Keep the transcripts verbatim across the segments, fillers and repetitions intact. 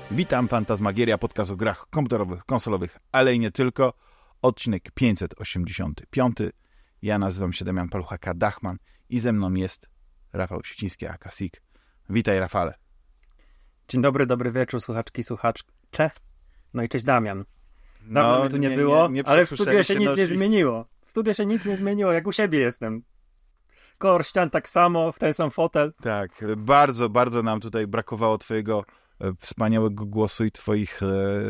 Witam, Fantasmagieria, podcast o grach komputerowych, konsolowych, ale i nie tylko. Odcinek pięćset osiemdziesiąty piąty. Ja nazywam się Damian Paluch aka Dachman i ze mną jest Rafał Siciński aka Sik. Witaj, Rafale. Dzień dobry, dobry wieczór, słuchaczki, słuchacze. No i cześć, Damian. Dawno No, mnie tu nie, nie było, nie, nie ale w studio się się nic no, nie zmieniło. W studio się nic nie zmieniło, jak u siebie jestem. Kolor ścian tak samo, w ten sam fotel. Tak, bardzo, bardzo nam tutaj brakowało twojego e, wspaniałego głosu i twoich,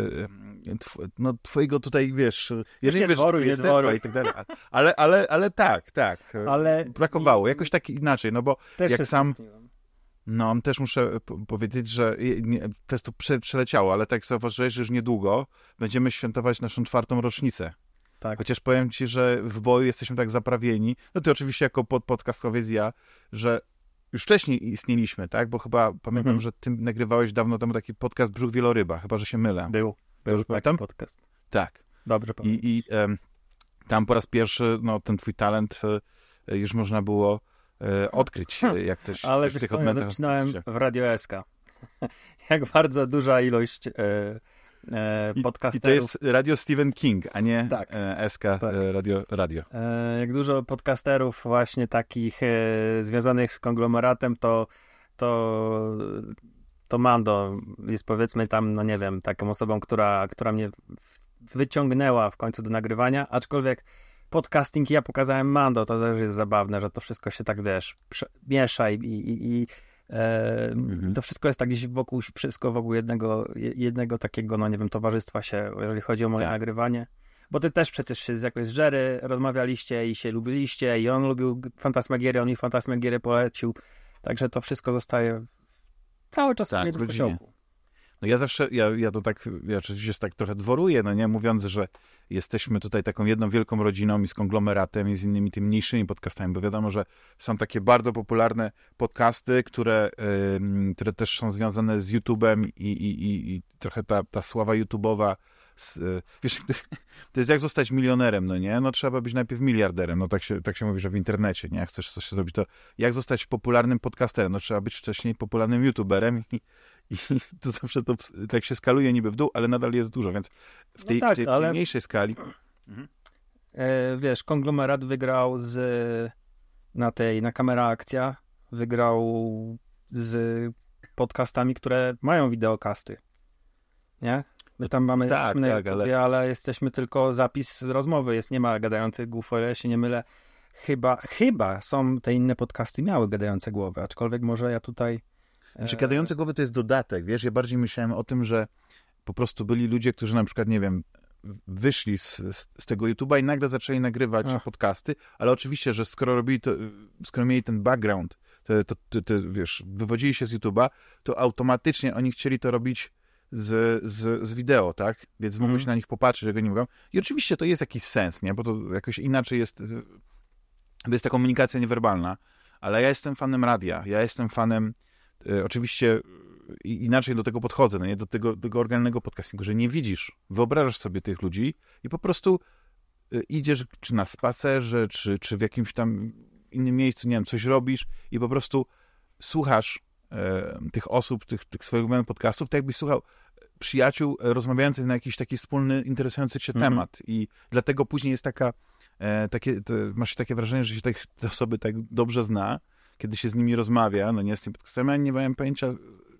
e, tw, no twojego tutaj, wiesz, jeżeli nie wiesz, dworuj, nie dworuj. i tak dalej, ale, ale, ale tak, tak, Ale brakowało, jakoś tak inaczej, no bo też jak się sam, stęskniłem. no też muszę p- powiedzieć, że nie, też to prze, przeleciało, ale tak zauważyłeś, że już niedługo będziemy świętować naszą czwartą rocznicę. Tak. Chociaż powiem ci, że w boju jesteśmy tak zaprawieni, no ty oczywiście jako pod, podcastowiec ja, że już wcześniej istnieliśmy, tak? Bo chyba pamiętam, Mhm. że ty nagrywałeś dawno temu taki podcast Brzuch Wieloryba, chyba, że się mylę. Był, był taki pamiętam? podcast. Tak. Dobrze pamiętam. I, i em, tam po raz pierwszy, no ten twój talent e, już można było e, odkryć, e, jak też, Ale też w wiesz tych co, ja odmętach. zaczynałem w Radio S K. Jak bardzo duża ilość e, e, I, podcasterów. I to jest Radio Stephen King, a nie Tak. e, S K Tak. e, Radio. radio. E, jak dużo podcasterów właśnie takich e, związanych z konglomeratem, to, to, to Mando jest, powiedzmy tam, no nie wiem, taką osobą, która, która mnie wyciągnęła w końcu do nagrywania, aczkolwiek podcasting ja pokazałem Mando, to też jest zabawne, że to wszystko się tak, wiesz, prze- miesza i, i, i e, Mhm. to wszystko jest tak gdzieś wokół, wszystko wokół jednego, je- jednego takiego, no nie wiem, towarzystwa się, jeżeli chodzi o moje Tak. nagrywanie. Bo ty też przecież się z jakoś z Jerry rozmawialiście i się lubiliście i on lubił Fantasmagiery, on mi Fantasmagiery polecił. Także to wszystko zostaje cały czas Tak, w jednym rodzinie. pociągu. No ja zawsze, ja, ja to tak, ja oczywiście tak trochę dworuję, no nie, mówiąc, że jesteśmy tutaj taką jedną wielką rodziną i z konglomeratem i z innymi tymi mniejszymi podcastami, bo wiadomo, że są takie bardzo popularne podcasty, które, ym, które też są związane z YouTube'em i, i, i, i trochę ta, ta sława YouTube'owa, z, y, wiesz, to jest jak zostać milionerem, no nie? No trzeba być najpierw miliarderem, no tak się, tak się mówi, że w internecie, nie? Jak chcesz coś zrobić, to jak zostać popularnym podcasterem? No trzeba być wcześniej popularnym YouTuberem i I to zawsze to tak się skaluje niby w dół, ale nadal jest dużo, więc w tej, No tak, w tej, w tej ale- mniejszej skali. E, wiesz, konglomerat wygrał z na tej, na Kamera Akcja, wygrał z podcastami, które mają wideokasty. Nie? My tam mamy, Tak, jesteśmy na tak, YouTubie, ale... ale jesteśmy tylko zapis rozmowy, jest, nie ma gadających głów, o ile się nie mylę. Chyba, chyba są te inne podcasty miały gadające głowy, aczkolwiek może ja tutaj... Znaczy, gadające głowy to jest dodatek, wiesz, ja bardziej myślałem o tym, że po prostu byli ludzie, którzy na przykład, nie wiem, wyszli z, z, z tego YouTube'a i nagle zaczęli nagrywać Ach. podcasty, ale oczywiście, że skoro robili to, skoro mieli ten background, to, to, to, to wiesz, wywodzili się z YouTube'a, to automatycznie oni chcieli to robić z, z, z wideo, tak? Więc Mhm. mogli się na nich popatrzeć, że go nie mogą. I oczywiście to jest jakiś sens, nie? Bo to jakoś inaczej jest, to jest ta komunikacja niewerbalna, ale ja jestem fanem radia, ja jestem fanem e, oczywiście i- inaczej do tego podchodzę, no nie? Do tego, do tego oryginalnego podcastingu, że nie widzisz, wyobrażasz sobie tych ludzi i po prostu e, idziesz czy na spacerze, czy, czy w jakimś tam innym miejscu, nie wiem, coś robisz i po prostu słuchasz e, tych osób, tych, tych swoich ulubionych podcastów, tak jakbyś słuchał przyjaciół e, rozmawiających na jakiś taki wspólny, interesujący cię Mhm. temat i dlatego później jest taka e, takie, to, masz takie wrażenie, że się te, te osoby tak dobrze zna, kiedy się z nimi rozmawia, no nie z tym podcastem, ja nie miałem pojęcia,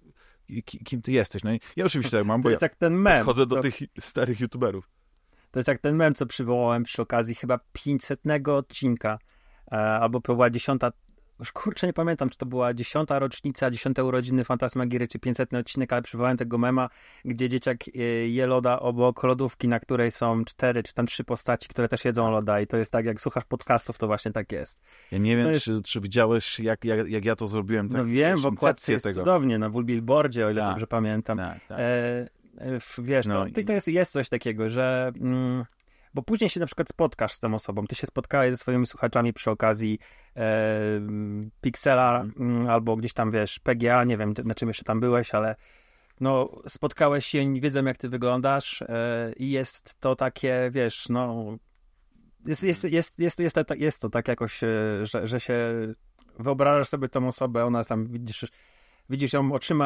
ki- kim ty jesteś. No i ja oczywiście tak mam, To bo ja jest jak ten mem. chodzę do co- tych starych youtuberów. To jest jak ten mem, co przywołałem przy okazji chyba pięćsetnego odcinka, e, albo to była dziesiąta, już kurczę nie pamiętam, czy to była dziesiąta rocznica, dziesiąte urodziny Fantasmagiery, czy pięćsetny odcinek, ale przywołałem tego mema, gdzie dzieciak e, je loda obok lodówki, na której są cztery, czy tam trzy postaci, które też jedzą loda i to jest tak, jak słuchasz podcastów, to właśnie tak jest. Ja nie wiem, To jest- czy, czy widziałeś, jak, jak, jak ja to zrobiłem. No tak, wiem, wiesz, w okładce incepcję jest tego. cudownie, na billboardzie, o ile Tak. dobrze pamiętam. Tak, tak. E, e, f- wiesz, No no, i- to, to jest, jest coś takiego, że mm, bo później się na przykład spotkasz z tą osobą, ty się spotkałeś ze swoimi słuchaczami przy okazji e, mm, Pixela mm, albo gdzieś tam, wiesz, P G A, nie wiem na czym jeszcze tam byłeś, ale no spotkałeś się, oni wiedzą jak ty wyglądasz e, i jest to takie, wiesz, no jest, jest, jest, jest, jest, jest, jest to tak jakoś, e, że, że się wyobrażasz sobie tą osobę, ona tam widzisz, widzisz ją oczyma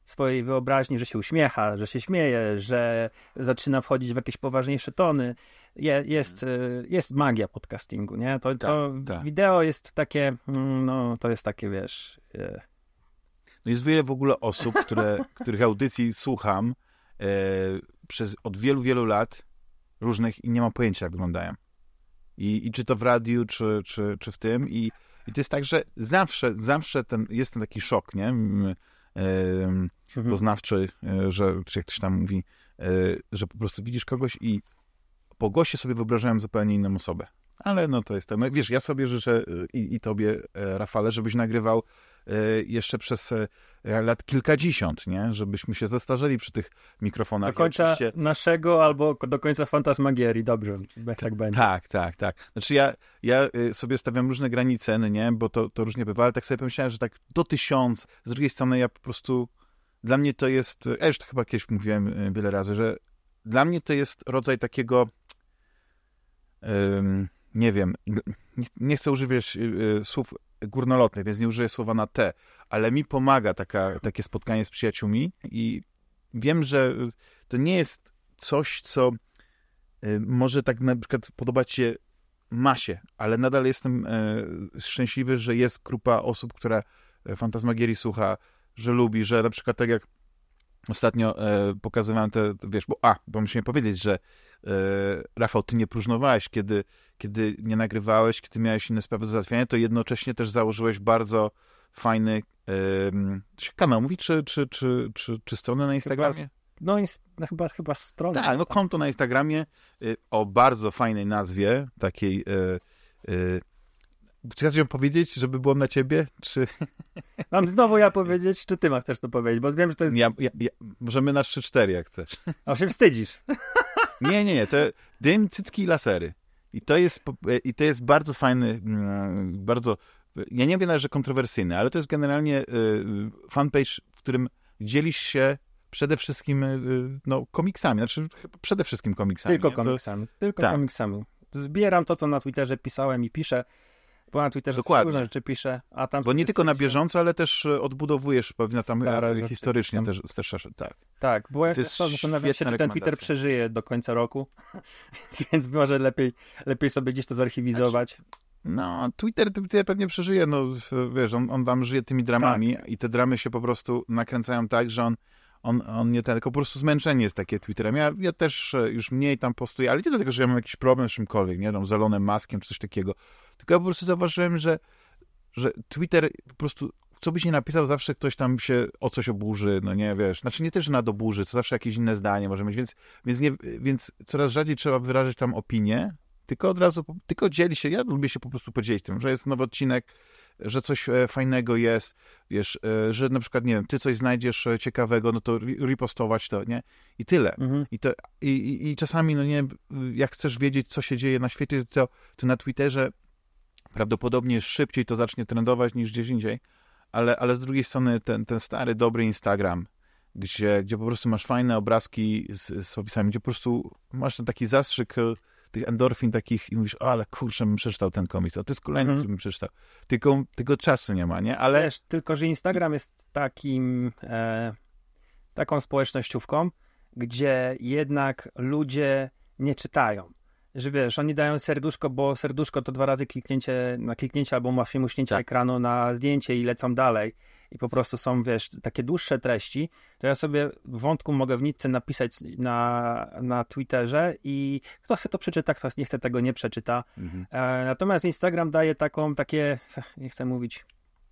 swojej wyobraźni, że się uśmiecha, że się śmieje, że zaczyna wchodzić w jakieś poważniejsze tony. Je, jest, jest magia podcastingu, nie? To, tak, to tak. wideo jest takie, no to jest takie, wiesz... No jest wiele w ogóle osób, które, których audycji słucham e, przez, od wielu, wielu lat różnych i nie mam pojęcia, jak wyglądają. I, i czy to w radiu, czy, czy, czy w tym. I, I to jest tak, że zawsze, zawsze ten, jest ten taki szok, nie? E, mhm. Poznawczy, e, że, czy jak ktoś tam mówi, e, że po prostu widzisz kogoś i po głosie sobie wyobrażałem zupełnie inną osobę. Ale no to jest to. No, wiesz, ja sobie życzę i, i tobie, Rafale, żebyś nagrywał jeszcze przez lat kilkadziesiąt, nie? Żebyśmy się zestarzeli przy tych mikrofonach. Do końca oczywiście... naszego albo do końca Fantasmagierii, dobrze, tak będzie. Tak, tak, tak. Znaczy ja, ja sobie stawiam różne granice, no nie? Bo to, to różnie bywa, ale tak sobie pomyślałem, że tak do tysiąc, z drugiej strony ja po prostu, dla mnie to jest, ja już to chyba kiedyś mówiłem wiele razy, że dla mnie to jest rodzaj takiego um, nie wiem, nie, nie chcę używać y, słów górnolotnych, więc nie użyję słowa na T, ale mi pomaga taka, takie spotkanie z przyjaciółmi i wiem, że to nie jest coś, co y, może tak na przykład podobać się masie, ale nadal jestem y, szczęśliwy, że jest grupa osób, która Fantasmagierii słucha, że lubi, że na przykład tak jak ostatnio e, pokazywałem te, wiesz, bo a, bo musimy powiedzieć, że e, Rafał, ty nie próżnowałeś, kiedy, kiedy nie nagrywałeś, kiedy miałeś inne sprawy do załatwiania, to jednocześnie też założyłeś bardzo fajny e, kanał, mówi, czy, czy, czy, czy, czy stronę na Instagramie? No, no chyba, chyba stronę. Tak, no konto na Instagramie e, o bardzo fajnej nazwie, takiej e, e, czy chcesz ją powiedzieć, żeby było na ciebie, czy... Mam znowu ja powiedzieć, czy ty masz też to powiedzieć, bo wiem, że to jest... Ja, ja, ja, możemy na trzy cztery, jak chcesz. A się wstydzisz. Nie, nie, nie, to Dym, cycki i lasery. I to jest, i to jest bardzo fajny, bardzo, ja nie wiem, że kontrowersyjny, ale to jest generalnie fanpage, w którym dzielisz się przede wszystkim no, komiksami, znaczy przede wszystkim komiksami. Tylko komiksami, to... tylko tak. komiksami. Zbieram to, co na Twitterze pisałem i piszę, bo na Twitterze różne rzeczy piszę, a tam... Bo nie tylko na bieżąco, ale też odbudowujesz pewnie tam Stare historycznie rzeczy, tam. też, też, tak. Tak, bo ja zastanawiam się, czy ten Twitter przeżyje do końca roku, więc może lepiej, lepiej sobie gdzieś to zarchiwizować. No, Twitter, Twitter pewnie przeżyje, no wiesz, on, on tam żyje tymi dramami tak. I te dramy się po prostu nakręcają tak, że on On, on nie tylko po prostu zmęczenie jest takie Twitterem. Ja, ja też już mniej tam postuję, ale nie dlatego, że ja mam jakiś problem z czymkolwiek, nie wiem, z Elonem Muskiem czy coś takiego. Tylko ja po prostu zauważyłem, że, że Twitter po prostu, co byś nie napisał, zawsze ktoś tam się o coś oburzy, no nie, wiesz. Znaczy nie też nad oburzy, to zawsze jakieś inne zdanie może mieć, więc, więc, nie, więc coraz rzadziej trzeba wyrażać tam opinię, tylko od razu, tylko dzieli się, ja lubię się po prostu podzielić tym, że jest nowy odcinek, że coś fajnego jest, wiesz, że na przykład, nie wiem, ty coś znajdziesz ciekawego, no to repostować to, nie? I tyle. Mhm. I, to, i, i, I czasami, no nie, jak chcesz wiedzieć, co się dzieje na świecie, to, to na Twitterze prawdopodobnie szybciej to zacznie trendować niż gdzieś indziej, ale, ale z drugiej strony ten, ten stary, dobry Instagram, gdzie, gdzie po prostu masz fajne obrazki z, z opisami, gdzie po prostu masz ten taki zastrzyk tych endorfin takich i mówisz, o, ale kurczę, bym przeczytał ten komiks, a to jest kolejny, mm. który bym przeczytał. Tylko tego czasu nie ma, nie? Ale... Wiesz, tylko, że Instagram jest takim e, taką społecznościówką, gdzie jednak ludzie nie czytają. Że wiesz, oni dają serduszko, bo serduszko to dwa razy kliknięcie na kliknięcie albo właśnie muśnięcie tak. ekranu na zdjęcie i lecą dalej. I po prostu są, wiesz, takie dłuższe treści, to ja sobie w wątku mogę w nitce napisać na, na Twitterze i kto chce to przeczyta, kto nie chce tego nie przeczyta. Mhm. E, natomiast Instagram daje taką, takie, nie chcę mówić,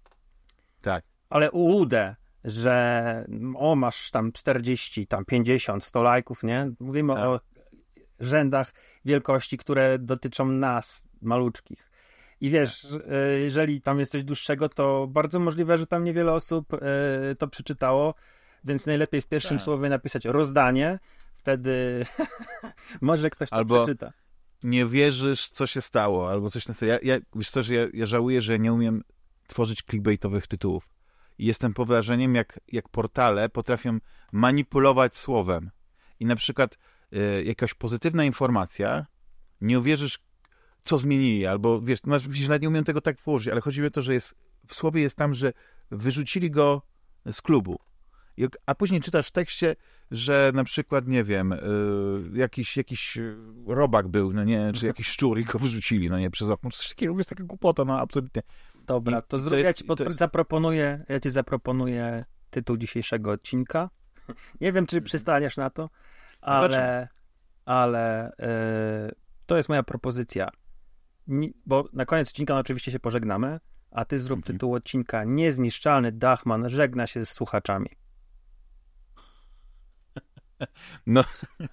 tak, ale ułudę, że o, masz tam czterdzieści, tam pięćdziesiąt, sto lajków, nie? Mówimy tak. o rzędach wielkości, które dotyczą nas, maluczkich. I wiesz, jeżeli tam jest coś dłuższego, to bardzo możliwe, że tam niewiele osób y, to przeczytało, więc najlepiej w pierwszym tak. słowie napisać rozdanie, wtedy może ktoś to albo przeczyta. Nie wierzysz, co się stało, albo coś na ja, ja Wiesz co, że ja, ja żałuję, że nie umiem tworzyć clickbaitowych tytułów. I jestem pod wrażeniem, jak, jak portale potrafią manipulować słowem. I na przykład y, jakaś pozytywna informacja, nie uwierzysz, co zmienili, albo wiesz, no, wiesz, nawet nie umiem tego tak położyć, ale chodzi mi o to, że jest, w słowie jest tam, że wyrzucili go z klubu. a później czytasz w tekście, że na przykład, nie wiem, y, jakiś, jakiś robak był, no nie, czy jakiś szczur i go wyrzucili, no nie, przez okno, coś takiego, jest taka głupota, no absolutnie. Dobra, to, I, zrób, to jest, ja, ci pod, jest... zaproponuję, ja ci zaproponuję tytuł dzisiejszego odcinka. Nie wiem, czy przystaniesz na to, ale, ale yy, to jest moja propozycja. Nie, bo na koniec odcinka no, oczywiście się pożegnamy, a ty zrób mhm. tytuł odcinka Niezniszczalny Dachman żegna się z słuchaczami. No,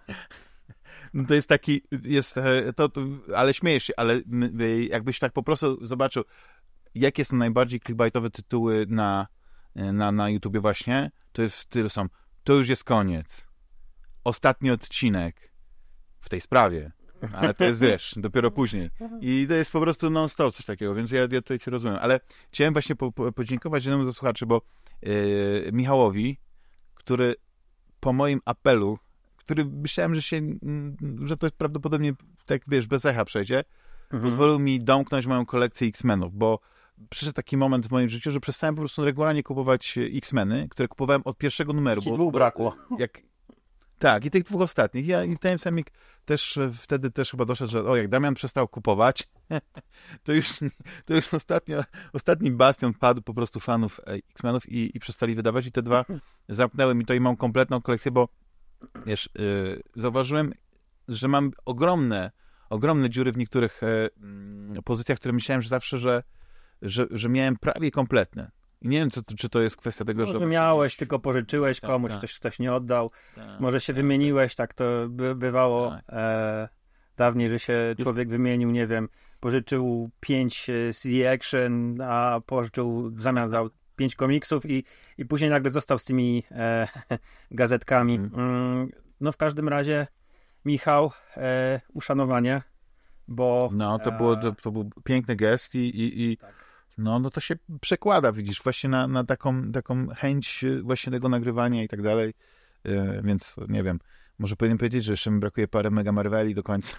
no to jest taki, jest, to, to, ale śmiejesz się, ale jakbyś tak po prostu zobaczył, jakie są najbardziej clickbaitowe tytuły na, na, na YouTubie właśnie, to jest w stylu są, to już jest koniec, ostatni odcinek w tej sprawie, ale to jest, wiesz, dopiero później. I to jest po prostu non-stop coś takiego, więc ja, ja tutaj cię rozumiem. Ale chciałem właśnie po, po, podziękować jednemu ze słuchaczy, bo yy, Michałowi, który po moim apelu, który myślałem, że się, że to prawdopodobnie, tak wiesz, bez echa przejdzie, mhm. pozwolił mi domknąć moją kolekcję X-Menów, bo przyszedł taki moment w moim życiu, że przestałem po prostu regularnie kupować X-Meny, które kupowałem od pierwszego numeru. Ci dwóch brakło. Jak, tak, i tych dwóch ostatnich. Ja i ten samik też wtedy też chyba doszedł, że o, jak Damian przestał kupować, to już, to już ostatnio, ostatni bastion padł po prostu fanów X-Menów i, i przestali wydawać i te dwa zamknęły mi to i mam kompletną kolekcję, bo wiesz, yy, zauważyłem, że mam ogromne, ogromne dziury w niektórych yy, pozycjach, które myślałem, że zawsze, że, że, że miałem prawie kompletne. I nie wiem, co, czy to jest kwestia tego, Może że... Może miałeś, tylko pożyczyłeś tak, komuś, tak. Ktoś, ktoś nie oddał. Tak, Może się tak, wymieniłeś, tak, tak to by, bywało tak. e, dawniej, że się człowiek jest... wymienił, nie wiem, pożyczył pięć C D Action, a pożyczył w zamian dał pięć komiksów i, i później nagle został z tymi e, gazetkami. Mm. No w każdym razie, Michał, e, uszanowanie, bo... No, to, było, to, to był piękny gest i... i, i... Tak. No, no to się przekłada, widzisz, właśnie na, na taką, taką chęć właśnie tego nagrywania i tak dalej, yy, więc nie wiem, może powinien powiedzieć, że jeszcze mi brakuje parę Mega Marveli do końca,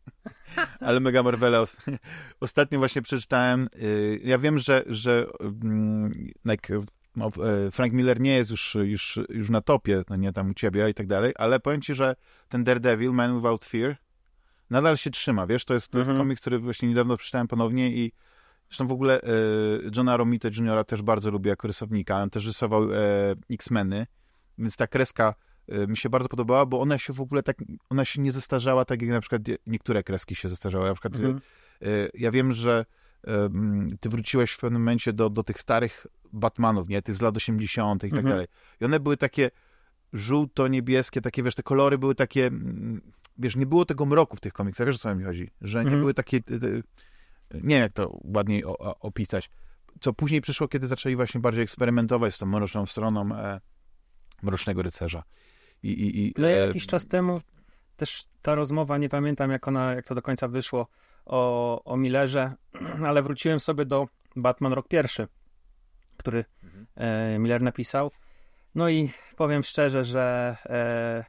ale Mega Marvela os- ostatnio właśnie przeczytałem, yy, ja wiem, że, że yy, like, no, yy, Frank Miller nie jest już, już, już na topie, no nie tam u ciebie i tak dalej, ale powiem ci, że ten Daredevil, Man Without Fear, nadal się trzyma, wiesz, to jest, to jest mhm. komiks, który właśnie niedawno przeczytałem ponownie i zresztą w ogóle e, Johna Romita juniora też bardzo lubię jako rysownika. On też rysował e, X-Meny, więc ta kreska e, mi się bardzo podobała, bo ona się w ogóle tak, ona się nie zestarzała tak jak na przykład niektóre kreski się zestarzały. Na przykład mhm. e, ja wiem, że e, ty wróciłeś w pewnym momencie do, do tych starych Batmanów, nie? Tych z lat osiemdziesiątych i tak mhm. dalej. I one były takie żółto-niebieskie, takie, wiesz, te kolory były takie, wiesz, nie było tego mroku w tych komiksach, wiesz, o co mi chodzi? Że nie mhm. były takie... Te, nie wiem, jak to ładniej o, o, opisać. Co później przyszło, kiedy zaczęli właśnie bardziej eksperymentować z tą mroczną stroną e, Mrocznego Rycerza. I, i, i, no e... jakiś czas temu też ta rozmowa, nie pamiętam jak ona, jak to do końca wyszło o, o Millerze, ale wróciłem sobie do Batman Rok Pierwszy, który mhm. e, Miller napisał. No i powiem szczerze, że e,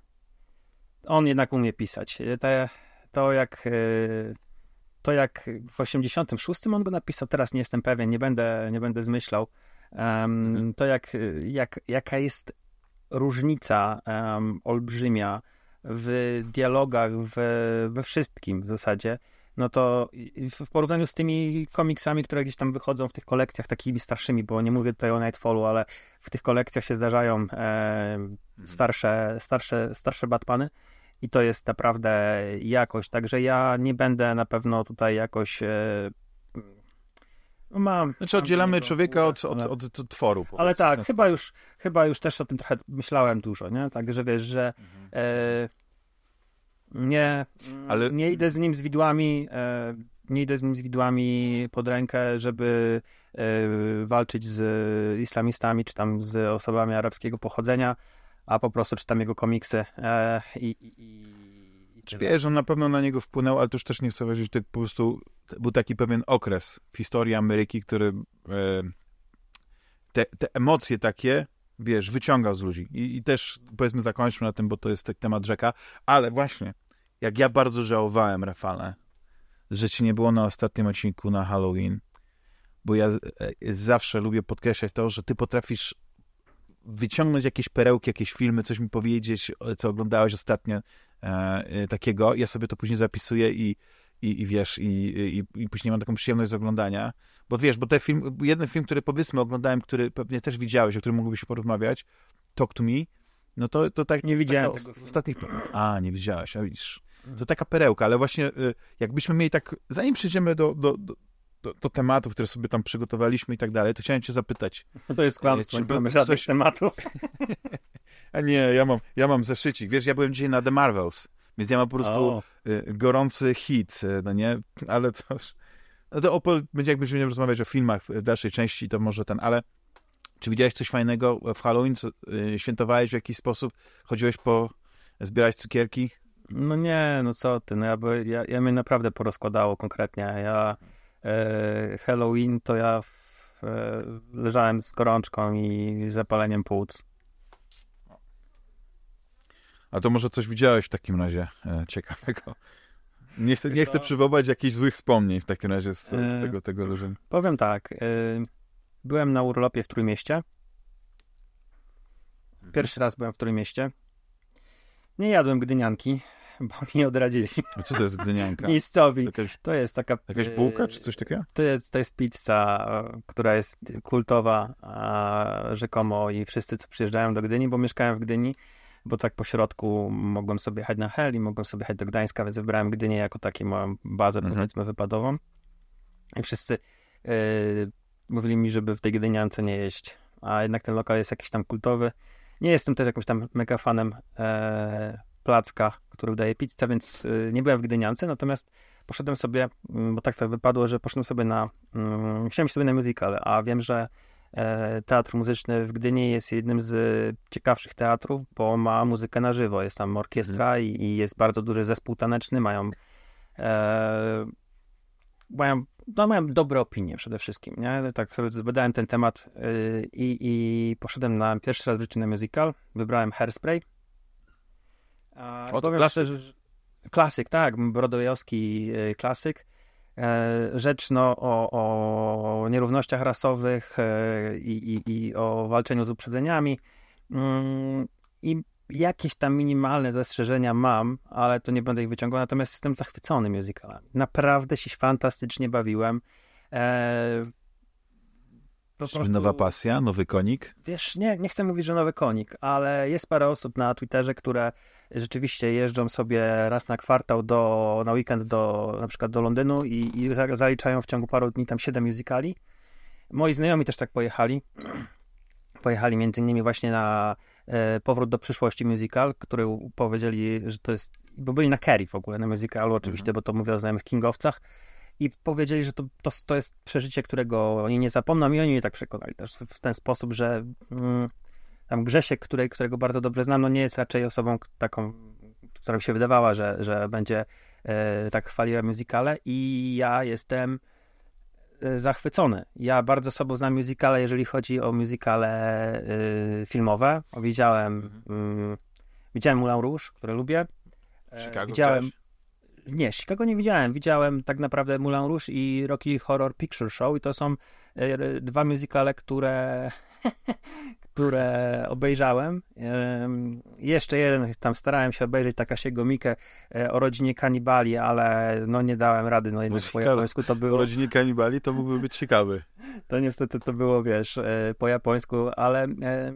on jednak umie pisać. Te, to jak... E, To jak w osiemdziesiątym szóstym on go napisał, teraz nie jestem pewien, nie będę, nie będę zmyślał, um, mhm. to jak, jak, jaka jest różnica um, olbrzymia w dialogach, w, we wszystkim w zasadzie, no to w porównaniu z tymi komiksami, które gdzieś tam wychodzą w tych kolekcjach takimi starszymi, bo nie mówię tutaj o Nightfallu, ale w tych kolekcjach się zdarzają e, starsze, starsze, starsze Batmany, i to jest naprawdę jakość, także ja nie będę na pewno tutaj jakoś... E, mam... Znaczy oddzielamy człowieka od, od, od, od tworu. Ale tak, chyba już, chyba już też o tym trochę myślałem dużo, nie? Także wiesz, że mhm. e, nie, ale... nie idę z nim z widłami, e, nie idę z nim z widłami pod rękę, żeby e, walczyć z islamistami, czy tam z osobami arabskiego pochodzenia, a po prostu czytam jego komiksy e, i, i, i Czy wiesz, on na pewno na niego wpłynął, ale to już też nie chcę powiedzieć, to po prostu był taki pewien okres w historii Ameryki, który e, te, te emocje takie, wiesz, wyciągał z ludzi. I, i też, powiedzmy, zakończmy na tym, bo to jest temat rzeka, ale właśnie, jak ja bardzo żałowałem, Rafale, że ci nie było na ostatnim odcinku na Halloween, bo ja e, zawsze lubię podkreślać to, że ty potrafisz wyciągnąć jakieś perełki, jakieś filmy, coś mi powiedzieć, co oglądałeś ostatnio e, takiego, ja sobie to później zapisuję i, i, i wiesz, i, i, i później mam taką przyjemność z oglądania, bo wiesz, bo ten film, jeden film, który powiedzmy oglądałem, który pewnie też widziałeś, o którym mógłbyś porozmawiać, Talk to Me, no to, to tak... Nie widziałem taka, tego filmu. Ostatnich... A, nie widziałeś, a widzisz. To taka perełka, ale właśnie jakbyśmy mieli tak, zanim przejdziemy do, do, do, do, do tematów, które sobie tam przygotowaliśmy i tak dalej, to chciałem cię zapytać. No to jest kłamstwo, Czy nie mamy coś- żadnych tematów. A nie, ja mam, ja mam zeszycik. Wiesz, ja byłem dzisiaj na The Marvels, więc ja mam po prostu O. y, gorący hit, y, no nie? Ale to już... No to opol, będzie jakbyśmy mieli rozmawiać o filmach w dalszej części, to może ten, ale czy widziałeś coś fajnego w Halloween? Co, y, świętowałeś w jakiś sposób? Chodziłeś po... zbierać cukierki? No nie, no co ty, no ja, by, ja, ja mnie naprawdę porozkładało konkretnie. Ja e, Halloween to ja w, e, leżałem z gorączką i zapaleniem płuc. A to może coś widziałeś w takim razie e, ciekawego? Nie chcę, Wiesz nie chcę co? przywołać jakichś złych wspomnień w takim razie z, z E, tego, tego leżenia. Powiem tak, e, byłem na urlopie w Trójmieście. Pierwszy raz byłem w Trójmieście. Nie jadłem gdynianki, bo mi odradzili. A co to jest gdynianka? Miejscowi. Jakaś, To jest taka... jakaś e, bułka czy coś takiego? To jest, to jest pizza, e, która jest kultowa a, rzekomo i wszyscy, co przyjeżdżają do Gdyni, bo mieszkałem w Gdyni, bo tak po środku mogłem sobie jechać na Hel i mogłem sobie jechać do Gdańska, więc wybrałem Gdynię jako taką moją bazę, Mhm. powiedzmy, wypadową. I wszyscy e, mówili mi, żeby w tej Gdyniance nie jeść, a jednak ten lokal jest jakiś tam kultowy. Nie jestem też jakimś tam mega fanem e, placka, który daje pizzę, więc e, nie byłem w Gdyniance, natomiast poszedłem sobie, mm, bo tak to wypadło, że poszedłem sobie na, mm, chciałem iść sobie na musical, a wiem, że e, teatr muzyczny w Gdyni jest jednym z ciekawszych teatrów, bo ma muzykę na żywo, jest tam orkiestra i, i jest bardzo duży zespół taneczny, mają e, mają, no, mają dobre opinie przede wszystkim, nie? Tak sobie zbadałem ten temat yy, i, i poszedłem na pierwszy raz w życiu na musical, wybrałem Hairspray. A, O, to powiem klasyk. szczerze, że- klasyk, tak, broadwayowski yy, klasyk. E, rzecz no, o, o nierównościach rasowych e, i, i, i o walczeniu z uprzedzeniami. Mm, I jakieś tam minimalne zastrzeżenia mam, ale to nie będę ich wyciągał, natomiast jestem zachwycony musicalami. Naprawdę się fantastycznie bawiłem. E, po Czy nowa pasja, nowy konik? Wiesz, nie, nie chcę mówić, że nowy konik, ale jest parę osób na Twitterze, które rzeczywiście jeżdżą sobie raz na kwartał do, na weekend do, na przykład do Londynu i, i za- zaliczają w ciągu paru dni tam siedem musicali. Moi znajomi też tak pojechali. Pojechali między innymi właśnie na e, Powrót do przyszłości musical, który u- powiedzieli, że to jest, bo byli na Kerry w ogóle, na musicalu oczywiście, Mhm. bo to mówię o znajomych kingowcach. I powiedzieli, że to, to, to jest przeżycie, którego oni nie zapomną i oni mnie tak przekonali też w ten sposób, że mm, tam Grzesiek, której, którego bardzo dobrze znam, no nie jest raczej osobą k- taką, która mi się wydawała, że, że będzie e, tak chwaliła musicale i ja jestem e, zachwycony. Ja bardzo sobą znam musicale, jeżeli chodzi o musicale e, filmowe. O, widziałem mm, widziałem Moulin Rouge, które lubię. E, Chicago widziałem też? nie, Chicago nie widziałem. Widziałem tak naprawdę Moulin Rouge i Rocky Horror Picture Show i to są e, dwa musicale, które które obejrzałem. Em, jeszcze jeden tam starałem się obejrzeć, Takashiego Mikę e, o rodzinie kanibali, ale no nie dałem rady, no jednak po Musical japońsku to O było, rodzinie kanibali to mógłby być ciekawy. to niestety to było, wiesz, e, po japońsku, ale e,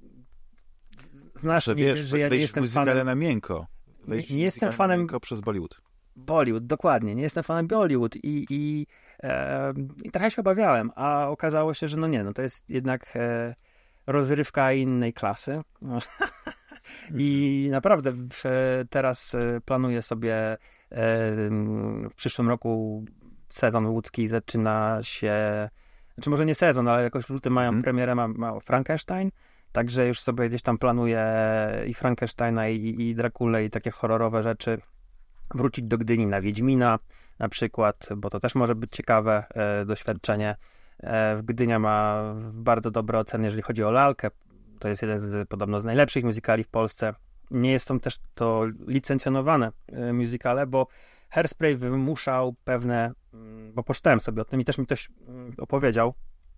znasz Że mnie, wiesz, że ja nie wejść w jestem muzykale fanem na miękko. Wejść Nie- w nie jestem muzykale na fanem- miękko przez Bollywood. Bollywood, dokładnie. Nie jestem fanem Bollywood i, i, e, i trochę się obawiałem, a okazało się, że no nie, no to jest jednak e, rozrywka innej klasy. No. I naprawdę w, teraz e, planuję sobie e, w przyszłym roku sezon łódzki zaczyna się, znaczy może nie sezon, ale jakoś w lutym mają Mhm. premierę, ma, ma Frankenstein, także już sobie gdzieś tam planuję i Frankensteina i, i Drakulę i takie horrorowe rzeczy wrócić do Gdyni na Wiedźmina na przykład, bo to też może być ciekawe e, doświadczenie. E, Gdynia ma bardzo dobre oceny, jeżeli chodzi o Lalkę. To jest jeden z podobno z najlepszych musicali w Polsce. Nie są też to licencjonowane e, musicale, bo Hairspray wymuszał pewne, mm, bo poczytałem sobie o tym i też mi ktoś mm, opowiedział,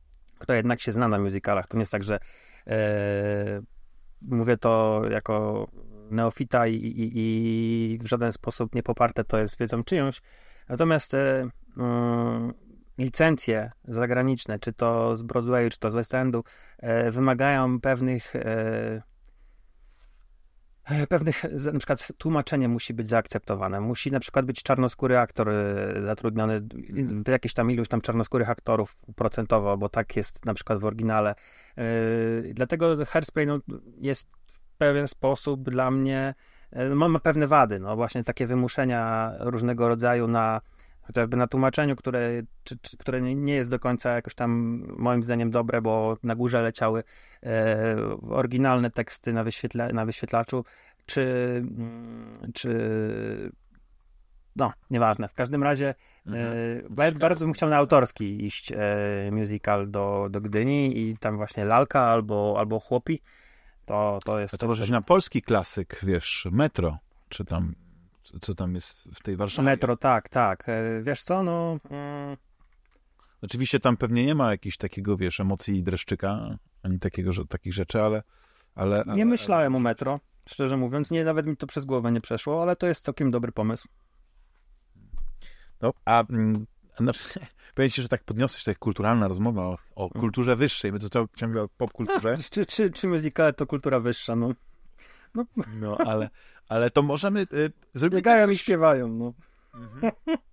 kto jednak się zna na musicalach. To nie jest tak, że e, mówię to jako neofita i, i, i w żaden sposób nie poparte to jest wiedzą czyjąś. Natomiast e, mm, licencje zagraniczne, czy to z Broadwayu, czy to z West Endu, e, wymagają pewnych e, pewnych, na przykład tłumaczenie musi być zaakceptowane. Musi na przykład być czarnoskóry aktor zatrudniony, w jakieś tam iluś tam czarnoskórych aktorów procentowo, bo tak jest na przykład w oryginale. Yy, dlatego Hairspray no, jest w pewien sposób dla mnie, yy, ma, ma pewne wady, no właśnie takie wymuszenia różnego rodzaju na chociażby na tłumaczeniu, które, czy, czy, które nie jest do końca jakoś tam moim zdaniem dobre, bo na górze leciały e, oryginalne teksty na, wyświetla, na wyświetlaczu, czy, czy no, nieważne. W każdym razie mhm. e, bardzo bym chciał na autorski iść e, musical do, do Gdyni i tam właśnie Lalka albo, albo Chłopi. To, to jest... A to może na polski klasyk, wiesz, Metro, czy tam co tam jest w tej Warszawie. Metro, tak, tak. Wiesz co, no... Mm... Oczywiście tam pewnie nie ma jakichś takiego, wiesz, emocji i dreszczyka, ani takiego, że, takich rzeczy, ale... ale, ale nie myślałem ale... o Metro, szczerze mówiąc. Nie, nawet mi to przez głowę nie przeszło, ale to jest całkiem dobry pomysł. No, a... Znaczy, powiem ci, że tak podniosłeś tutaj kulturalna rozmowa o, o kulturze wyższej. My to ciągle o popkulturze. Czy, czy, czy musicale to kultura wyższa, no. No, no ale... Ale to możemy y, zrobić... Biegają tak, i śpiewają, no. Mhm.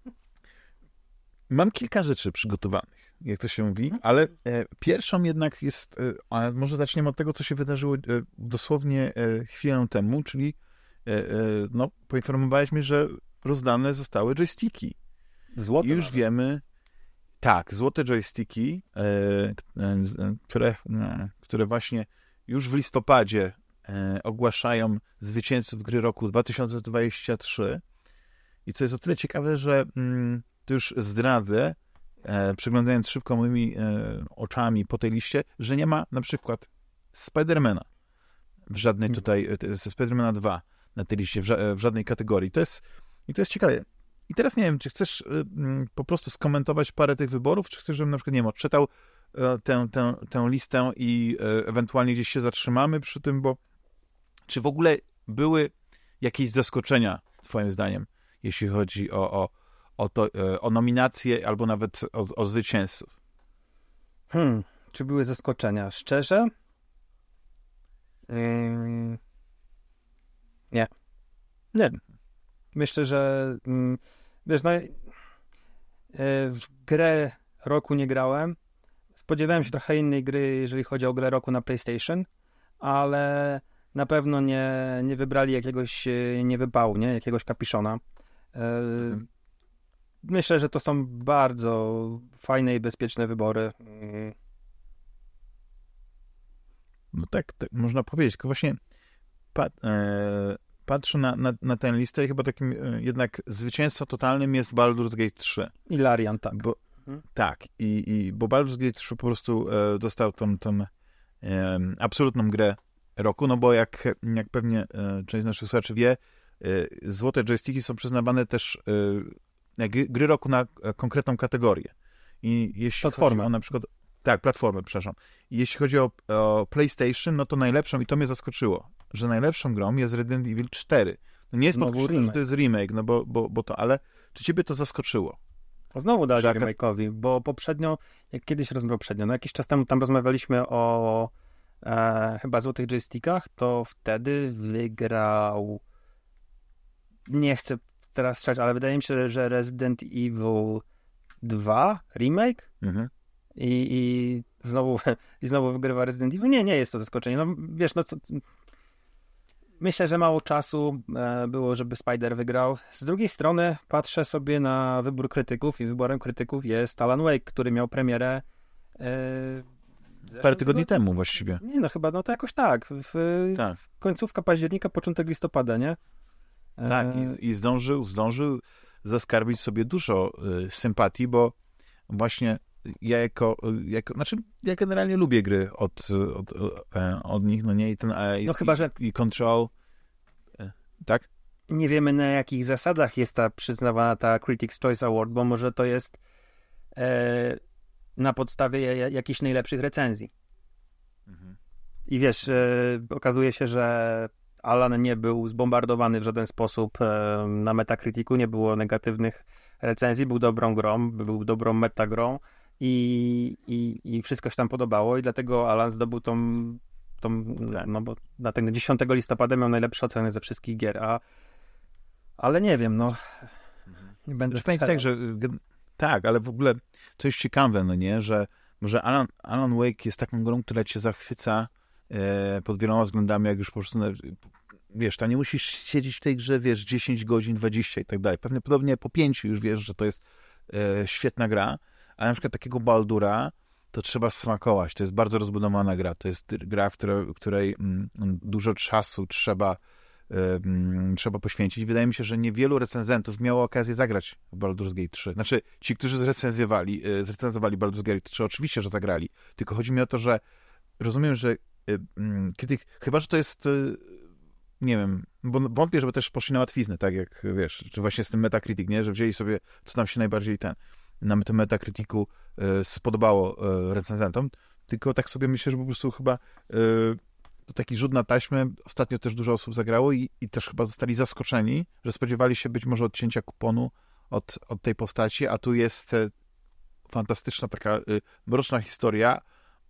Mam kilka rzeczy przygotowanych, jak to się mówi, ale e, pierwszą jednak jest... E, a może zaczniemy od tego, co się wydarzyło e, dosłownie e, chwilę temu, czyli e, e, no, poinformowałeś mnie, że rozdane zostały joysticki. Złote. I już nawet. wiemy... Tak, złote joysticki, e, e, które, e, które właśnie już w listopadzie E, ogłaszają zwycięzców gry roku dwa tysiące dwudziestego trzeciego. I co jest o tyle ciekawe, że mm, to już zdradzę, e, przeglądając szybko moimi e, oczami po tej liście, że nie ma na przykład Spidermana w żadnej tutaj, e, Spidermana dwa na tej liście, w, ża- w żadnej kategorii. To jest, i to jest ciekawe. I teraz nie wiem, czy chcesz y, y, po prostu skomentować parę tych wyborów, czy chcesz, żebym na przykład, nie wiem, odczytał y, tę, tę, tę listę i y, ewentualnie gdzieś się zatrzymamy przy tym, bo czy w ogóle były jakieś zaskoczenia, twoim zdaniem, jeśli chodzi o, o, o, to, o nominacje albo nawet o, o zwycięzców? Hmm, czy były zaskoczenia? Szczerze? Yy... Nie. Nie. Myślę, że mm, wiesz, no yy, w grę roku nie grałem. Spodziewałem się trochę innej gry, jeżeli chodzi o grę roku na PlayStation, ale na pewno nie, nie wybrali jakiegoś niewypału, nie? Jakiegoś kapiszona. Yy, mhm. Myślę, że to są bardzo fajne i bezpieczne wybory. Yy. No tak, tak można powiedzieć. Tylko właśnie pat, e, patrzę na, na, na tę listę i chyba takim e, jednak zwycięzcą totalnym jest Baldur's Gate trzy. I Larian, tak. Bo, hmm? Tak, i, i bo Baldur's Gate trzy po prostu e, dostał tą, tą e, absolutną grę roku, no bo jak, jak pewnie e, część z naszych słuchaczy wie, e, złote joysticki są przyznawane też e, gry, gry roku na e, konkretną kategorię. I jeśli Platformę. chodzi o na przykład tak, platformę, przepraszam. I jeśli chodzi o, o PlayStation, no to najlepszą, i to mnie zaskoczyło, że najlepszą grą jest Resident Evil cztery. No nie jest podkreślone, że to jest remake, no bo, bo, bo to, ale czy ciebie to zaskoczyło? Znowu dali Żaka... remake'owi, bo poprzednio, jak kiedyś rozmawiał poprzednio, no jakiś czas temu tam rozmawialiśmy o e, chyba złotych joystickach, to wtedy wygrał, nie chcę teraz strzelać, ale wydaje mi się, że Resident Evil dwa remake Mhm. I, i znowu i znowu wygrywa Resident Evil. Nie, nie jest to zaskoczenie. No wiesz, no co... Myślę, że mało czasu e, było, żeby Spider wygrał. Z drugiej strony patrzę sobie na wybór krytyków i wyborem krytyków jest Alan Wake, który miał premierę e, parę tygodni temu właściwie. Nie, no chyba, no to jakoś tak. W, tak. w końcówka października, początek listopada, nie? E... Tak, i, i zdążył, zdążył zaskarbić sobie dużo y, sympatii, bo właśnie ja jako, jako, znaczy ja generalnie lubię gry od, od, od nich, no nie, i ten i, no chyba, że i Control, tak? Nie wiemy, na jakich zasadach jest ta przyznawana ta Critics' Choice Award, bo może to jest e, na podstawie jakichś najlepszych recenzji. Mhm. I wiesz, yy, okazuje się, że Alan nie był zbombardowany w żaden sposób yy, na Metacriticu, nie było negatywnych recenzji, był dobrą grą, był dobrą metagrą i, i, i wszystko się tam podobało i dlatego Alan zdobył tą, tą tak. no bo na ten dziesiątego listopada miał najlepsze oceny ze wszystkich gier, a ale nie wiem, no Mhm. nie będę Znaczy, tak, że tak, ale w ogóle to jest ciekawe, no nie, że może Alan, Alan Wake jest taką grą, która cię zachwyca e, pod wieloma względami, jak już po prostu, wiesz, tam nie musisz siedzieć w tej grze, wiesz, dziesięć godzin, dwadzieścia i tak dalej. Pewnie podobnie po pięciu już wiesz, że to jest e, świetna gra, a na przykład takiego Baldura to trzeba smakować. To jest bardzo rozbudowana gra. To jest gra, w której, której mm, dużo czasu trzeba trzeba poświęcić. Wydaje mi się, że niewielu recenzentów miało okazję zagrać w Baldur's Gate trzy. Znaczy, ci, którzy zrecenzjowali, zrecenzowali Baldur's Gate trzy, oczywiście, że zagrali. Tylko chodzi mi o to, że rozumiem, że kiedy, chyba, że to jest nie wiem, bo wątpię, żeby też poszli na łatwiznę, tak jak, wiesz, czy właśnie z tym Metacritic, nie? Że wzięli sobie, co tam się najbardziej ten, na tym Metacriticu spodobało recenzentom, tylko tak sobie myślę, że po prostu chyba to taki rzut na taśmę, ostatnio też dużo osób zagrało i, i też chyba zostali zaskoczeni, że spodziewali się być może odcięcia kuponu od, od tej postaci, a tu jest e, fantastyczna taka y, mroczna historia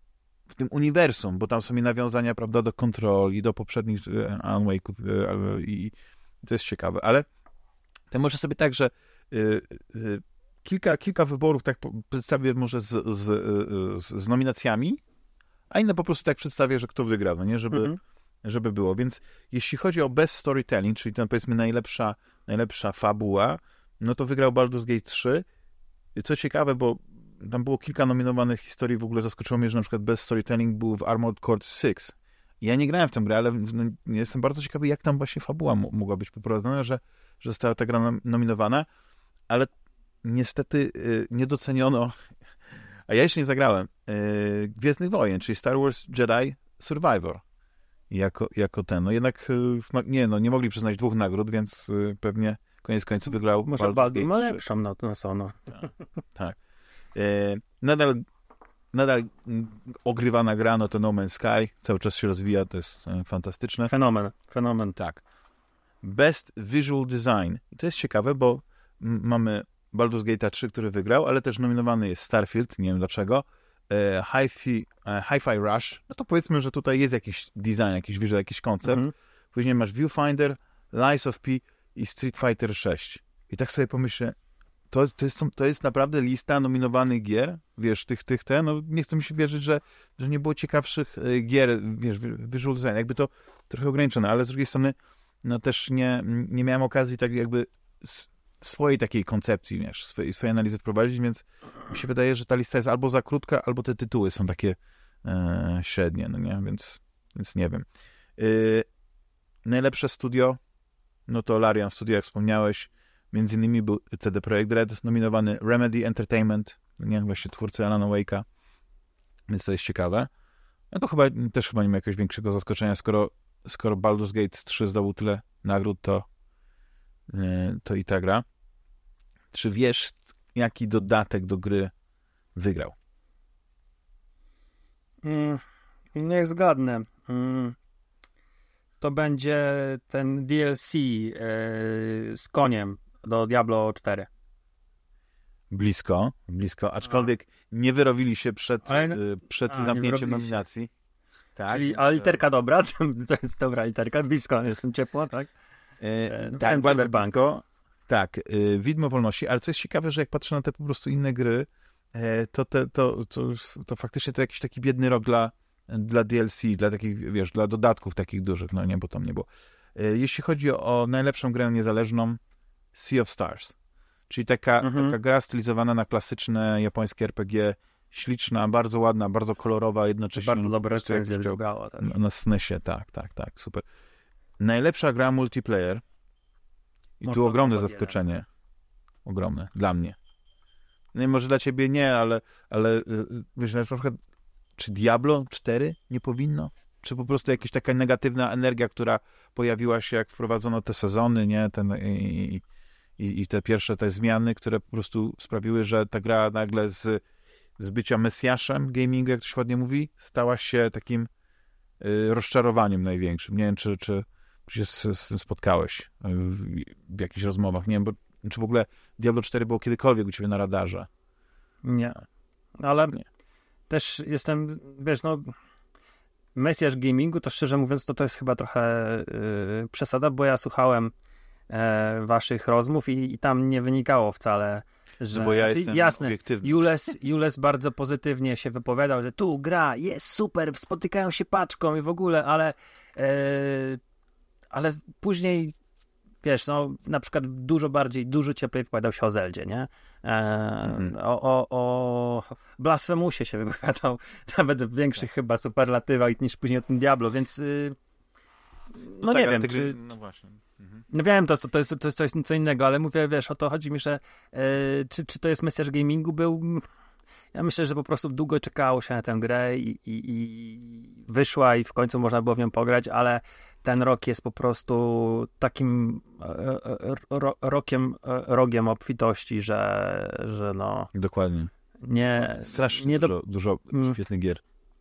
w tym uniwersum, bo tam są i nawiązania, prawda, do Control i do poprzednich y, Alan Wake'ów y, i to jest ciekawe, ale to może sobie tak, że y, y, kilka, kilka wyborów tak przedstawię może z, z, z, z nominacjami, a inne po prostu tak przedstawię, że kto wygra, no nie? Żeby, mhm. żeby było. Więc jeśli chodzi o best storytelling, czyli tam powiedzmy najlepsza, najlepsza fabuła, no to wygrał Baldur's Gate trzy. Co ciekawe, bo tam było kilka nominowanych historii, w ogóle zaskoczyło mnie, że na przykład best storytelling był w Armored Core six. Ja nie grałem w tę grę, ale no, jestem bardzo ciekawy, jak tam właśnie fabuła m- mogła być poprowadzona, że, że została ta gra nominowana, ale niestety yy, nie doceniono. A ja jeszcze nie zagrałem. Yy, Gwiezdnych Wojen, czyli Star Wars Jedi Survivor. Jako, jako ten. No jednak yy, no, nie, no, nie mogli przyznać dwóch nagród, więc yy, pewnie koniec końców wygrał Może Baldur's Baldur Gate ma lepszą no, no, no, no. Tak. tak. Yy, nadal nadal ogrywana gra, no to No Man's Sky. Cały czas się rozwija, to jest yy, fantastyczne. Fenomen. Fenomen. Tak. Best Visual Design. I to jest ciekawe, bo m- mamy Baldur's Gate trzy, który wygrał, ale też nominowany jest Starfield, nie wiem dlaczego. E, Hi-Fi, e, Hi-Fi Rush, no to powiedzmy, że tutaj jest jakiś design, jakiś visual, jakiś koncept. Mm-hmm. Później masz Viewfinder, Lies of P i Street Fighter sześć. I tak sobie pomyślę, to, to, jest, to jest naprawdę lista nominowanych gier, wiesz, tych, tych, te, no nie chcę mi się wierzyć, że, że nie było ciekawszych gier, wiesz, visual design, jakby to trochę ograniczone, ale z drugiej strony, no też nie, nie miałem okazji tak jakby swojej takiej koncepcji, wiesz, swojej, swojej analizy wprowadzić, więc mi się wydaje, że ta lista jest albo za krótka, albo te tytuły są takie e, średnie, no nie, więc, więc nie wiem. Yy, najlepsze studio, no to Larian Studio, jak wspomniałeś, między innymi był C D Projekt Red, nominowany Remedy Entertainment, nie, właśnie twórcy Alana Wake'a, więc to jest ciekawe. No to chyba, też chyba nie ma jakiegoś większego zaskoczenia, skoro, skoro Baldur's Gate trzy zdobył tyle nagród, to yy, to i ta gra. Czy wiesz, jaki dodatek do gry wygrał? Mm, niech zgadnę. Mm, to będzie ten D L C yy, z koniem do Diablo cztery. Blisko, blisko, aczkolwiek A. nie wyrobili się przed, Ale... yy, przed A, zamknięciem nominacji. Tak, Czyli, więc... a literka dobra, to jest dobra literka, blisko, jestem ciepło, tak? Yy, tak, bardzo blisko. Tak, yy, widmo wolności, ale co jest ciekawe, że jak patrzę na te po prostu inne gry, yy, to, te, to, to, to faktycznie to jakiś taki biedny rok dla, dla D L C, dla takich, wiesz, dla dodatków takich dużych, no nie, bo tam nie było. Yy, jeśli chodzi o najlepszą grę niezależną, Sea of Stars, czyli taka, mhm. taka gra stylizowana na klasyczne japońskie R P G, śliczna, bardzo ładna, bardzo kolorowa, jednocześnie... Bardzo dobre recenzje wybrała też. Na, na SNESie, tak, tak, tak, super. Najlepsza gra multiplayer, i no tu ogromne zaskoczenie. Jeden. Ogromne. Dla mnie. No i może dla ciebie nie, ale, ale wiesz, na przykład czy Diablo cztery nie powinno? Czy po prostu jakaś taka negatywna energia, która pojawiła się, jak wprowadzono te sezony, nie? Ten, i, i, i te pierwsze te zmiany, które po prostu sprawiły, że ta gra nagle z, z bycia mesjaszem gamingu, jak to się ładnie mówi, stała się takim y, rozczarowaniem największym. Nie wiem, czy, czy, czy się z, z tym spotkałeś w, w jakichś rozmowach. Nie wiem, bo, czy w ogóle Diablo cztery było kiedykolwiek u ciebie na radarze. Nie. Ale Nie. też jestem, wiesz, no mesjasz gamingu, to szczerze mówiąc, to to jest chyba trochę yy, przesada, bo ja słuchałem e, waszych rozmów i, i tam nie wynikało wcale, że... No bo ja znaczy, jestem jasne, obiektywny. Jules, Jules bardzo pozytywnie się wypowiadał, że tu gra, jest super, spotykają się paczką i w ogóle, ale e, ale później wiesz, no na przykład dużo bardziej, dużo cieplej wypowiadał się o Zeldzie, nie? E, mm. o, o, o Blasfemusie się wypowiadał nawet w większych chyba superlatywach niż później o tym Diablo, więc y, no, no tak, nie wiem, gry... czy... No właśnie. Mhm. No wiem, to, to, jest, to jest coś co innego, ale mówię, wiesz, o to chodzi mi, że e, czy, czy to jest mesjasz gamingu był... Ja myślę, że po prostu długo czekało się na tę grę i, i, i wyszła i w końcu można było w nią pograć, ale ten rok jest po prostu takim ro, rokiem, rogiem obfitości, że, że no... Dokładnie. Nie... Strasznie nie dużo, do... dużo świetnych gier.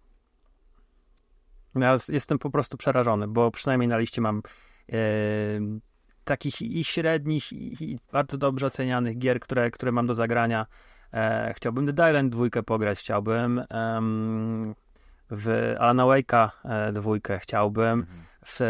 Ja jestem po prostu przerażony, bo przynajmniej na liście mam e, takich i średnich, i, i bardzo dobrze ocenianych gier, które, które mam do zagrania. E, chciałbym The Island dwójkę pograć, chciałbym um, w Alana Wake'a e, dwójkę, chciałbym mhm. w,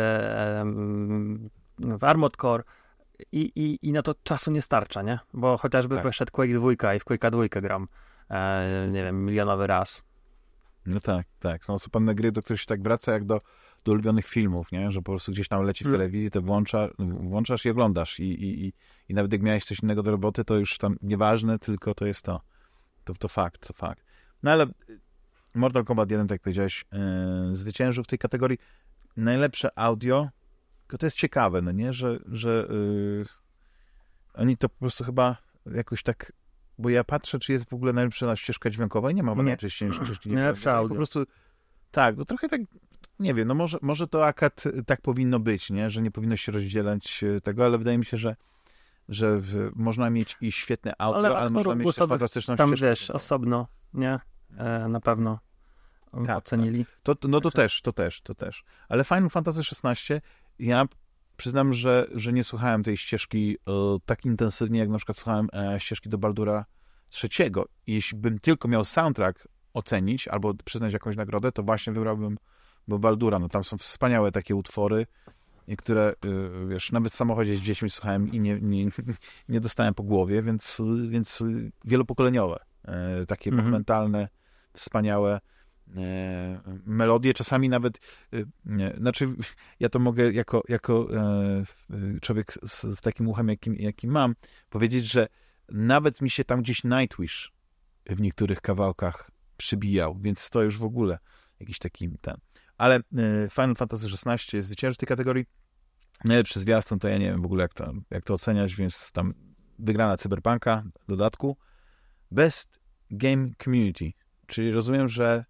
e, w Armored Core i, i, i na to czasu nie starcza, nie? Bo chociażby tak. Wyszedł Quake dwójka i w Quake'a dwójkę gram, e, nie wiem, milionowy raz. No tak, tak. Są no, pewne gry, do których się tak wraca jak do, do ulubionych filmów, nie? Że po prostu gdzieś tam leci w telewizji, to włącza, włączasz i oglądasz. I, i, i, I nawet jak miałeś coś innego do roboty, to już tam nieważne, tylko to jest to. To, to fakt, to fakt. No ale Mortal Kombat jeden, tak jak powiedziałeś, yy, zwyciężył w tej kategorii. Najlepsze audio, tylko to jest ciekawe, no nie? Że, że yy, oni to po prostu chyba jakoś tak... Bo ja patrzę, czy jest w ogóle najlepsza ścieżka dźwiękowa i nie ma najlepszej ścieżki dźwiękowej. Najlepsza audio. Po prostu, tak, no trochę tak, nie wiem, no może, może to akad tak powinno być, nie? Że nie powinno się rozdzielać tego, ale wydaje mi się, że, że w, można mieć i świetne audio, ale, ale można mieć też fantastyczną tam ścieżkę. Tam wiesz, osobno, nie? E, na pewno tak, ocenili. Tak. To, no to też, to też, to też. Ale Final Fantasy szesnaście, ja przyznam, że, że nie słuchałem tej ścieżki e, tak intensywnie, jak na przykład słuchałem e, ścieżki do Baldura trzeciego. I jeśli bym tylko miał soundtrack ocenić albo przyznać jakąś nagrodę, to właśnie wybrałbym bo Baldura. No tam są wspaniałe takie utwory, które, e, wiesz, nawet w samochodzie z dziećmi słuchałem i nie, nie, nie dostałem po głowie, więc, więc wielopokoleniowe. E, takie mhm. monumentalne, wspaniałe E, melodie, czasami nawet e, znaczy, ja to mogę jako, jako e, człowiek z, z takim uchem, jakim, jakim mam, powiedzieć, że nawet mi się tam gdzieś Nightwish w niektórych kawałkach przybijał, więc to już w ogóle jakiś taki ten. Ale e, Final Fantasy szesnaście jest zwycięży w tej kategorii. Najlepszy zwiastun to ja nie wiem w ogóle jak to, jak to oceniać, więc tam wygrana Cyberpunka w dodatku. Best Game Community, czyli rozumiem, że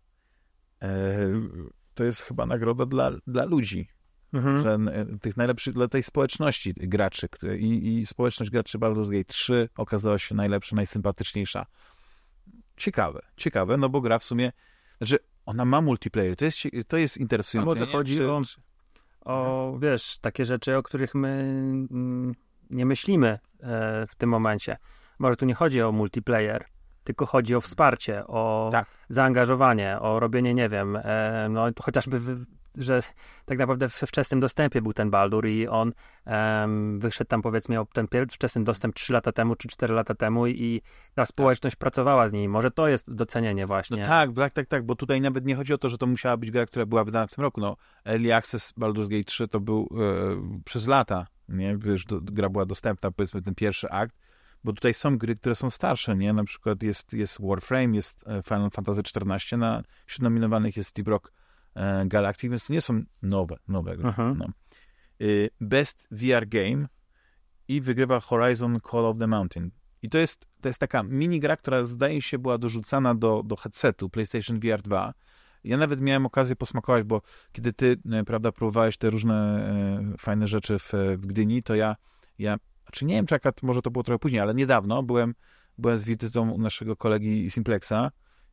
to jest chyba nagroda dla, dla ludzi, mhm. że tych najlepszych, dla tej społeczności graczy które, i, i społeczność graczy Baldur's Gate trzy okazała się najlepsza, najsympatyczniejsza. Ciekawe, ciekawe, no bo gra w sumie, znaczy ona ma multiplayer, to jest, to jest interesujące. A może chodzi czy, o, o wiesz, takie rzeczy, o których my mm, nie myślimy e, w tym momencie. Może tu nie chodzi o multiplayer, tylko chodzi o wsparcie, o tak. zaangażowanie, o robienie, nie wiem, e, no chociażby, w, że tak naprawdę we wczesnym dostępie był ten Baldur i on e, wyszedł tam, powiedzmy, miał ten wczesny dostęp trzy lata temu, czy cztery lata temu i ta społeczność tak. pracowała z nim. Może to jest docenienie właśnie. No tak, tak, tak, tak, bo tutaj nawet nie chodzi o to, że to musiała być gra, która była wydana w tym roku. No, Early Access Baldur's Gate trzy to był e, przez lata, nie? Wiesz, do, gra była dostępna, powiedzmy, ten pierwszy akt. Bo tutaj są gry, które są starsze, nie? Na przykład jest, jest Warframe, jest Final Fantasy czternaście, na wśród nominowanych jest Deep Rock e, Galactic, więc to nie są nowe, nowe gry. Uh-huh. No. Y, Best V R Game i wygrywa Horizon Call of the Mountain. I to jest, to jest taka minigra, która zdaje się była dorzucana do, do headsetu PlayStation V R dwa. Ja nawet miałem okazję posmakować, bo kiedy ty, prawda, próbowałeś te różne e, fajne rzeczy w, w Gdyni, to ja, ja Znaczy nie wiem, czy jaka, może to było trochę później, ale niedawno byłem, byłem z wizytą u naszego kolegi Simplexa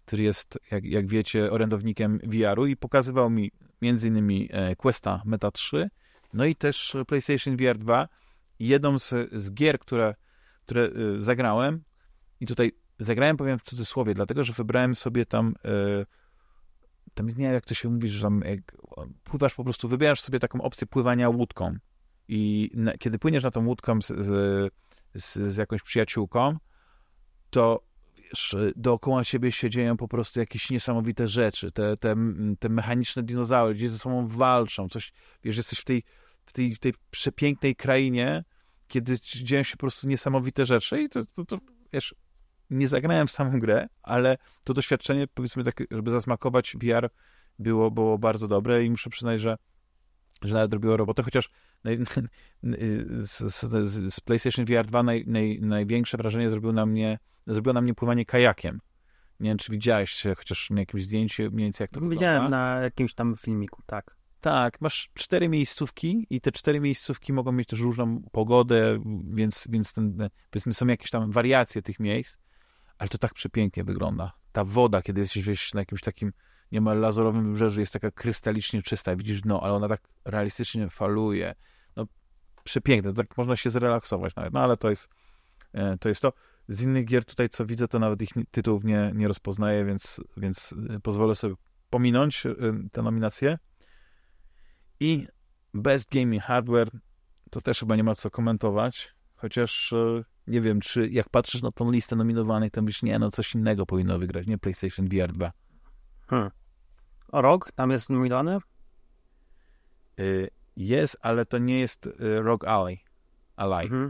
który jest, jak, jak wiecie, orędownikiem V R-u i pokazywał mi między innymi Questa Meta trzy, no i też PlayStation V R dwa. Jedną z, z gier, które, które y, zagrałem, i tutaj zagrałem, powiem w cudzysłowie, dlatego, że wybrałem sobie tam, y, tam nie wiem, jak to się mówi, że tam jak pływasz po prostu, wybierasz sobie taką opcję pływania łódką i na, kiedy płyniesz na tą łódką z, z, z, z jakąś przyjaciółką, to wiesz, dookoła siebie się dzieją po prostu jakieś niesamowite rzeczy, te, te, te mechaniczne dinozaury gdzieś ze sobą walczą, coś, wiesz, jesteś w tej w tej, w tej przepięknej krainie, kiedy dzieją się po prostu niesamowite rzeczy i to, to, to wiesz, nie zagrałem w samą grę, ale to doświadczenie, powiedzmy tak, żeby zasmakować V R było, było bardzo dobre i muszę przyznać, że, że nawet robiło robotę, chociaż naj, z, z, z PlayStation V R dwa naj, naj, największe wrażenie zrobiło na mnie, zrobiło na mnie pływanie kajakiem. Nie wiem, czy widziałeś chociaż na jakimś zdjęciu mniej więcej jak to wygląda. Widziałem na jakimś tam filmiku, tak. Tak, masz cztery miejscówki i te cztery miejscówki mogą mieć też różną pogodę, więc, więc ten, powiedzmy są jakieś tam wariacje tych miejsc, ale to tak przepięknie wygląda. Ta woda, kiedy jesteś wiesz, na jakimś takim niemal lazurowym wybrzeżu, jest taka krystalicznie czysta, widzisz dno, ale ona tak realistycznie faluje. No, przepiękne, tak można się zrelaksować nawet, no ale to jest to. Jest to. Z innych gier tutaj, co widzę, to nawet ich tytułów nie, nie rozpoznaję, więc, więc pozwolę sobie pominąć te nominacje. I Best Gaming Hardware to też chyba nie ma co komentować, chociaż nie wiem, czy jak patrzysz na tą listę nominowanych, to myślisz, nie, no coś innego powinno wygrać, nie PlayStation V R dwa. Hmm. A R O G tam jest nominowany? Y, jest, ale to nie jest y, Rogue Ally. Ally. Mhm.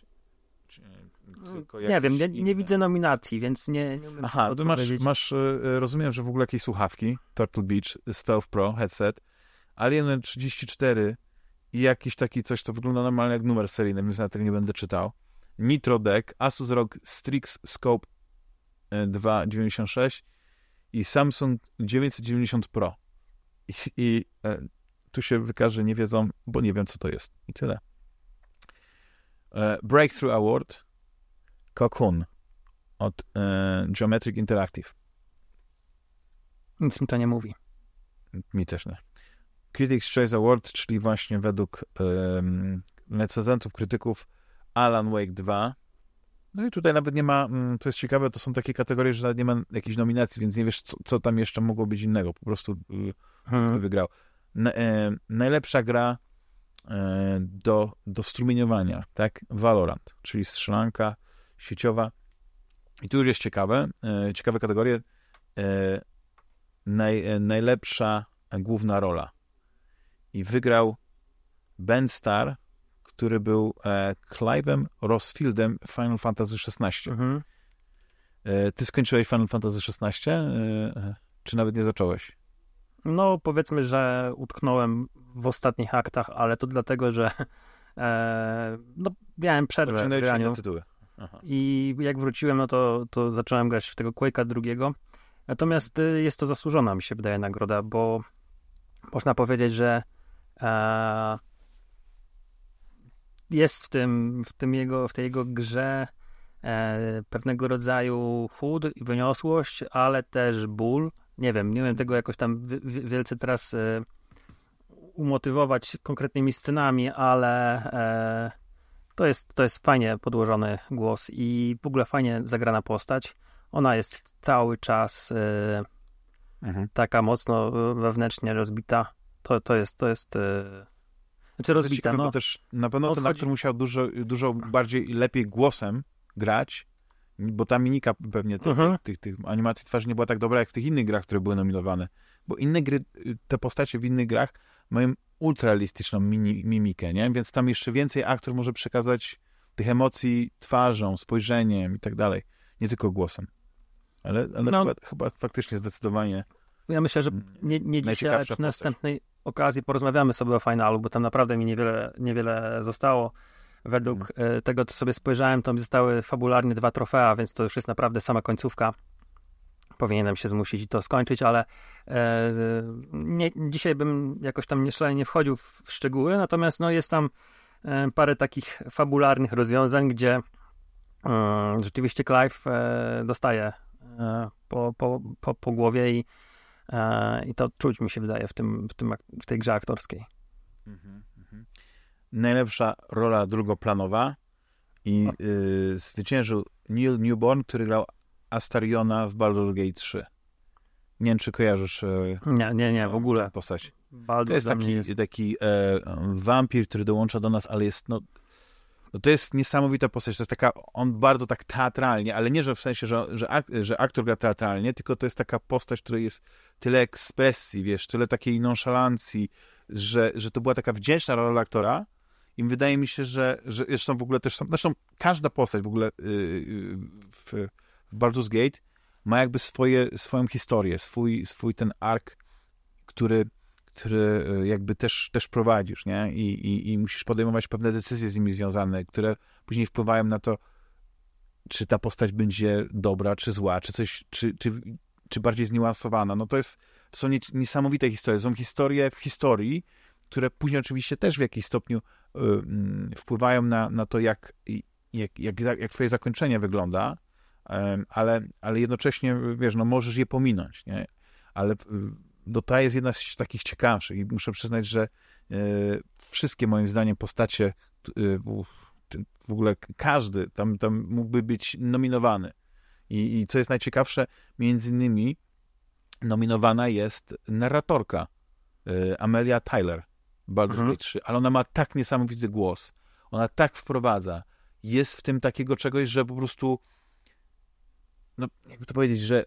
Nie wiem, nie, nie widzę nominacji, więc nie, nie umiem. Aha, tu masz, masz, rozumiem, że w ogóle jakieś słuchawki, Turtle Beach, Stealth Pro, headset, Alien trzydzieści cztery i jakiś taki coś, co wygląda normalnie jak numer seryjny, więc na tego nie będę czytał. Nitro Deck, Asus R O G Strix Scope dwieście dziewięćdziesiąt sześć i Samsung dziewięćset dziewięćdziesiąt Pro. I, i e, tu się wykaże, nie wiedzą, bo nie wiem, co to jest. I tyle. E, Breakthrough Award Cocoon od e, Geometric Interactive. Nic mi to nie mówi. Mi też nie. Critics' Choice Award, czyli właśnie według um, recenzentów, krytyków Alan Wake dwa. No i tutaj nawet nie ma, co jest ciekawe, to są takie kategorie, że nawet nie ma jakiejś nominacji, więc nie wiesz, co, co tam jeszcze mogło być innego. Po prostu y, hmm. wygrał. Na, e, najlepsza gra e, do, do strumieniowania, tak? Valorant, czyli strzelanka sieciowa. I tu już jest ciekawe, e, ciekawe kategorie. E, naj, e, najlepsza główna rola. I wygrał Ben Starr, który był e, Clive'em Rossfieldem Final Fantasy szesnaście. Mhm. E, ty skończyłeś Final Fantasy szesnaście? E, czy nawet nie zacząłeś? No, powiedzmy, że utknąłem w ostatnich aktach, ale to dlatego, że e, no, miałem przerwę w graniu. Tytuły. Aha. I jak wróciłem, no to, to zacząłem grać w tego Quake'a drugiego. Natomiast y, jest to zasłużona, mi się wydaje, nagroda, bo można powiedzieć, że e, jest w tym, w tym jego, w tej jego grze e, pewnego rodzaju chłód i wyniosłość, ale też ból. Nie wiem, nie wiem tego jakoś tam wi- wi- wielce teraz e, umotywować konkretnymi scenami, ale e, to jest, to jest fajnie podłożony głos i w ogóle fajnie zagrana postać. Ona jest cały czas e, mhm. taka mocno wewnętrznie rozbita. To, to jest, to jest e, znaczy rozbita, ciekawe, no. Też na pewno ten aktor musiał dużo, dużo bardziej, lepiej głosem grać, bo ta mimika pewnie tych, mhm. tych, tych, tych animacji twarzy nie była tak dobra, jak w tych innych grach, które były nominowane. Bo inne gry, te postacie w innych grach mają ultrarealistyczną mini, mimikę, nie? Więc tam jeszcze więcej aktor może przekazać tych emocji twarzą, spojrzeniem i tak dalej. Nie tylko głosem. Ale, ale no, chyba, chyba faktycznie zdecydowanie ja myślę, że nie, nie dzisiaj, ale przy następnej okazji porozmawiamy sobie o finalu, bo tam naprawdę mi niewiele, niewiele zostało. Według hmm. tego, co sobie spojrzałem, to mi zostały fabularnie dwa trofea, więc to już jest naprawdę sama końcówka. Powinienem się zmusić i to skończyć, ale e, nie, dzisiaj bym jakoś tam nie wchodził w, w szczegóły, natomiast no, jest tam e, parę takich fabularnych rozwiązań, gdzie e, rzeczywiście Clive e, dostaje e, po, po, po, po głowie i, e, i to czuć mi się wydaje w, tym, w, tym, w tej grze aktorskiej. Mhm, mhm. Najlepsza rola drugoplanowa i y, zwyciężył Neil Newborn, który grał Astariona w Baldur's Gate trzy. Nie wiem, czy kojarzysz y, Nie, nie, nie, w ogóle. postać. Baldur To jest taki, jest... taki e, wampir, który dołącza do nas, ale jest no, no to jest niesamowita postać. To jest taka, on bardzo tak teatralnie, ale nie, że w sensie, że, że, ak, że aktor gra teatralnie, tylko to jest taka postać, której jest tyle ekspresji, wiesz, tyle takiej nonszalancji, że, że to była taka wdzięczna rola aktora i wydaje mi się, że, że zresztą w ogóle też, zresztą każda postać w ogóle yy, w, w Baldur's Gate ma jakby swoje, swoją historię, swój, swój ten ark, który który jakby też, też prowadzisz, nie? I, i, I musisz podejmować pewne decyzje z nimi związane, które później wpływają na to, czy ta postać będzie dobra, czy zła, czy coś, czy, czy, czy bardziej zniuansowana. No to jest, to są niesamowite historie. Są historie w historii, które później oczywiście też w jakimś stopniu y, y, wpływają na, na to, jak, jak, jak, jak twoje zakończenie wygląda, y, ale, ale jednocześnie, wiesz, no możesz je pominąć, nie? Ale y, no to jest jedna z takich ciekawszych i muszę przyznać, że y, wszystkie moim zdaniem postacie y, w, w ogóle każdy tam, tam mógłby być nominowany. I, I co jest najciekawsze, między innymi nominowana jest narratorka y, Amelia Tyler w Baldur's Gate trzy, ale ona ma tak niesamowity głos. Ona tak wprowadza. Jest w tym takiego czegoś, że po prostu no, jakby to powiedzieć, że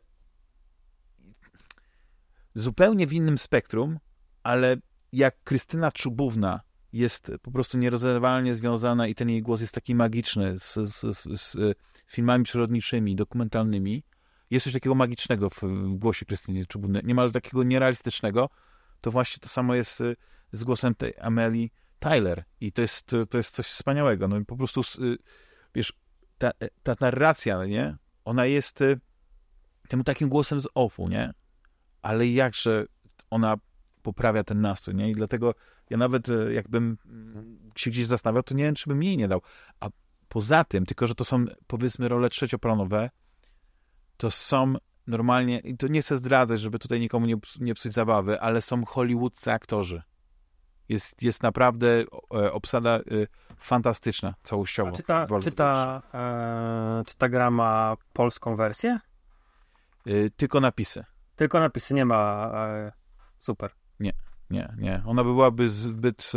zupełnie w innym spektrum, ale jak Krystyna Czubówna jest po prostu nierozerwalnie związana i ten jej głos jest taki magiczny z, z, z, z filmami przyrodniczymi, dokumentalnymi, jest coś takiego magicznego w, w głosie Krystyny Czubówny, niemal takiego nierealistycznego, to właśnie to samo jest z głosem tej Amelii Tyler i to jest, to jest coś wspaniałego. No po prostu, wiesz, ta, ta narracja, nie? Ona jest tym takim głosem z offu, nie? Ale jakże ona poprawia ten nastrój, nie? I dlatego ja nawet jakbym się gdzieś zastanawiał, to nie wiem, czy bym jej nie dał. A poza tym, tylko że to są, powiedzmy, role trzecioplanowe, to są normalnie, i to nie chcę zdradzać, żeby tutaj nikomu nie, nie psuć zabawy, ale są hollywoodzcy aktorzy. Jest, jest naprawdę obsada y, fantastyczna, całościowo. A czy ta, czy, ta, e, czy ta gra ma polską wersję? Y, tylko napisy. Tylko napisy, nie ma e, super. Nie, nie, nie. Ona byłaby zbyt...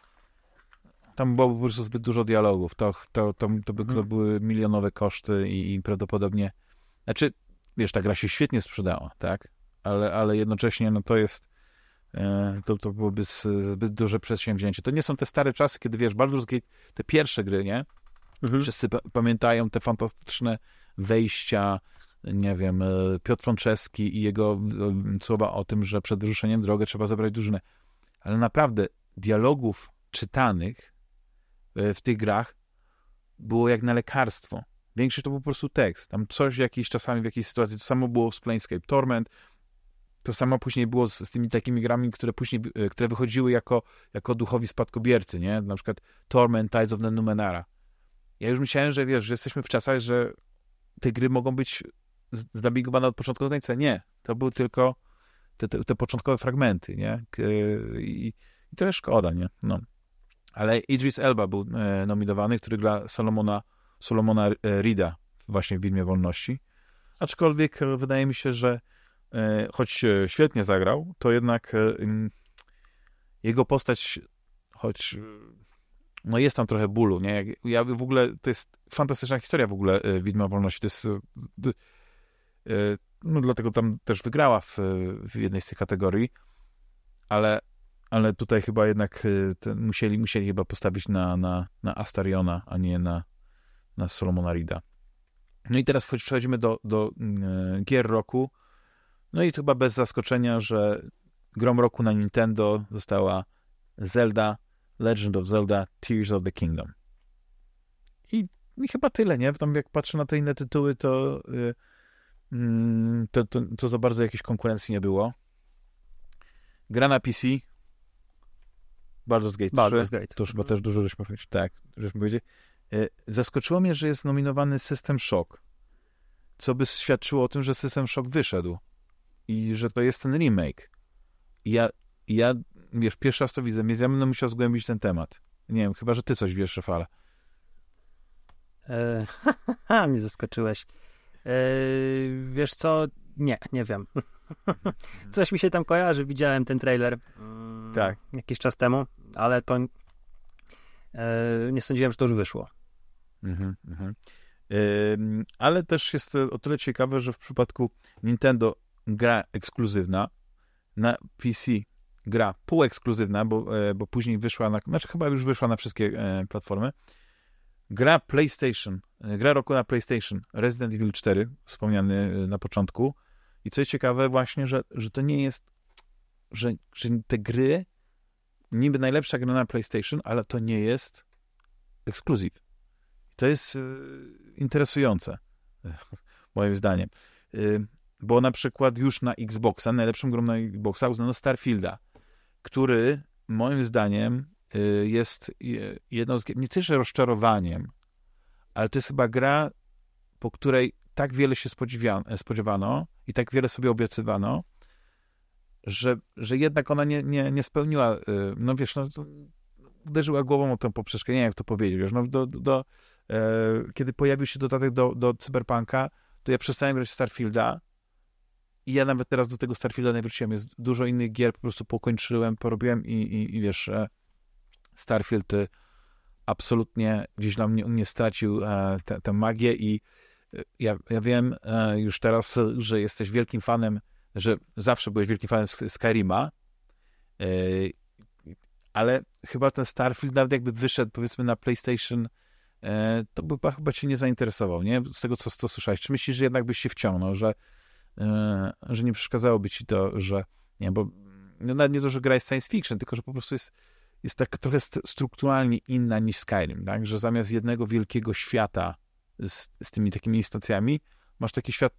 Tam byłoby po prostu zbyt dużo dialogów. To, to, to, to, by, to były milionowe koszty i, i prawdopodobnie... Znaczy, wiesz, ta gra się świetnie sprzedała, tak? Ale, ale jednocześnie no to jest... E, to, to byłoby z, zbyt duże przedsięwzięcie. To nie są te stare czasy, kiedy, wiesz, Baldur's Gate, te pierwsze gry, nie? Mhm. Wszyscy p- pamiętają te fantastyczne wejścia, nie wiem, Piotr Franceski i jego słowa o tym, że przed wyruszeniem drogę trzeba zebrać drużynę. Ale naprawdę dialogów czytanych w tych grach było jak na lekarstwo. Większość to był po prostu tekst. Tam coś jakiś czasami w jakiejś sytuacji. To samo było z Planescape Torment. To samo później było z, z tymi takimi grami, które później, które wychodziły jako, jako duchowi spadkobiercy, nie? Na przykład Torment, Tides of the Numenera. Ja już myślałem, że wiesz, że jesteśmy w czasach, że te gry mogą być znawigowane od początku do końca. Nie. To były tylko te, te, te początkowe fragmenty, nie? I, i trochę szkoda, nie? No. Ale Idris Elba był e, nominowany, który gra Solomona, Solomona Reeda właśnie w Widmie Wolności. Aczkolwiek e, wydaje mi się, że e, choć świetnie zagrał, to jednak e, jego postać, choć no jest tam trochę bólu, nie? Ja w ogóle, to jest fantastyczna historia w ogóle e, Widma Wolności. To jest e, e, no dlatego tam też wygrała w, w jednej z tych kategorii, ale ale tutaj chyba jednak ten, musieli, musieli chyba postawić na, na, na Astariona, a nie na, na Solomona Reeda. No i teraz przechodzimy do, do e, gier roku. No i chyba bez zaskoczenia, że grą roku na Nintendo została Zelda, Legend of Zelda, Tears of the Kingdom. I, i chyba tyle, nie? Tam jak patrzę na te inne tytuły, to, y, y, to, to, to za bardzo jakiejś konkurencji nie było. Gra na P C, Baldur's Gate Baldur's trzy, Gate. to już chyba też dużo żeśmy powiedzieli. Tak, żeśmy powiedzieli. Zaskoczyło mnie, że jest nominowany System Shock. co by świadczyło o tym, że System Shock wyszedł i że to jest ten remake. I ja, ja, wiesz, pierwszy raz to widzę, więc ja będę musiał zgłębić ten temat. Nie wiem, chyba, że ty coś wiesz, Rafale. E, haha, mnie zaskoczyłeś. E, wiesz co? Nie, nie wiem. Coś mi się tam kojarzy, widziałem ten trailer mm, tak. jakiś czas temu, ale to e, nie sądziłem, że to już wyszło. Mhm, mhm. Yy, ale też jest o tyle ciekawe, że w przypadku Nintendo gra ekskluzywna, na P C gra półekskluzywna, bo, bo później wyszła na, znaczy chyba już wyszła na wszystkie e, platformy. Gra PlayStation, gra roku na PlayStation, Resident Evil cztery, wspomniany na początku. I co jest ciekawe właśnie, że, że to nie jest, że, że te gry, niby najlepsza gra na PlayStation, ale to nie jest ekskluzyw. To jest y, interesujące, moim zdaniem. Y, bo na przykład już na Xboxa, najlepszą grą na Xboxa uznano Starfielda, który moim zdaniem y, jest y, jedną z gier, nie tylko rozczarowaniem, ale to jest chyba gra, po której tak wiele się spodziewano i tak wiele sobie obiecywano, że, że jednak ona nie, nie, nie spełniła, y, no wiesz, no, uderzyła głową o tę poprzeczkę, nie wiem jak to powiedzieć, wiesz, no do, do, do e, kiedy pojawił się dodatek do, do Cyberpunka, to ja przestałem grać w Starfielda i ja nawet teraz do tego Starfielda nie wróciłem, jest dużo innych gier, po prostu pokończyłem, porobiłem i, i, i wiesz, e, Starfield y, absolutnie gdzieś dla mnie, mnie stracił e, tę magię i e, ja, ja wiem e, już teraz, że jesteś wielkim fanem, że zawsze byłeś wielkim fanem Skyrima, e, ale chyba ten Starfield, nawet jakby wyszedł, powiedzmy, na PlayStation, e, to by chyba cię nie zainteresował, nie? Z tego, co, co słyszałeś. Czy myślisz, że jednak byś się wciągnął, że, e, że nie przeszkadzałoby ci to, że, nie, bo no, nawet nie to, że gra jest science fiction, tylko, że po prostu jest, jest tak trochę strukturalnie inna niż Skyrim, tak? Że zamiast jednego wielkiego świata z, z tymi takimi instancjami, masz taki świat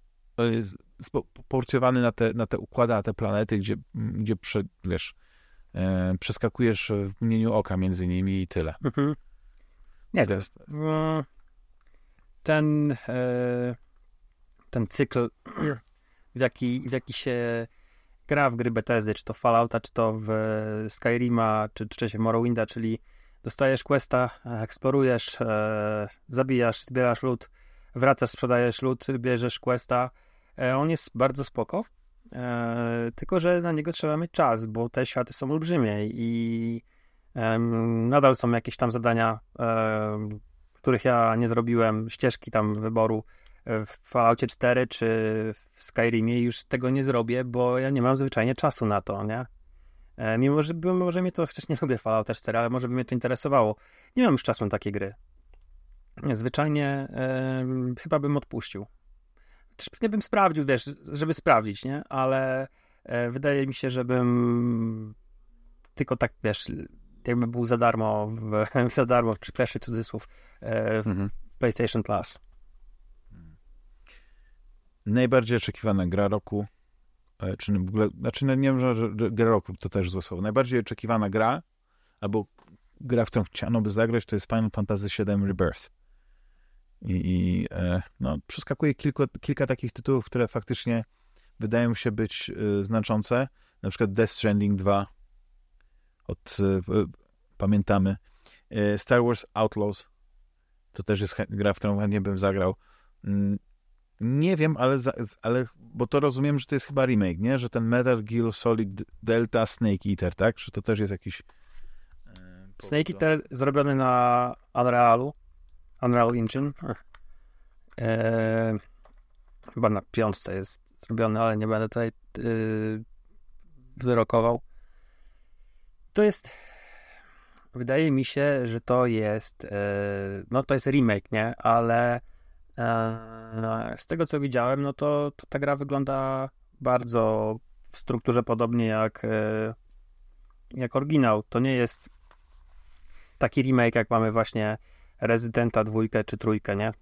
porcjowany na te, na te układy, na te planety, gdzie, gdzie prze, wiesz, e, przeskakujesz w mgnieniu oka między nimi i tyle. Mhm. Nie, to jest ten e, ten cykl, w jaki, w jaki się gra w gry Bethesdy, czy to Fallouta, czy to w Skyrima, czy, czy w Morrowinda, czyli dostajesz questa, eksplorujesz, e, zabijasz, zbierasz loot, wracasz, sprzedajesz loot, bierzesz questa. E, on jest bardzo spoko, e, tylko że na niego trzeba mieć czas, bo te światy są olbrzymie i e, nadal są jakieś tam zadania, e, których ja nie zrobiłem, ścieżki tam wyboru w Falloutie cztery czy w Skyrimie, już tego nie zrobię, bo ja nie mam zwyczajnie czasu na to, nie? E, mimo, że może mnie to, wcześniej nie lubię Fallouta cztery, ale może by mnie to interesowało. Nie mam już czasu na takie gry. Zwyczajnie e, chyba bym odpuścił. Też pewnie bym sprawdził, wiesz, żeby sprawdzić, nie? Ale e, wydaje mi się, żebym tylko tak, wiesz, jakby był za darmo, w, za darmo, czy pleszy cudzysłów, e, w, mhm. w PlayStation Plus. Najbardziej oczekiwana gra roku, czy w ogóle, znaczy nie wiem, że, że gra roku to też złe słowo. Najbardziej oczekiwana gra, albo gra, w którą chciano by zagrać, to jest Final Fantasy siedem Rebirth. I, i e, no, przeskakuje kilku, kilka takich tytułów, które faktycznie wydają się być e, znaczące. Na przykład Death Stranding dwa od, e, pamiętamy. E, Star Wars Outlaws to też jest gra, w którą chętnie bym zagrał. Mm, nie wiem, ale, ale bo to rozumiem, że to jest chyba remake, nie? Że ten Metal Gear Solid Delta Snake Eater, tak? Że to też jest jakiś e, Snake Eater zrobiony na Unrealu, Unreal Engine. E, chyba na piątce jest zrobiony, ale nie będę tutaj e, wyrokował. To jest, wydaje mi się, że to jest e, no to jest remake, nie? Ale z tego, co widziałem, no to, to ta gra wygląda bardzo w strukturze podobnie jak jak oryginał. To nie jest taki remake, jak mamy właśnie Residenta dwójkę czy trójkę, nie?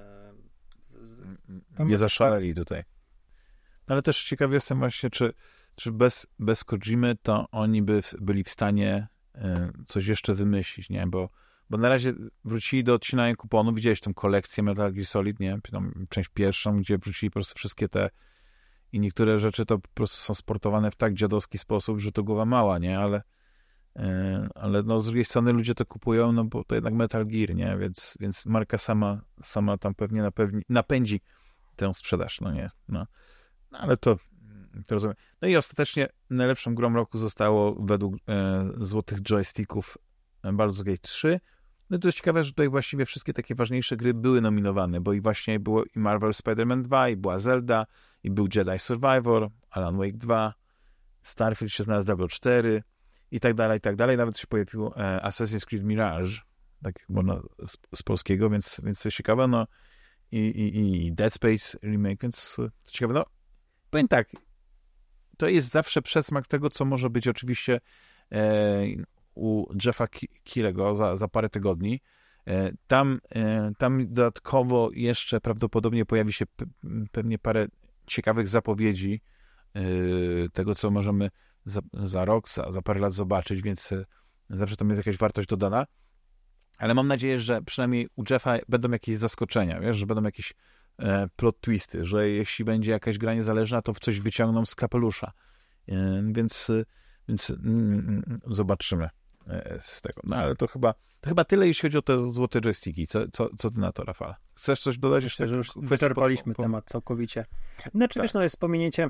Tam nie zaszaleli tutaj. Ale też ciekawy jestem właśnie, czy, czy bez, bez Kojimy to oni by byli w stanie coś jeszcze wymyślić, nie? Bo, bo na razie wrócili do odcinania kuponu, widziałeś tą kolekcję Metal Gear Solid, nie? Tą część pierwszą, gdzie wrócili po prostu wszystkie te i niektóre rzeczy to po prostu są sportowane w tak dziadowski sposób, że to głowa mała, nie? Ale, yy, ale no z drugiej strony ludzie to kupują, no bo to jednak Metal Gear, nie? Więc, więc marka sama, sama tam pewnie napewni, napędzi tę sprzedaż, no nie? No, no ale to, to rozumiem. No i ostatecznie najlepszą grą roku zostało według e, złotych joysticków Baldur's Gate trzy. No to jest ciekawe, że tutaj właściwie wszystkie takie ważniejsze gry były nominowane, bo i właśnie było i Marvel Spider-Man dwa, i była Zelda, i był Jedi Survivor, Alan Wake dwa, Starfield się znalazł, Diablo cztery i tak dalej, i tak dalej. Nawet się pojawił e, Assassin's Creed Mirage, tak można z, z polskiego, więc, więc to jest ciekawe, no i, i, i Dead Space remake, więc to ciekawe. No, powiem tak, to jest zawsze przedsmak tego, co może być oczywiście e, u Jeffa Keighley'ego za, za parę tygodni. E, tam, e, tam dodatkowo jeszcze prawdopodobnie pojawi się pe, pewnie parę ciekawych zapowiedzi e, tego, co możemy za, za rok, za, za parę lat zobaczyć, więc e, zawsze tam jest jakaś wartość dodana. Ale mam nadzieję, że przynajmniej u Jeffa będą jakieś zaskoczenia, wiesz, że będą jakieś e, plot twisty, że jeśli będzie jakaś gra niezależna, to w coś wyciągną z kapelusza. E, więc więc mm, zobaczymy e, z tego. No ale to chyba, to chyba tyle, jeśli chodzi o te złote joysticki. Co, co, co ty na to, Rafał? Chcesz coś dodać? Myślę, jeszcze? że już wyczerpaliśmy po, po... temat całkowicie. Znaczy, tak. Wiesz, no jest pominięcie.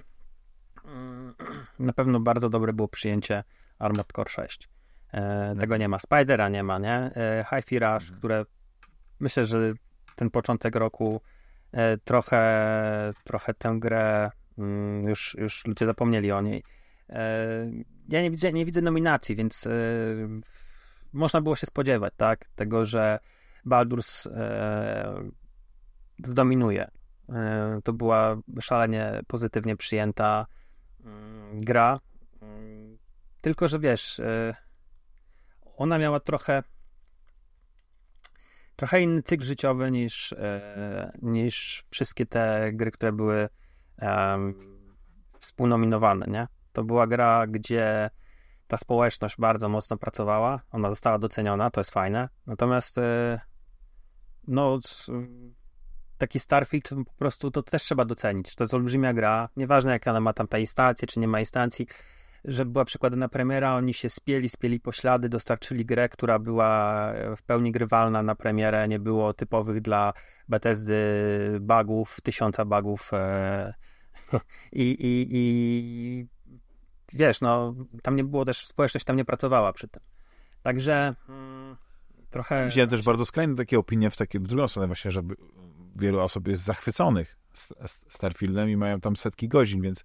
Na pewno bardzo dobre było przyjęcie Armored Core sześć. E, no. Tego nie ma. Spidera nie ma, nie? E, Hi-Fi Rush, mhm. które myślę, że ten początek roku e, trochę, trochę tę grę mm, już, już ludzie zapomnieli o niej. E, ja nie widzę, nie widzę nominacji, więc e, można było się spodziewać, tak? Tego, że Baldur's e, zdominuje. E, to była szalenie pozytywnie przyjęta mm, gra. Mm, tylko, że wiesz, e, ona miała trochę trochę inny cykl życiowy niż, e, niż wszystkie te gry, które były e, współnominowane, nie? To była gra, gdzie ta społeczność bardzo mocno pracowała, ona została doceniona, to jest fajne, natomiast e, no taki Starfield po prostu to też trzeba docenić, to jest olbrzymia gra, nieważne jak ona ma tam ta instancję, czy nie ma instancji, że była przykładana premiera, oni się spieli, spieli poślady, dostarczyli grę, która była w pełni grywalna na premierę, nie było typowych dla Bethesdy bugów, tysiąca bugów e, i, i, i wiesz, no tam nie było też, społeczność tam nie pracowała przy tym. Także mm, trochę... Widziałem też bardzo skrajne takie opinie w, takie, w drugą stronę właśnie, że wielu osób jest zachwyconych Starfieldem i mają tam setki godzin, więc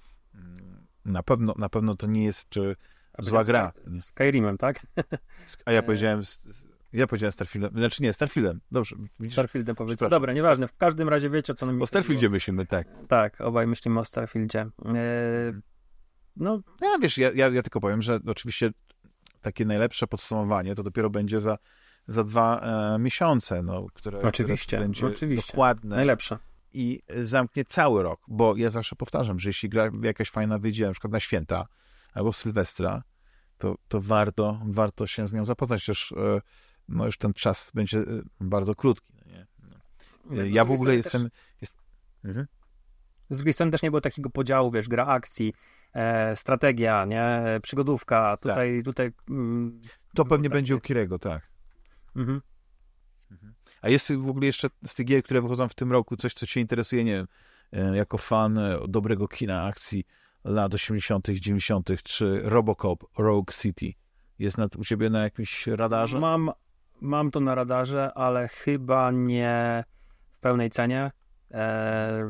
na pewno, na pewno to nie jest czy, zła gra. Skyrimem, tak? A ja powiedziałem ja powiedziałem Starfieldem, znaczy nie, Starfieldem. Dobrze. Widzisz? Starfieldem powiedziałem. Dobra, nieważne. W każdym razie wiecie, o co nam O Starfieldzie myślimy, tak. Tak, obaj myślimy o Starfieldzie. Eee, no. Ja wiesz, ja, ja, ja tylko powiem, że oczywiście takie najlepsze podsumowanie to dopiero będzie za, za dwa e, miesiące, no, które, oczywiście, które będzie oczywiście. dokładne. Najlepsze. I zamknie cały rok, bo ja zawsze powtarzam, że jeśli gra jakaś fajna wyjdzie, na przykład na święta albo w Sylwestra, to, to warto, warto się z nią zapoznać, chociaż no już ten czas będzie bardzo krótki. No nie? No. Ja w ogóle jestem... Też... Jest... Mhm. Z drugiej strony też nie było takiego podziału, wiesz, gra akcji, e, strategia, nie, przygodówka, tutaj... Tak. tutaj mm, to pewnie takie... będzie u Kirego, tak. Mhm. Mhm. A jest w ogóle jeszcze z tych gier, które wychodzą w tym roku, coś, co cię interesuje, nie wiem, jako fan dobrego kina akcji lat osiemdziesiątych, dziewięćdziesiątych, czy Robocop, Rogue City jest nad, u ciebie na jakimś radarze? Mam, mam to na radarze, ale chyba nie w pełnej cenie. E,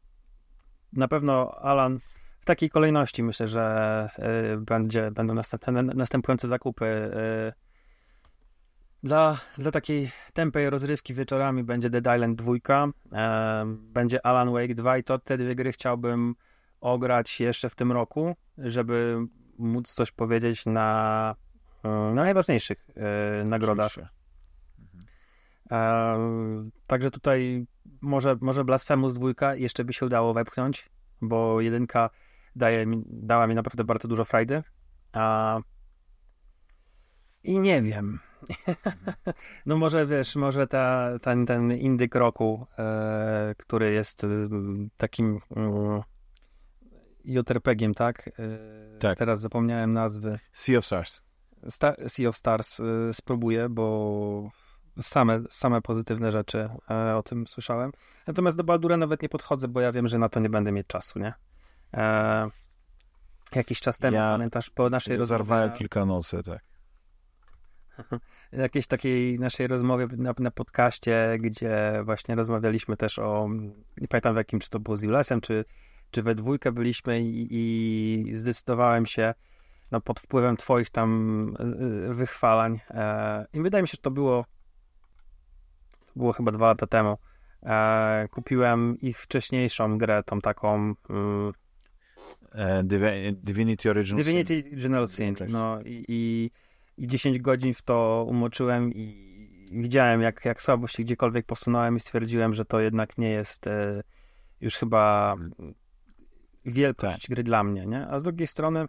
na pewno Alan, w takiej kolejności myślę, że e, będzie, będą następne, następujące zakupy. E, Dla, dla takiej tępej rozrywki wieczorami będzie Dead Island dwa, e, będzie Alan Wake dwa i to te dwie gry chciałbym ograć jeszcze w tym roku, żeby móc coś powiedzieć na, na najważniejszych e, nagrodach. E, także tutaj może, może Blasphemous dwa jeszcze by się udało wepchnąć, bo jedynka daje mi, dała mi naprawdę bardzo dużo frajdy. A, I nie wiem. No może wiesz, może ta, ten, ten indyk roku, e, który jest e, takim e, J R P G-iem, tak? E, tak? Teraz zapomniałem nazwy. Sea of Stars. Star, Sea of Stars e, spróbuję, bo same, same pozytywne rzeczy e, o tym słyszałem. Natomiast do Baldura nawet nie podchodzę, bo ja wiem, że na to nie będę mieć czasu, nie? E, jakiś czas temu, ja, pamiętasz, po naszej ja rozmowie... zarwałem kilka nocy, tak. Jakiejś takiej naszej rozmowie na, na podcaście, gdzie właśnie rozmawialiśmy też o, nie pamiętam w jakim, czy to było z Julesem, czy, czy we dwójkę byliśmy i, i zdecydowałem się no, pod wpływem twoich tam wychwalań e, i wydaje mi się, że to było to było chyba dwa lata temu. E, kupiłem ich wcześniejszą grę, tą taką um, e, Divi- Divinity Original Divinity Sin. Original Sin, no i, i I dziesięć godzin w to umoczyłem i widziałem, jak, jak słabo się gdziekolwiek posunąłem i stwierdziłem, że to jednak nie jest e, już chyba wielkość tak. gry dla mnie, nie? A z drugiej strony...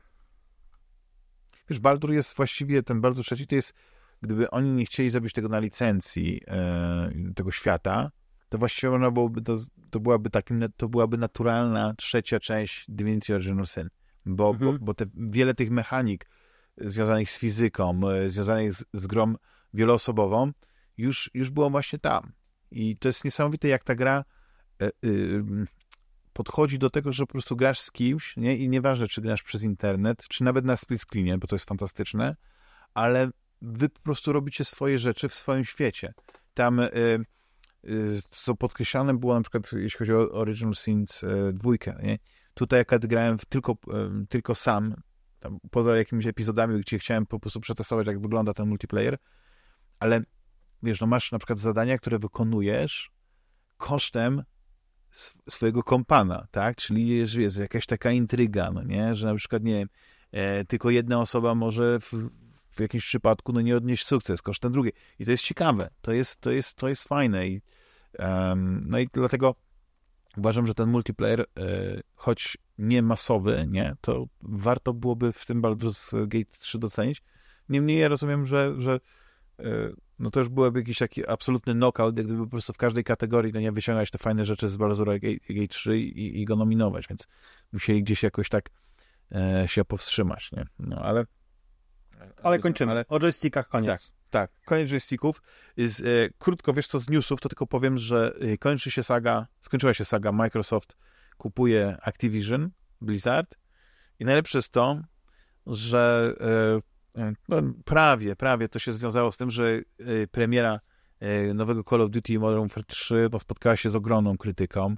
Wiesz, Baldur jest właściwie, ten Baldur trzeci to jest, gdyby oni nie chcieli zrobić tego na licencji, e, tego świata, to właściwie można byłoby, to, to, byłaby takim, to byłaby naturalna trzecia część Divinity Original Sin, bo, mhm. bo, bo te, wiele tych mechanik związanych z fizyką, związanych z, z grą wieloosobową, już, już było właśnie tam. I to jest niesamowite, jak ta gra y, y, podchodzi do tego, że po prostu grasz z kimś, nie? I nieważne, czy grasz przez internet, czy nawet na split screenie, bo to jest fantastyczne, ale wy po prostu robicie swoje rzeczy w swoim świecie. Tam, y, y, co podkreślane było na przykład, jeśli chodzi o Original Sins y, dwójkę, nie? Tutaj jak grałem w tylko, y, tylko sam, tam, poza jakimiś epizodami, gdzie chciałem po prostu przetestować, jak wygląda ten multiplayer, ale wiesz, no masz na przykład zadania, które wykonujesz kosztem sw- swojego kompana, tak? Czyli jest, jest jakaś taka intryga, no nie? Że na przykład, nie wiem, e, tylko jedna osoba może w, w jakimś przypadku no nie odnieść sukces kosztem drugiej. I to jest ciekawe. To jest, to jest, to jest fajne. I, um, no i dlatego uważam, że ten multiplayer, e, choć nie masowy, nie, to warto byłoby w tym Baldur's Gate trzy docenić. Niemniej ja rozumiem, że, że e, no to już byłoby jakiś taki absolutny knockout, gdyby po prostu w każdej kategorii no nie wyciągać te fajne rzeczy z Baldur's Gate trzy i, i go nominować, więc musieli gdzieś jakoś tak e, się powstrzymać, nie? No ale... Ale kończymy. Ale... O joystickach koniec. Tak. Tak, koniec joysticków. Z, e, krótko, wiesz co, z newsów, to tylko powiem, że e, kończy się saga, skończyła się saga, Microsoft kupuje Activision, Blizzard i najlepsze jest to, że e, no, prawie, prawie to się związało z tym, że e, premiera e, nowego Call of Duty Modern Warfare trzy no, spotkała się z ogromną krytyką.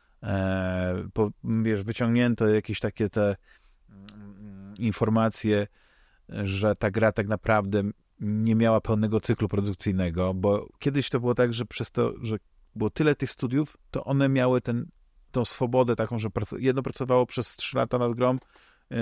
E, po, wiesz, wyciągnięto jakieś takie te mm, informacje, że ta gra tak naprawdę nie miała pełnego cyklu produkcyjnego, bo kiedyś to było tak, że przez to, że było tyle tych studiów, to one miały ten, tą swobodę taką, że jedno pracowało przez trzy lata nad grą, yy,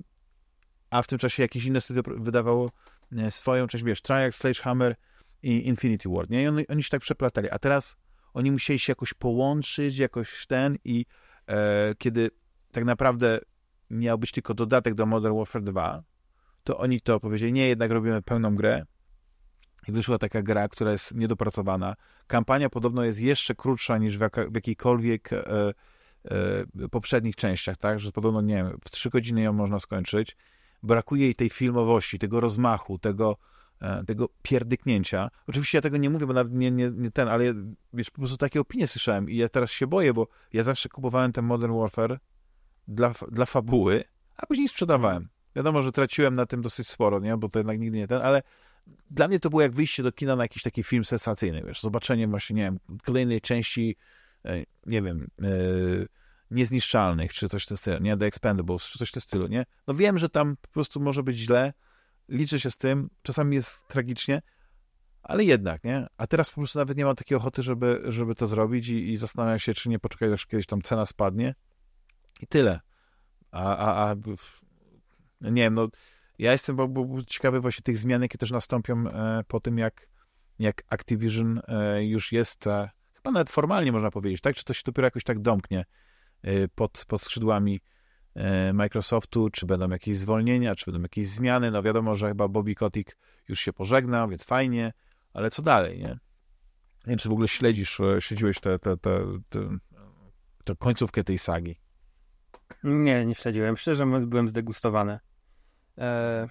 a w tym czasie jakieś inne studio wydawało swoją część, wiesz, Triax, Sledgehammer i Infinity Ward, nie? I oni, oni się tak przeplatali, a teraz oni musieli się jakoś połączyć, jakoś ten i e, kiedy tak naprawdę miał być tylko dodatek do Modern Warfare dwa, to oni to powiedzieli, nie, jednak robimy pełną grę i wyszła taka gra, która jest niedopracowana. Kampania podobno jest jeszcze krótsza niż w, jaka, w jakiejkolwiek e, e, poprzednich częściach, tak, że podobno, nie wiem, w trzy godziny ją można skończyć. Brakuje jej tej filmowości, tego rozmachu, tego, e, tego pierdyknięcia. Oczywiście ja tego nie mówię, bo nawet nie, nie, nie ten, ale wiesz, po prostu takie opinie słyszałem i ja teraz się boję, bo ja zawsze kupowałem ten Modern Warfare dla, dla fabuły, a później sprzedawałem. Wiadomo, że traciłem na tym dosyć sporo, nie? Bo to jednak nigdy nie ten, ale dla mnie to było jak wyjście do kina na jakiś taki film sensacyjny, wiesz, zobaczeniem właśnie, nie wiem, kolejnej części, nie wiem, yy, Niezniszczalnych, czy coś w tym stylu, nie? The Expendables, czy coś w tym stylu, nie? No wiem, że tam po prostu może być źle, liczę się z tym, czasami jest tragicznie, ale jednak, nie? A teraz po prostu nawet nie mam takiej ochoty, żeby, żeby to zrobić i, i zastanawiam się, czy nie poczekać, aż kiedyś tam cena spadnie i tyle. A, a, a nie wiem, no ja jestem bo, bo ciekawy właśnie tych zmian, jakie też nastąpią e, po tym, jak, jak Activision e, już jest, e, chyba nawet formalnie można powiedzieć, tak? Czy to się dopiero jakoś tak domknie e, pod, pod skrzydłami Microsoftu, czy będą jakieś zwolnienia, czy będą jakieś zmiany. No wiadomo, że chyba Bobby Kotick już się pożegnał, więc fajnie, ale co dalej, nie? Nie wiem, czy w ogóle śledzisz, śledziłeś tę te, te, te, te końcówkę tej sagi. Nie, nie śledziłem. Szczerze mówiąc, byłem zdegustowany. E...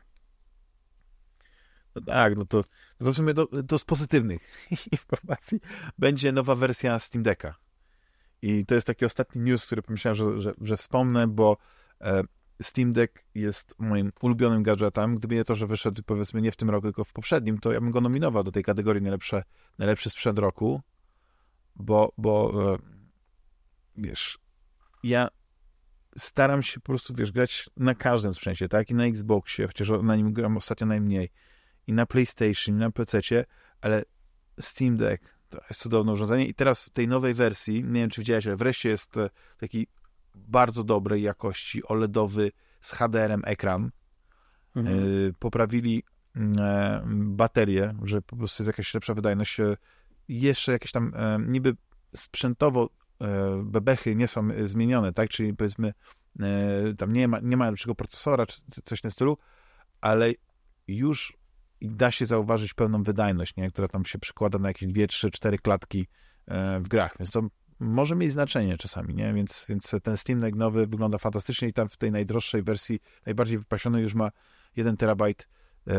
No tak, no to, to w sumie to, to z pozytywnych informacji będzie nowa wersja Steam Decka. I to jest taki ostatni news, który pomyślałem, że, że, że wspomnę, bo e, Steam Deck jest moim ulubionym gadżetem. Gdyby nie to, że wyszedł powiedzmy nie w tym roku, tylko w poprzednim, to ja bym go nominował do tej kategorii najlepsze, najlepszy sprzęt roku, bo, bo e, wiesz, ja staram się po prostu, wiesz, grać na każdym sprzęcie, tak? I na Xboxie, chociaż na nim gram ostatnio najmniej, i na PlayStation, i na pececie, ale Steam Deck to jest cudowne urządzenie i teraz w tej nowej wersji, nie wiem, czy widziałeś, ale wreszcie jest taki bardzo dobrej jakości O L E D owy z H D R-em ekran. Mhm. Yy, poprawili yy, baterię, że po prostu jest jakaś lepsza wydajność. Jeszcze jakieś tam yy, niby sprzętowo yy, bebechy nie są zmienione, tak? Czyli powiedzmy yy, tam nie ma, nie ma lepszego procesora, czy coś w tym stylu, ale już da się zauważyć pełną wydajność, nie? Która tam się przykłada na jakieś dwie, trzy, cztery klatki e, w grach, więc to może mieć znaczenie czasami, nie? Więc, więc ten Steam Deck nowy wygląda fantastycznie i tam w tej najdroższej wersji, najbardziej wypasionej już ma jeden terabajt e,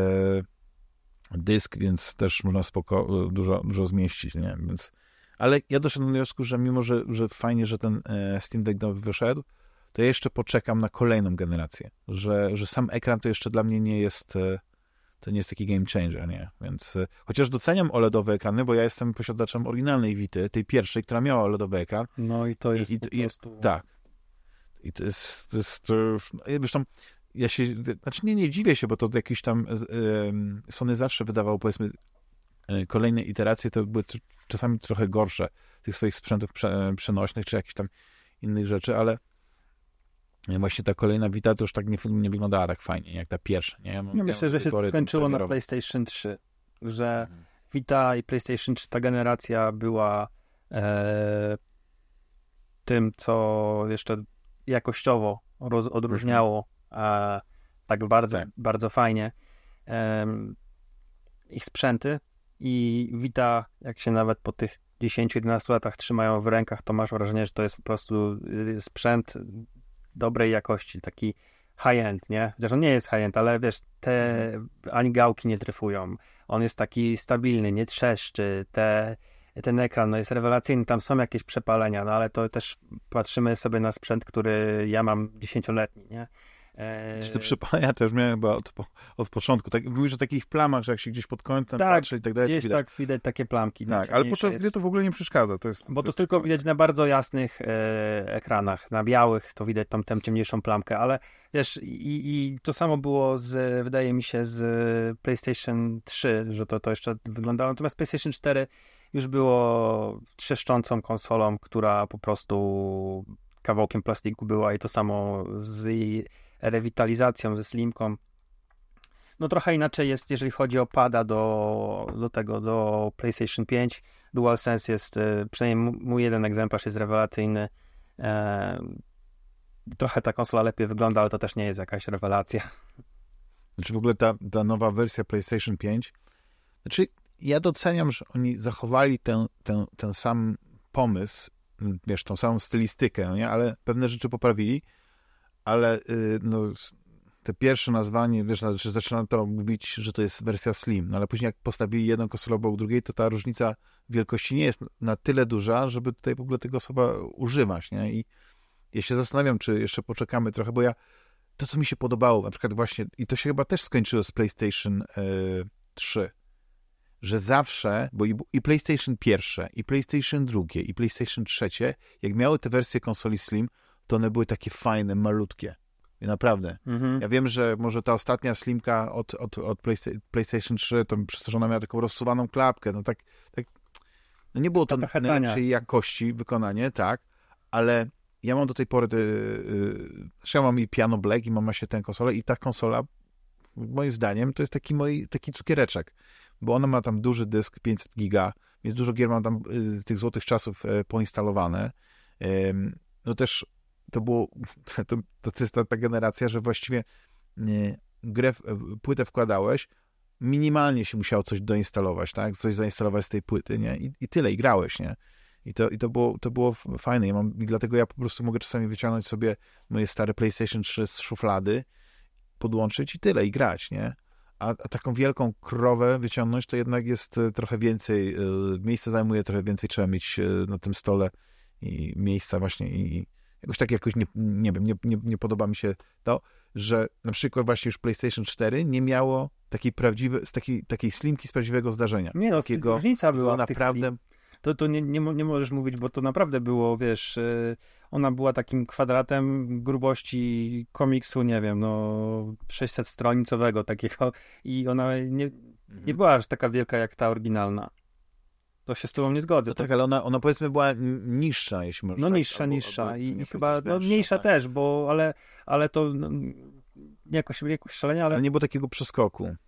dysk, więc też można spoko, dużo, dużo zmieścić, nie? Więc, ale ja doszedłem do wniosku, że mimo, że, że fajnie, że ten e, Steam Deck nowy wyszedł, to ja jeszcze poczekam na kolejną generację, że, że sam ekran to jeszcze dla mnie nie jest e, to nie jest taki game changer, nie? Więc y, chociaż doceniam O L E D owe ekrany, bo ja jestem posiadaczem oryginalnej Vity, tej pierwszej, która miała O L E D owy ekran. No i to jest I, i, po prostu... I, tak. I to jest... To jest to, zresztą ja się... Znaczy nie, nie dziwię się, bo to jakiś tam... Y, Sony zawsze wydawał, powiedzmy, y, kolejne iteracje, to były t- czasami trochę gorsze tych swoich sprzętów prze, przenośnych, czy jakichś tam innych rzeczy, ale właśnie ta kolejna Vita to już tak nie, nie wyglądała tak fajnie, jak ta pierwsza. Nie? Ja no myślę, że się skończyło na PlayStation trzy, że mhm. Vita i PlayStation trzy, ta generacja była e, tym, co jeszcze jakościowo roz, odróżniało mhm. e, tak bardzo, tak. bardzo fajnie e, ich sprzęty i Vita, jak się nawet po tych dziesięciu jedenastu latach trzymają w rękach, to masz wrażenie, że to jest po prostu sprzęt dobrej jakości, taki high-end, nie? Chociaż on nie jest high-end, ale wiesz, te ani gałki nie dryfują. On jest taki stabilny, nie trzeszczy, te, ten ekran no jest rewelacyjny, tam są jakieś przepalenia, no ale to też patrzymy sobie na sprzęt, który ja mam dziesięcioletni, nie? Czy te przypalenia też miałem chyba od, od początku. Tak, mówisz o takich plamach, że jak się gdzieś pod kątem tak, patrzy i tak dalej. Gdzieś widać. tak widać takie plamki. Tak, ale podczas jest... gry to w ogóle nie przeszkadza. To jest, Bo to, to jest... tylko widać na bardzo jasnych e, ekranach. Na białych to widać tą, tą ciemniejszą plamkę, ale wiesz, i, i to samo było z, wydaje mi się, z PlayStation trzy, że to, to jeszcze wyglądało. Natomiast PlayStation cztery już było trzeszczącą konsolą, która po prostu kawałkiem plastiku była i to samo z jej rewitalizacją, ze slimką. No trochę inaczej jest, jeżeli chodzi o pada do, do tego, do PlayStation pięć. DualSense jest, przynajmniej mój jeden egzemplarz jest rewelacyjny. E, trochę ta konsola lepiej wygląda, ale to też nie jest jakaś rewelacja. Znaczy w ogóle ta, ta nowa wersja PlayStation pięć, znaczy ja doceniam, że oni zachowali ten, ten, ten sam pomysł, wiesz, tą samą stylistykę, nie? Ale pewne rzeczy poprawili, ale yy, no, te pierwsze nazwanie, wiesz, znaczy zaczyna to mówić, że to jest wersja Slim, no ale później jak postawili jedną konsolę obok drugiej, to ta różnica wielkości nie jest na tyle duża, żeby tutaj w ogóle tego słowa używać, nie? I ja się zastanawiam, czy jeszcze poczekamy trochę, bo ja to, co mi się podobało, na przykład właśnie, i to się chyba też skończyło z PlayStation yy, trzy, że zawsze, bo i, i PlayStation pierwsze, i PlayStation drugie, i PlayStation trzecie, jak miały te wersje konsoli Slim, to one były takie fajne, malutkie. I naprawdę. Mhm. Ja wiem, że może ta ostatnia Slimka od, od, od Playsta- PlayStation trzy, to przez to, że ona miała taką rozsuwaną klapkę, no tak, tak no nie było to najlepszej jakości wykonanie, tak, ale ja mam do tej pory, yy, yy, ja mam i Piano Black i mam właśnie tę konsolę i ta konsola, moim zdaniem, to jest taki mój, taki cukiereczek, bo ona ma tam duży dysk, pięćset giga, więc dużo gier mam tam z tych złotych czasów yy, poinstalowane. Yy, no też to było, to, to jest ta, ta generacja, że właściwie nie, grę, płytę wkładałeś, minimalnie się musiało coś doinstalować, tak? Coś zainstalować z tej płyty, nie? I, i tyle, i grałeś, nie? I to, i to, było, to było fajne. Ja mam, i dlatego ja po prostu mogę czasami wyciągnąć sobie moje stare PlayStation trzy z szuflady, podłączyć i tyle, i grać, nie? A, a taką wielką krowę wyciągnąć, to jednak jest trochę więcej, y, miejsca zajmuje, trochę więcej trzeba mieć y, na tym stole i miejsca właśnie i jakoś tak jakoś nie, nie wiem, nie, nie, nie podoba mi się to, że na przykład właśnie już PlayStation cztery nie miało takiej prawdziwej, z takiej, takiej slimki z prawdziwego zdarzenia. Nie no, takiego, różnica była w naprawdę... tych slim. To, to nie, nie, nie możesz mówić, bo to naprawdę było, wiesz, yy, ona była takim kwadratem grubości komiksu, nie wiem, no sześćset stronicowego takiego i ona nie, nie była aż taka wielka jak ta oryginalna. To się z tobą nie zgodzę. No to... tak, ale ona, ona powiedzmy była niższa, jeśli można. No tak, niższa, albo, niższa albo, i, i chyba no, węższa, mniejsza tak. też, bo ale, ale to no, nie jakoś, jakoś szalenie, ale... ale nie było takiego przeskoku.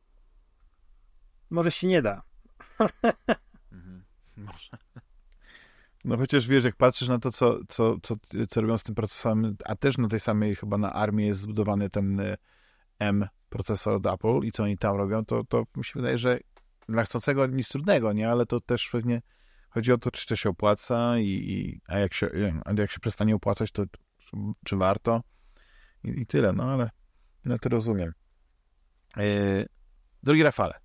Może się nie da. Mhm. Może. No chociaż wiesz, jak patrzysz na to, co, co, co, co robią z tym procesorem, a też na tej samej chyba na armii jest zbudowany ten M procesor od Apple i co oni tam robią, to, to mi się wydaje, że dla chcącego nic trudnego, nie? Ale to też pewnie chodzi o to, czy to się opłaca i, i a, jak się, a jak się przestanie opłacać, to czy, czy warto I, i tyle, no ale no to rozumiem. Yy, drogi Rafale,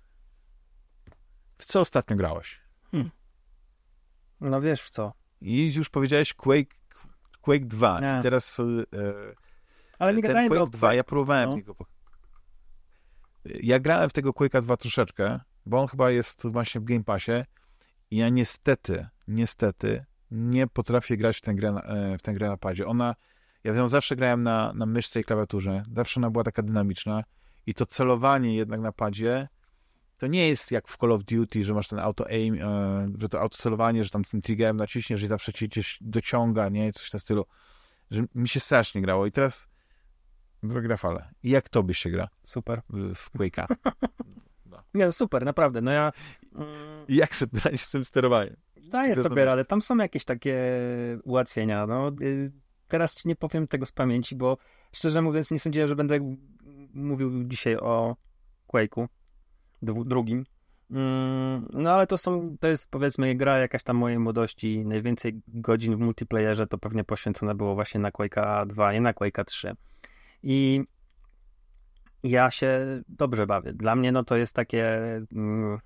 w co ostatnio grałeś? Hmm. No wiesz w co. I już powiedziałeś Quake, Quake dwa. Nie. I teraz yy, ale nie ten gadajmy Quake o dwa, ja próbowałem no. w niego. Ja grałem w tego Quake'a dwa troszeczkę, bo on chyba jest właśnie w Game Passie i ja niestety, niestety nie potrafię grać w tę grę na, w tę grę na padzie. Ona, ja w nią zawsze grałem na, na myszce i klawiaturze, zawsze ona była taka dynamiczna i to celowanie jednak na padzie to nie jest jak w Call of Duty, że masz ten auto-aim, e, że to autocelowanie, że tam tym triggerem naciśniesz i zawsze cię gdzieś dociąga, nie? Coś w tym stylu. Że mi się strasznie grało. I teraz, drogi Rafale, jak tobie się gra Super. w, w Quake'a? No. Nie, no super, naprawdę. No ja... Mm, I jak sobie radzisz z tym sterowaniem? daję Czy to sobie to radę. Tam są jakieś takie ułatwienia. No, y, teraz ci nie powiem tego z pamięci, bo szczerze mówiąc nie sądziłem, że będę mówił dzisiaj o Quake'u dwu- drugim. Mm, no ale to są, to jest powiedzmy gra jakaś tam mojej młodości. Najwięcej godzin w multiplayerze to pewnie poświęcone było właśnie na Quake'a dwa, nie na Quake'a trzy. I ja się dobrze bawię. Dla mnie no to jest takie mm,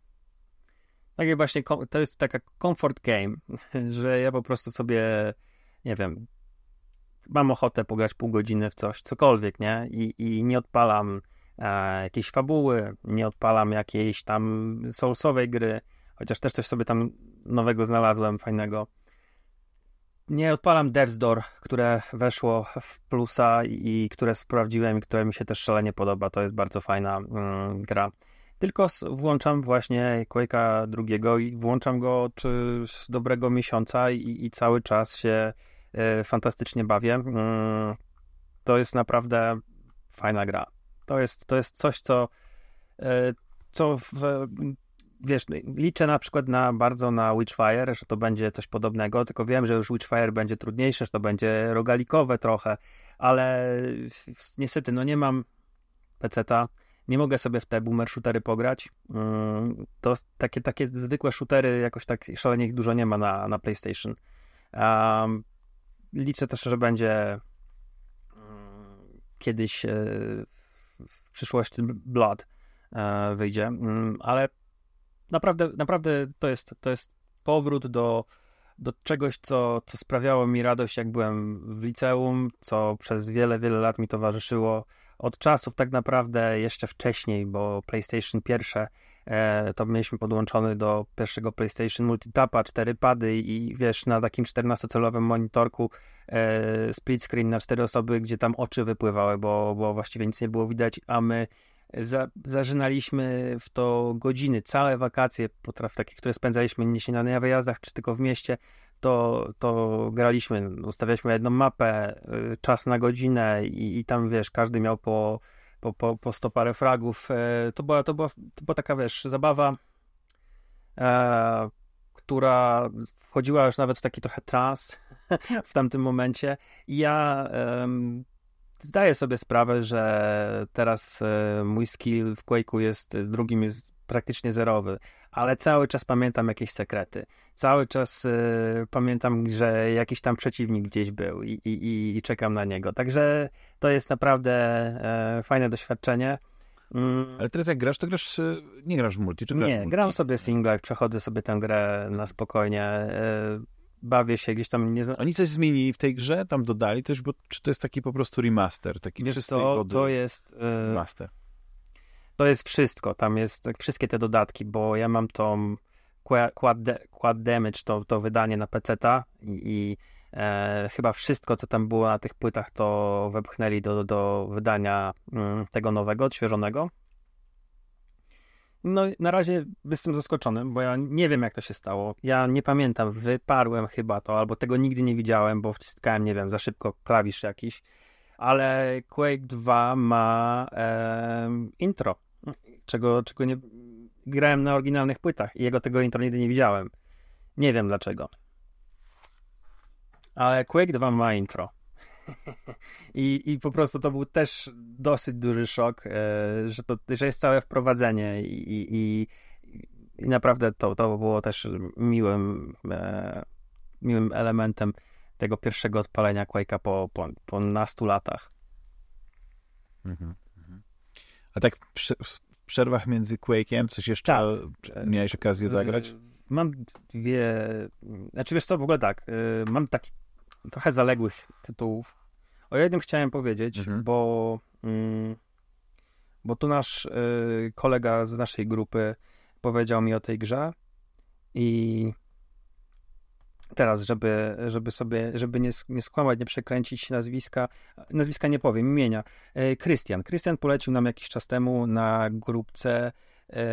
takie właśnie, to jest taka comfort game, że ja po prostu sobie, nie wiem, mam ochotę pograć pół godziny w coś, cokolwiek, nie? I, i nie odpalam e, jakiejś fabuły, nie odpalam jakiejś tam soulsowej gry, chociaż też coś sobie tam nowego znalazłem, fajnego. Nie odpalam Death's Door, które weszło w plusa i, i które sprawdziłem i które mi się też szalenie podoba. To jest bardzo fajna mm, gra. Tylko włączam właśnie Quake'a drugiego i włączam go od dobrego miesiąca i, i cały czas się y, fantastycznie bawię. Mm, to jest naprawdę fajna gra. To jest, to jest coś, co, y, co w, wiesz, liczę na przykład na, bardzo na Witchfire, że to będzie coś podobnego, tylko wiem, że już Witchfire będzie trudniejsze, że to będzie rogalikowe trochę, ale niestety no nie mam peceta. Nie mogę sobie w te boomer shootery pograć. To takie, takie zwykłe shootery jakoś tak szalenie ich dużo nie ma na, na PlayStation. Um, liczę też, że będzie um, kiedyś e, w przyszłości Blood e, wyjdzie, um, ale naprawdę, naprawdę to jest, to jest powrót do, do czegoś, co, co sprawiało mi radość, jak byłem w liceum, co przez wiele, wiele lat mi towarzyszyło. Od czasów tak naprawdę jeszcze wcześniej, bo PlayStation pierwsze e, to mieliśmy podłączony do pierwszego PlayStation Multitapa, cztery pady i wiesz, na takim czternastocalowym monitorku e, split screen na cztery osoby, gdzie tam oczy wypływały, bo, bo właściwie nic nie było widać, a my za, zażynaliśmy w to godziny, całe wakacje, potraf, takie, które spędzaliśmy nie na wyjazdach, czy tylko w mieście, to, to graliśmy, ustawialiśmy jedną mapę, czas na godzinę i, i tam, wiesz, każdy miał po, po, po, po sto parę fragów. To była, to była, to była taka, wiesz, zabawa, e, która wchodziła już nawet w taki trochę trans, w tamtym momencie. I ja um, zdaję sobie sprawę, że teraz um, mój skill w Quake'u jest, drugim jest praktycznie zerowy, ale cały czas pamiętam jakieś sekrety. Cały czas y, pamiętam, że jakiś tam przeciwnik gdzieś był i, i, i czekam na niego. Także to jest naprawdę e, fajne doświadczenie. Mm. Ale teraz jak grasz, to grasz, nie grasz w multi, czy grasz Nie, w multi? gram sobie single, przechodzę sobie tę grę na spokojnie, e, bawię się gdzieś tam. Nie zna... Oni coś zmienili w tej grze? Tam dodali coś? Bo czy to jest taki po prostu remaster? Taki Wiesz czystej co, wody to jest... E, remaster. To jest wszystko, tam jest tak, wszystkie te dodatki, bo ja mam tą Quad, Quad Damage, to, to wydanie na peceta i, i e, chyba wszystko, co tam było na tych płytach, to wepchnęli do, do wydania mm, tego nowego, odświeżonego. No na razie jestem zaskoczony, bo ja nie wiem, jak to się stało. Ja nie pamiętam, wyparłem chyba to, albo tego nigdy nie widziałem, bo wciskałem, nie wiem, za szybko klawisz jakiś, ale Quake dwa ma e, intro, czego, czego nie grałem na oryginalnych płytach i jego tego intro nigdy nie widziałem. Nie wiem dlaczego. Ale Quake dwa ma intro. I, I po prostu to był też dosyć duży szok, e, że, to, że jest całe wprowadzenie i, i, i, i naprawdę to, to było też miłym, e, miłym elementem tego pierwszego odpalenia Quake'a po, po, po nastu latach. Mhm, mhm. A tak w, w przerwach między Quake'iem coś jeszcze tak. Miałeś okazję zagrać? Mam dwie... Znaczy wiesz co, w ogóle tak, mam taki trochę zaległych tytułów. O jednym chciałem powiedzieć, mhm. bo mm, bo tu nasz y, kolega z naszej grupy powiedział mi o tej grze i teraz, żeby, żeby sobie, żeby nie, nie skłamać, nie przekręcić nazwiska, nazwiska nie powiem, imienia. Krystian. Krystian polecił nam jakiś czas temu na grupce e,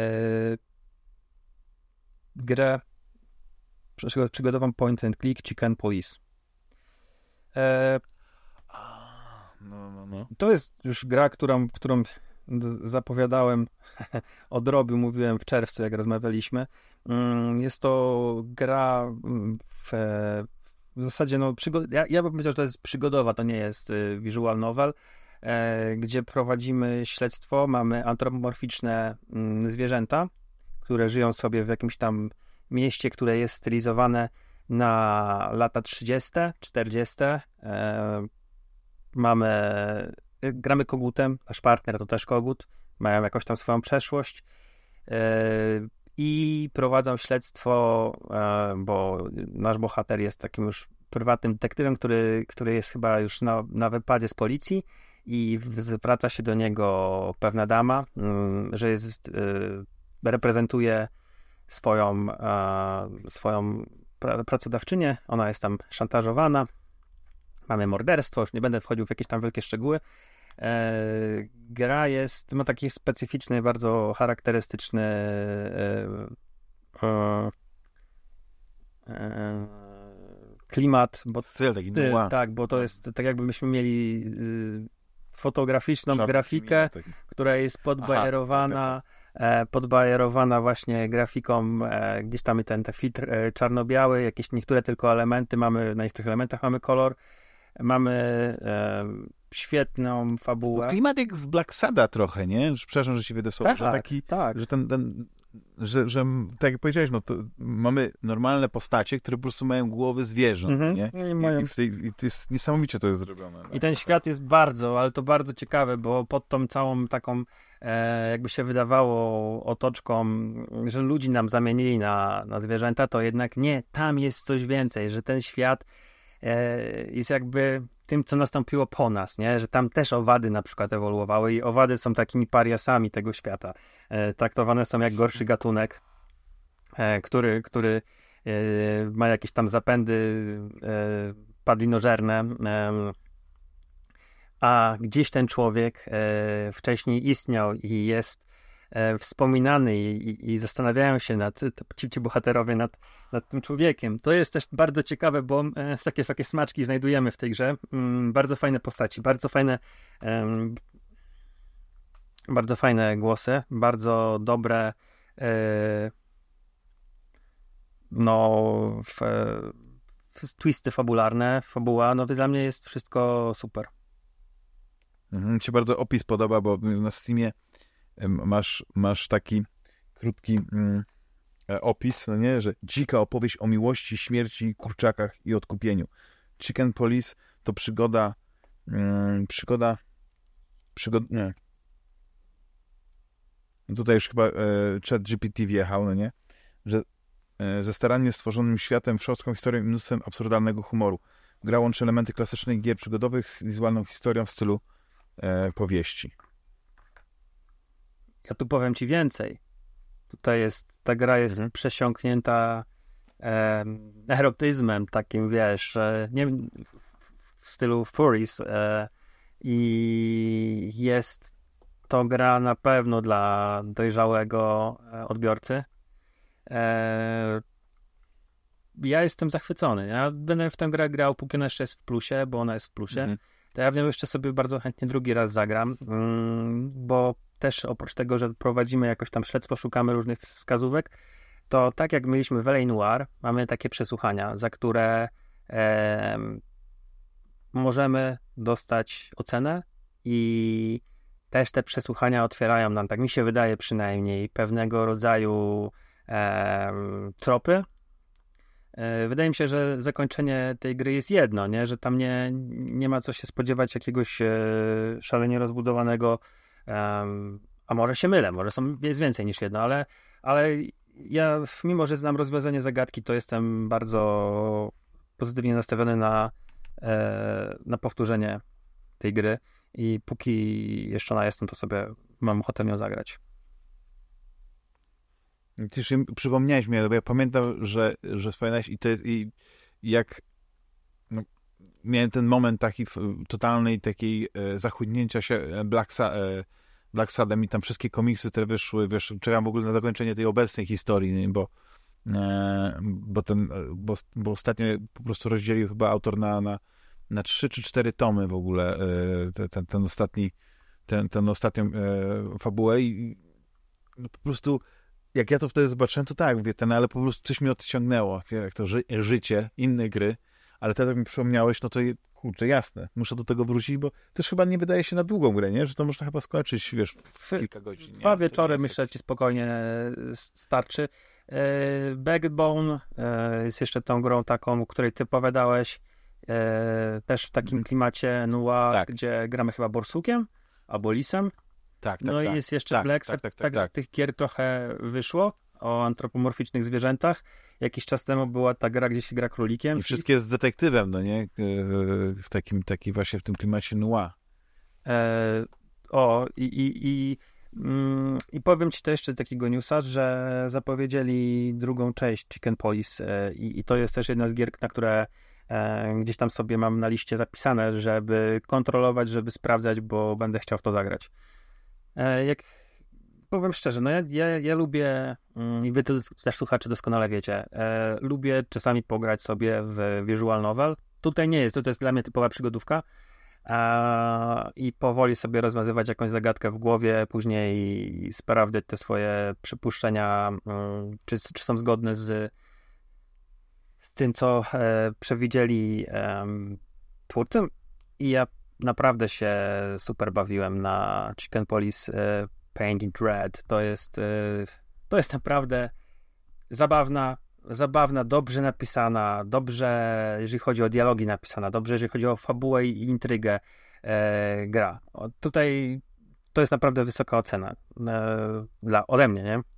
grę przygodową point and click Chicken Police. E, no, no, no. To jest już gra, którą, którą zapowiadałem od Roby, mówiłem w czerwcu, jak rozmawialiśmy. Jest to gra w, w zasadzie, no, przygod- ja, ja bym powiedział, że to jest przygodowa, to nie jest visual novel, e, gdzie prowadzimy śledztwo, mamy antropomorficzne m, zwierzęta, które żyją sobie w jakimś tam mieście, które jest stylizowane na lata trzydzieste, czterdzieste. E, mamy, gramy kogutem, nasz partner to też kogut, mają jakąś tam swoją przeszłość. E, I prowadzą śledztwo, bo nasz bohater jest takim już prywatnym detektywem, który, który jest chyba już na, na wypadzie z policji i zwraca się do niego pewna dama, że jest, reprezentuje swoją, swoją pracodawczynię. Ona jest tam szantażowana. Mamy morderstwo, już nie będę wchodził w jakieś tam wielkie szczegóły. E, gra jest, ma taki specyficzny, bardzo charakterystyczny e, e, e, klimat, bo styl, taki styl, noir. tak, bo to jest tak jakby myśmy mieli y, fotograficzną Szarp, grafikę, tak. która jest podbajerowana Aha, tak, tak, tak. podbajerowana właśnie grafiką, e, gdzieś tam ten, ten filtr e, czarno-biały, jakieś niektóre tylko elementy mamy, na niektórych elementach mamy kolor, mamy e, świetną fabułę. To klimat jak z Black Sada trochę, nie? Przepraszam, że się wydę w słowo, tak, że taki, tak. że ten, ten że, że tak jak powiedziałeś, no to mamy normalne postacie, które po prostu mają głowy zwierząt, mhm. nie? I, mają... I, w tej, I to jest niesamowicie to jest zrobione. I ten świat jest bardzo, ale to bardzo ciekawe, bo pod tą całą taką e, jakby się wydawało otoczką, że ludzi nam zamienili na, na zwierzęta, to jednak nie, tam jest coś więcej, że ten świat e, jest jakby tym, co nastąpiło po nas, nie? Że tam też owady na przykład ewoluowały i owady są takimi pariasami tego świata. E, traktowane są jak gorszy gatunek, e, który, który e, ma jakieś tam zapędy e, padlinożerne, e, a gdzieś ten człowiek e, wcześniej istniał i jest e, wspominany i, i, i zastanawiają się nad, ci, ci bohaterowie nad, nad tym człowiekiem. To jest też bardzo ciekawe, bo e, takie, takie smaczki znajdujemy w tej grze. Mm, bardzo fajne postaci, bardzo fajne e, bardzo fajne głosy, bardzo dobre e, no w, twisty fabularne, fabuła, no dla mnie jest wszystko super. Mhm, mi się bardzo opis podoba, bo na Steamie masz, masz taki krótki mm, opis, no nie, że dzika opowieść o miłości, śmierci, kurczakach i odkupieniu. Chicken Police to przygoda mm, przygoda przygod... nie. Tutaj już chyba e, chat G P T wjechał, no nie, że e, ze starannie stworzonym światem, wszelką historią i mnóstwem absurdalnego humoru. Gra łączy elementy klasycznych gier przygodowych z wizualną historią w stylu e, powieści. Ja tu powiem ci więcej. Tutaj jest, ta gra jest mhm. przesiąknięta e, erotyzmem takim, wiesz, e, nie w, w stylu Furries e, i jest to gra na pewno dla dojrzałego e, odbiorcy. E, ja jestem zachwycony. Ja będę w tę grę grał, póki ona jeszcze jest w plusie, bo ona jest w plusie. Mhm. To ja w nią jeszcze sobie bardzo chętnie drugi raz zagram, mm, bo też oprócz tego, że prowadzimy jakoś tam śledztwo, szukamy różnych wskazówek, to tak jak mieliśmy w L A Noire, mamy takie przesłuchania, za które e, możemy dostać ocenę i też te przesłuchania otwierają nam, tak mi się wydaje przynajmniej, pewnego rodzaju e, tropy. E, wydaje mi się, że zakończenie tej gry jest jedno, nie? Że tam nie, nie ma co się spodziewać jakiegoś e, szalenie rozbudowanego, e, a może się mylę, może są, jest więcej niż jedno, ale, ale ja, mimo że znam rozwiązanie zagadki, to jestem bardzo pozytywnie nastawiony na, e, na powtórzenie tej gry. I póki jeszcze ona jestem, to sobie mam ochotę nią zagrać. Też przypomniałeś mi, bo ja pamiętam, że, że wspominałeś i to jest, i jak no, miałem ten moment taki totalnej takiej e, zachłynnięcia się Black, Sa- e, Black Sadem i tam wszystkie komiksy, które wyszły, wiesz, czekam w ogóle na zakończenie tej obecnej historii, nie? bo e, bo ten, bo, bo ostatnio po prostu rozdzielił chyba autor na, na na trzy czy cztery tomy w ogóle e, ten, ten ostatni ten, ten ostatnią e, fabułę i no, po prostu jak ja to wtedy zobaczyłem, to tak, mówię, ten, ale po prostu coś mnie odciągnęło, jak to ży- życie, inne gry, ale teraz mi przypomniałeś, no to kurczę, jasne, muszę do tego wrócić, bo też chyba nie wydaje się na długą grę, nie? Że to można chyba skończyć, wiesz, w kilka godzin. Dwa nie? wieczory, myślę, jakiś... ci spokojnie starczy. E, Backbone e, jest jeszcze tą grą taką, o której ty opowiadałeś, e, też w takim klimacie noir, tak. Gdzie gramy chyba borsukiem albo lisem. Tak, tak, no tak. i jest jeszcze tak, Black tak, tak, tak, tak, tak. Tych gier trochę wyszło o antropomorficznych zwierzętach. Jakiś czas temu była ta gra, gdzie się gra królikiem. I wszystkie z detektywem, no nie? W takim, taki właśnie w tym klimacie noir. E, o, i, i, i, mm, i powiem ci to jeszcze takiego newsa, że zapowiedzieli drugą część Chicken Police e, i, i to jest też jedna z gier, na które e, gdzieś tam sobie mam na liście zapisane, żeby kontrolować, żeby sprawdzać, bo będę chciał w to zagrać. E, jak powiem szczerze, no ja, ja, ja lubię, mm, i wy to też słuchacze doskonale wiecie, e, lubię czasami pograć sobie w visual novel. Tutaj nie jest, to, to jest dla mnie typowa przygodówka, a, i powoli sobie rozwiązywać jakąś zagadkę w głowie, później sprawdzać te swoje przypuszczenia, um, czy, czy są zgodne z, z tym, co e, przewidzieli e, twórcy. I ja naprawdę się super bawiłem na Chicken Police e, Painted Red. To jest, e, to jest naprawdę zabawna, zabawna, dobrze napisana, dobrze, jeżeli chodzi o dialogi napisana, dobrze, jeżeli chodzi o fabułę i intrygę e, gra. O, tutaj to jest naprawdę wysoka ocena e, dla, ode mnie, nie?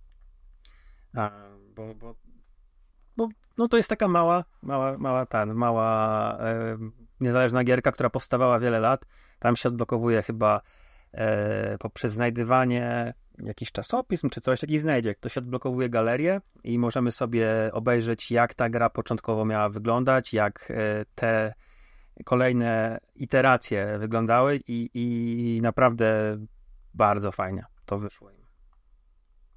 A, bo, bo, bo no to jest taka mała, mała, mała ten, mała e, niezależna gierka, która powstawała wiele lat. Tam się odblokowuje chyba e, poprzez znajdywanie jakiś czasopism czy coś, taki znajdzie. To się odblokowuje galerię i możemy sobie obejrzeć, jak ta gra początkowo miała wyglądać, jak te kolejne iteracje wyglądały i, i naprawdę bardzo fajnie to wyszło im.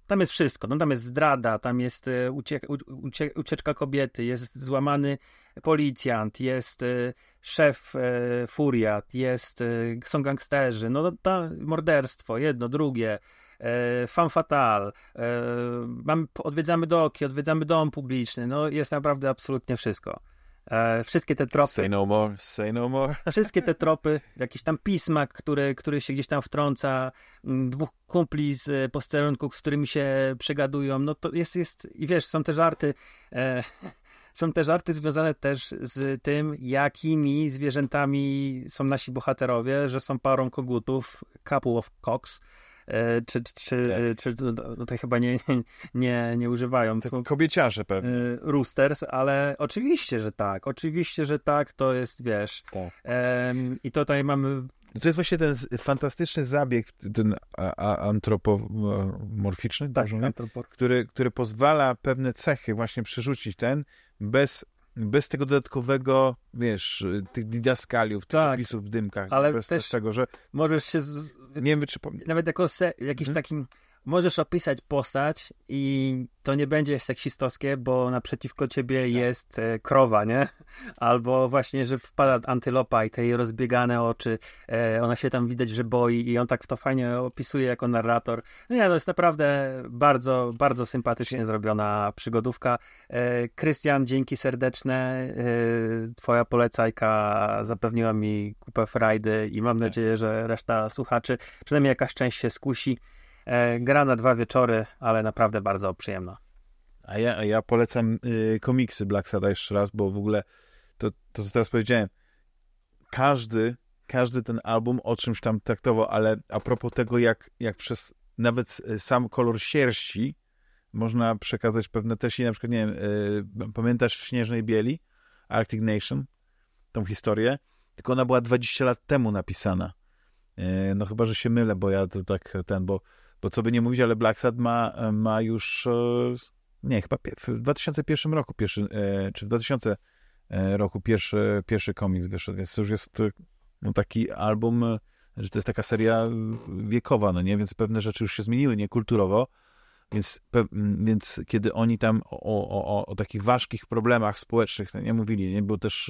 tam jest wszystko. No, tam jest zdrada, tam jest ucie, ucie, ucieczka kobiety, jest złamany policjant, jest y, szef y, furiat, jest, y, są gangsterzy, no to morderstwo, jedno, drugie, y, femme fatale, y, mamy, odwiedzamy doki, odwiedzamy dom publiczny, no jest naprawdę absolutnie wszystko. E, wszystkie te tropy. Say no more, say no more. Wszystkie te tropy, jakiś tam pismak, który, który się gdzieś tam wtrąca, m, dwóch kumpli z posterunku, z którymi się przegadują, no to jest, jest i wiesz, są te żarty, e, są te żarty związane też z tym, jakimi zwierzętami są nasi bohaterowie, że są parą kogutów, couple of cocks, e, czy, czy, tak. czy, czy no, tutaj chyba nie, nie, nie używają słów. Kobieciarze pewnie. Roosters, ale oczywiście, że tak. Oczywiście, że tak, to jest, wiesz. Tak. Um, I tutaj mamy... To jest właśnie ten fantastyczny zabieg, ten a, a, antropomorficzny, tak, antropor... który, który pozwala pewne cechy właśnie przerzucić ten, bez, bez tego dodatkowego, wiesz, tych didaskaliów, tych tak, opisów w dymkach, ale bez też tego, że możesz się... Z... Nie wiem, czy... Nawet jako se... jakiś hmm. takim... Możesz opisać postać i to nie będzie seksistowskie, bo naprzeciwko ciebie tak. jest e, krowa, nie? Albo właśnie, że wpada antylopa i te jej rozbiegane oczy, e, ona się tam widać, że boi i on tak to fajnie opisuje jako narrator. No nie, to jest naprawdę bardzo, bardzo sympatycznie Czy... zrobiona przygodówka. Krystian, e, dzięki serdeczne. E, twoja polecajka zapewniła mi kupę frajdy i mam tak. nadzieję, że reszta słuchaczy, przynajmniej jakaś część się skusi. Gra na dwa wieczory, ale naprawdę bardzo przyjemna. A ja, a ja polecam y, komiksy Black Sada jeszcze raz, bo w ogóle to, to co teraz powiedziałem, każdy, każdy ten album o czymś tam traktował, ale a propos tego, jak, jak przez nawet sam kolor sierści można przekazać pewne treści, na przykład, nie wiem, y, pamiętasz w Śnieżnej Bieli, Arctic Nation, tą historię, tylko ona była dwadzieścia lat temu napisana. Y, no chyba, że się mylę, bo ja to tak ten, bo Bo co by nie mówić, ale Black Sad ma, ma już, nie, chyba w dwa tysiące pierwszym roku, pierwszy, czy w dwutysięcznym roku pierwszy, pierwszy komiks wyszedł, więc to już jest no, taki album, że to jest taka seria wiekowa, no nie, więc pewne rzeczy już się zmieniły, nie, kulturowo, więc, pe, więc kiedy oni tam o, o, o, o takich ważkich problemach społecznych, no, nie mówili, nie, było też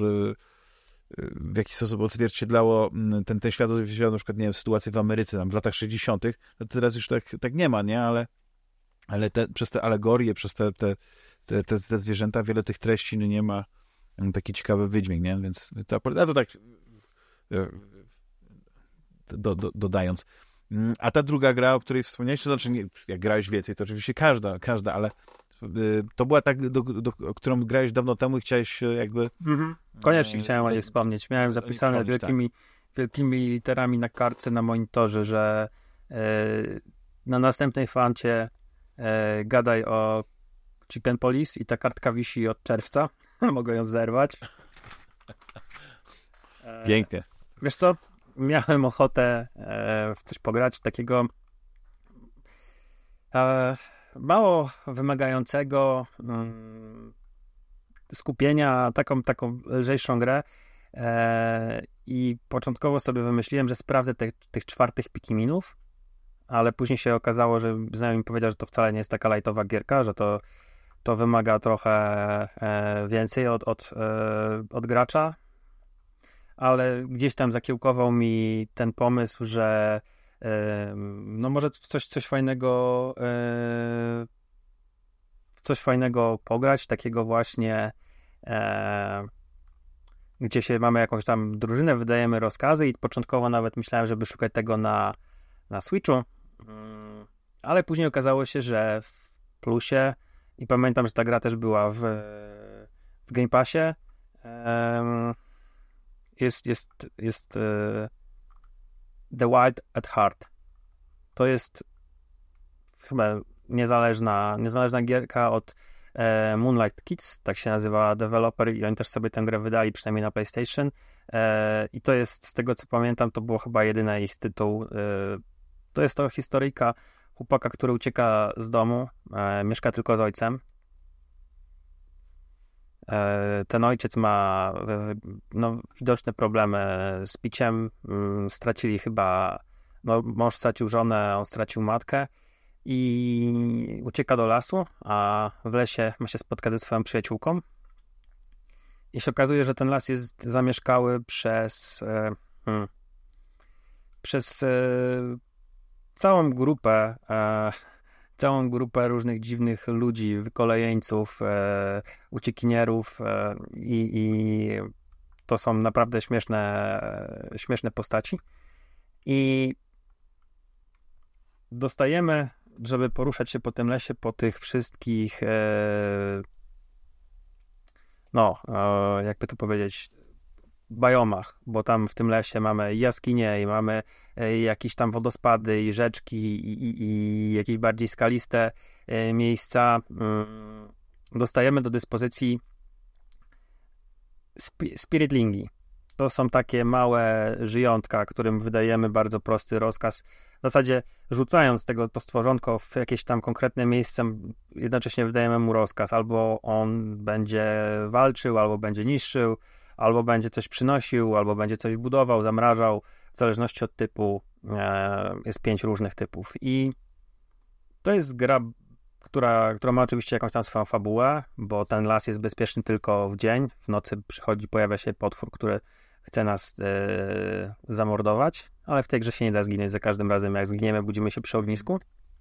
w jakiś sposób odzwierciedlało ten, ten świat, odzwierciedlał na przykład, nie wiem, sytuację w Ameryce tam w latach sześćdziesiątych, no teraz już tak, tak nie ma, nie, ale, ale te, przez te alegorie, przez te, te, te, te, te zwierzęta wiele tych treści no nie ma taki ciekawy wydźwięk, nie, więc to, to tak do, do, dodając. A ta druga gra, o której wspomniałeś, to znaczy, nie, jak grałeś więcej, to oczywiście każda, każda, ale to była tak, do, do, do, którą grałeś dawno temu i chciałeś jakby... Mm-hmm. Koniecznie chciałem o niej wspomnieć. Miałem zapisane wielkimi, tak. wielkimi literami na kartce na monitorze, że e, na następnej fancie e, gadaj o Chicken Police i ta kartka wisi od czerwca. Mogę ją zerwać. E, Pięknie. Wiesz co? Miałem ochotę e, w coś pograć takiego e, mało wymagającego um, skupienia, taką, taką lżejszą grę e, i początkowo sobie wymyśliłem, że sprawdzę te, tych czwartych Pikiminów, ale później się okazało, że znajomy mi powiedział, że to wcale nie jest taka lightowa gierka, że to, to wymaga trochę e, więcej od, od, e, od gracza, ale gdzieś tam zakiełkował mi ten pomysł, że no może coś, coś fajnego coś fajnego pograć, takiego właśnie e, gdzie się mamy jakąś tam drużynę, wydajemy rozkazy i początkowo nawet myślałem, żeby szukać tego na, na Switchu, ale później okazało się, że w Plusie i pamiętam, że ta gra też była w, w Game Passie, e, jest jest, jest e, The Wild at Heart. To jest chyba niezależna, niezależna gierka od e, Moonlight Kids, tak się nazywa deweloper i oni też sobie tę grę wydali, przynajmniej na PlayStation. E, I to jest, z tego co pamiętam, to było chyba jedyny ich tytuł. E, to jest to historyjka chłopaka, który ucieka z domu, e, mieszka tylko z ojcem. E, ten ojciec ma no, widoczne problemy z piciem, stracili chyba, no, mąż stracił żonę, on stracił matkę i ucieka do lasu, a w lesie ma się spotkać ze swoją przyjaciółką. I się okazuje, że ten las jest zamieszkały przez e, hmm, przez e, całą grupę e, całą grupę różnych dziwnych ludzi, wykolejeńców, e, uciekinierów e, i, i to są naprawdę śmieszne, e, śmieszne postaci. I dostajemy, żeby poruszać się po tym lesie, po tych wszystkich e, no, e, jakby to powiedzieć, biomach, bo tam w tym lesie mamy jaskinie i mamy e, jakieś tam wodospady i rzeczki i, i, i jakieś bardziej skaliste e, miejsca. Mm, dostajemy do dyspozycji spi- spiritlingi. To są takie małe żyjątka, którym wydajemy bardzo prosty rozkaz. W zasadzie rzucając tego to stworzonko w jakieś tam konkretne miejsce, jednocześnie wydajemy mu rozkaz. Albo on będzie walczył, albo będzie niszczył, albo będzie coś przynosił, albo będzie coś budował, zamrażał. W zależności od typu e, jest pięć różnych typów. I to jest gra, która, która ma oczywiście jakąś tam swoją fabułę, bo ten las jest bezpieczny tylko w dzień. W nocy przychodzi, pojawia się potwór, który chce nas e, zamordować, ale w tej grze się nie da zginąć za każdym razem, jak zginiemy, budzimy się przy ognisku.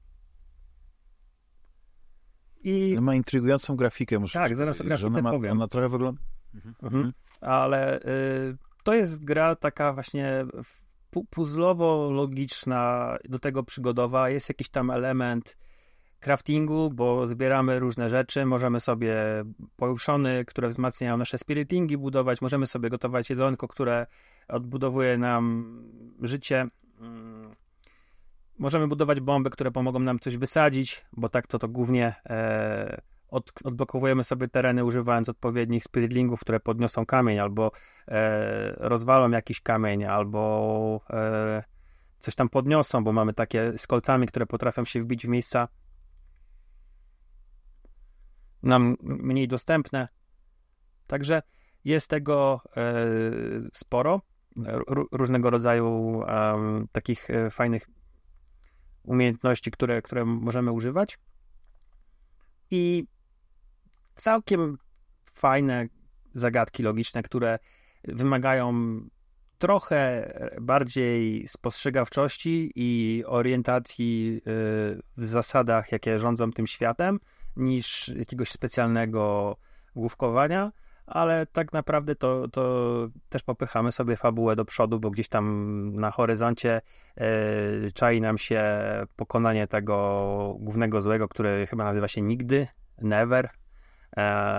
I... Ma intrygującą grafikę, muszę Tak, zaraz o grafice ona ma, powiem. Ona trochę wygląda... Mhm. Mhm. Ale y, to jest gra taka właśnie pu- puzzlowo-logiczna, do tego przygodowa. Jest jakiś tam element craftingu, bo zbieramy różne rzeczy, możemy sobie poruszony, które wzmacniają nasze spiritlingi budować, możemy sobie gotować jedzonko, które odbudowuje nam życie. Możemy budować bomby, które pomogą nam coś wysadzić, bo tak to to głównie e, od, odblokowujemy sobie tereny używając odpowiednich spiritlingów, które podniosą kamień, albo e, rozwalą jakiś kamień, albo e, coś tam podniosą, bo mamy takie z kolcami, które potrafią się wbić w miejsca nam mniej dostępne. Także jest tego e, sporo. R- różnego rodzaju um, takich e, fajnych umiejętności, które, które możemy używać. I całkiem fajne zagadki logiczne, które wymagają trochę bardziej spostrzegawczości i orientacji w zasadach, jakie rządzą tym światem, niż jakiegoś specjalnego główkowania, ale tak naprawdę to, to też popychamy sobie fabułę do przodu, bo gdzieś tam na horyzoncie yy, czai nam się pokonanie tego głównego złego, który chyba nazywa się Nigdy, Never. Yy,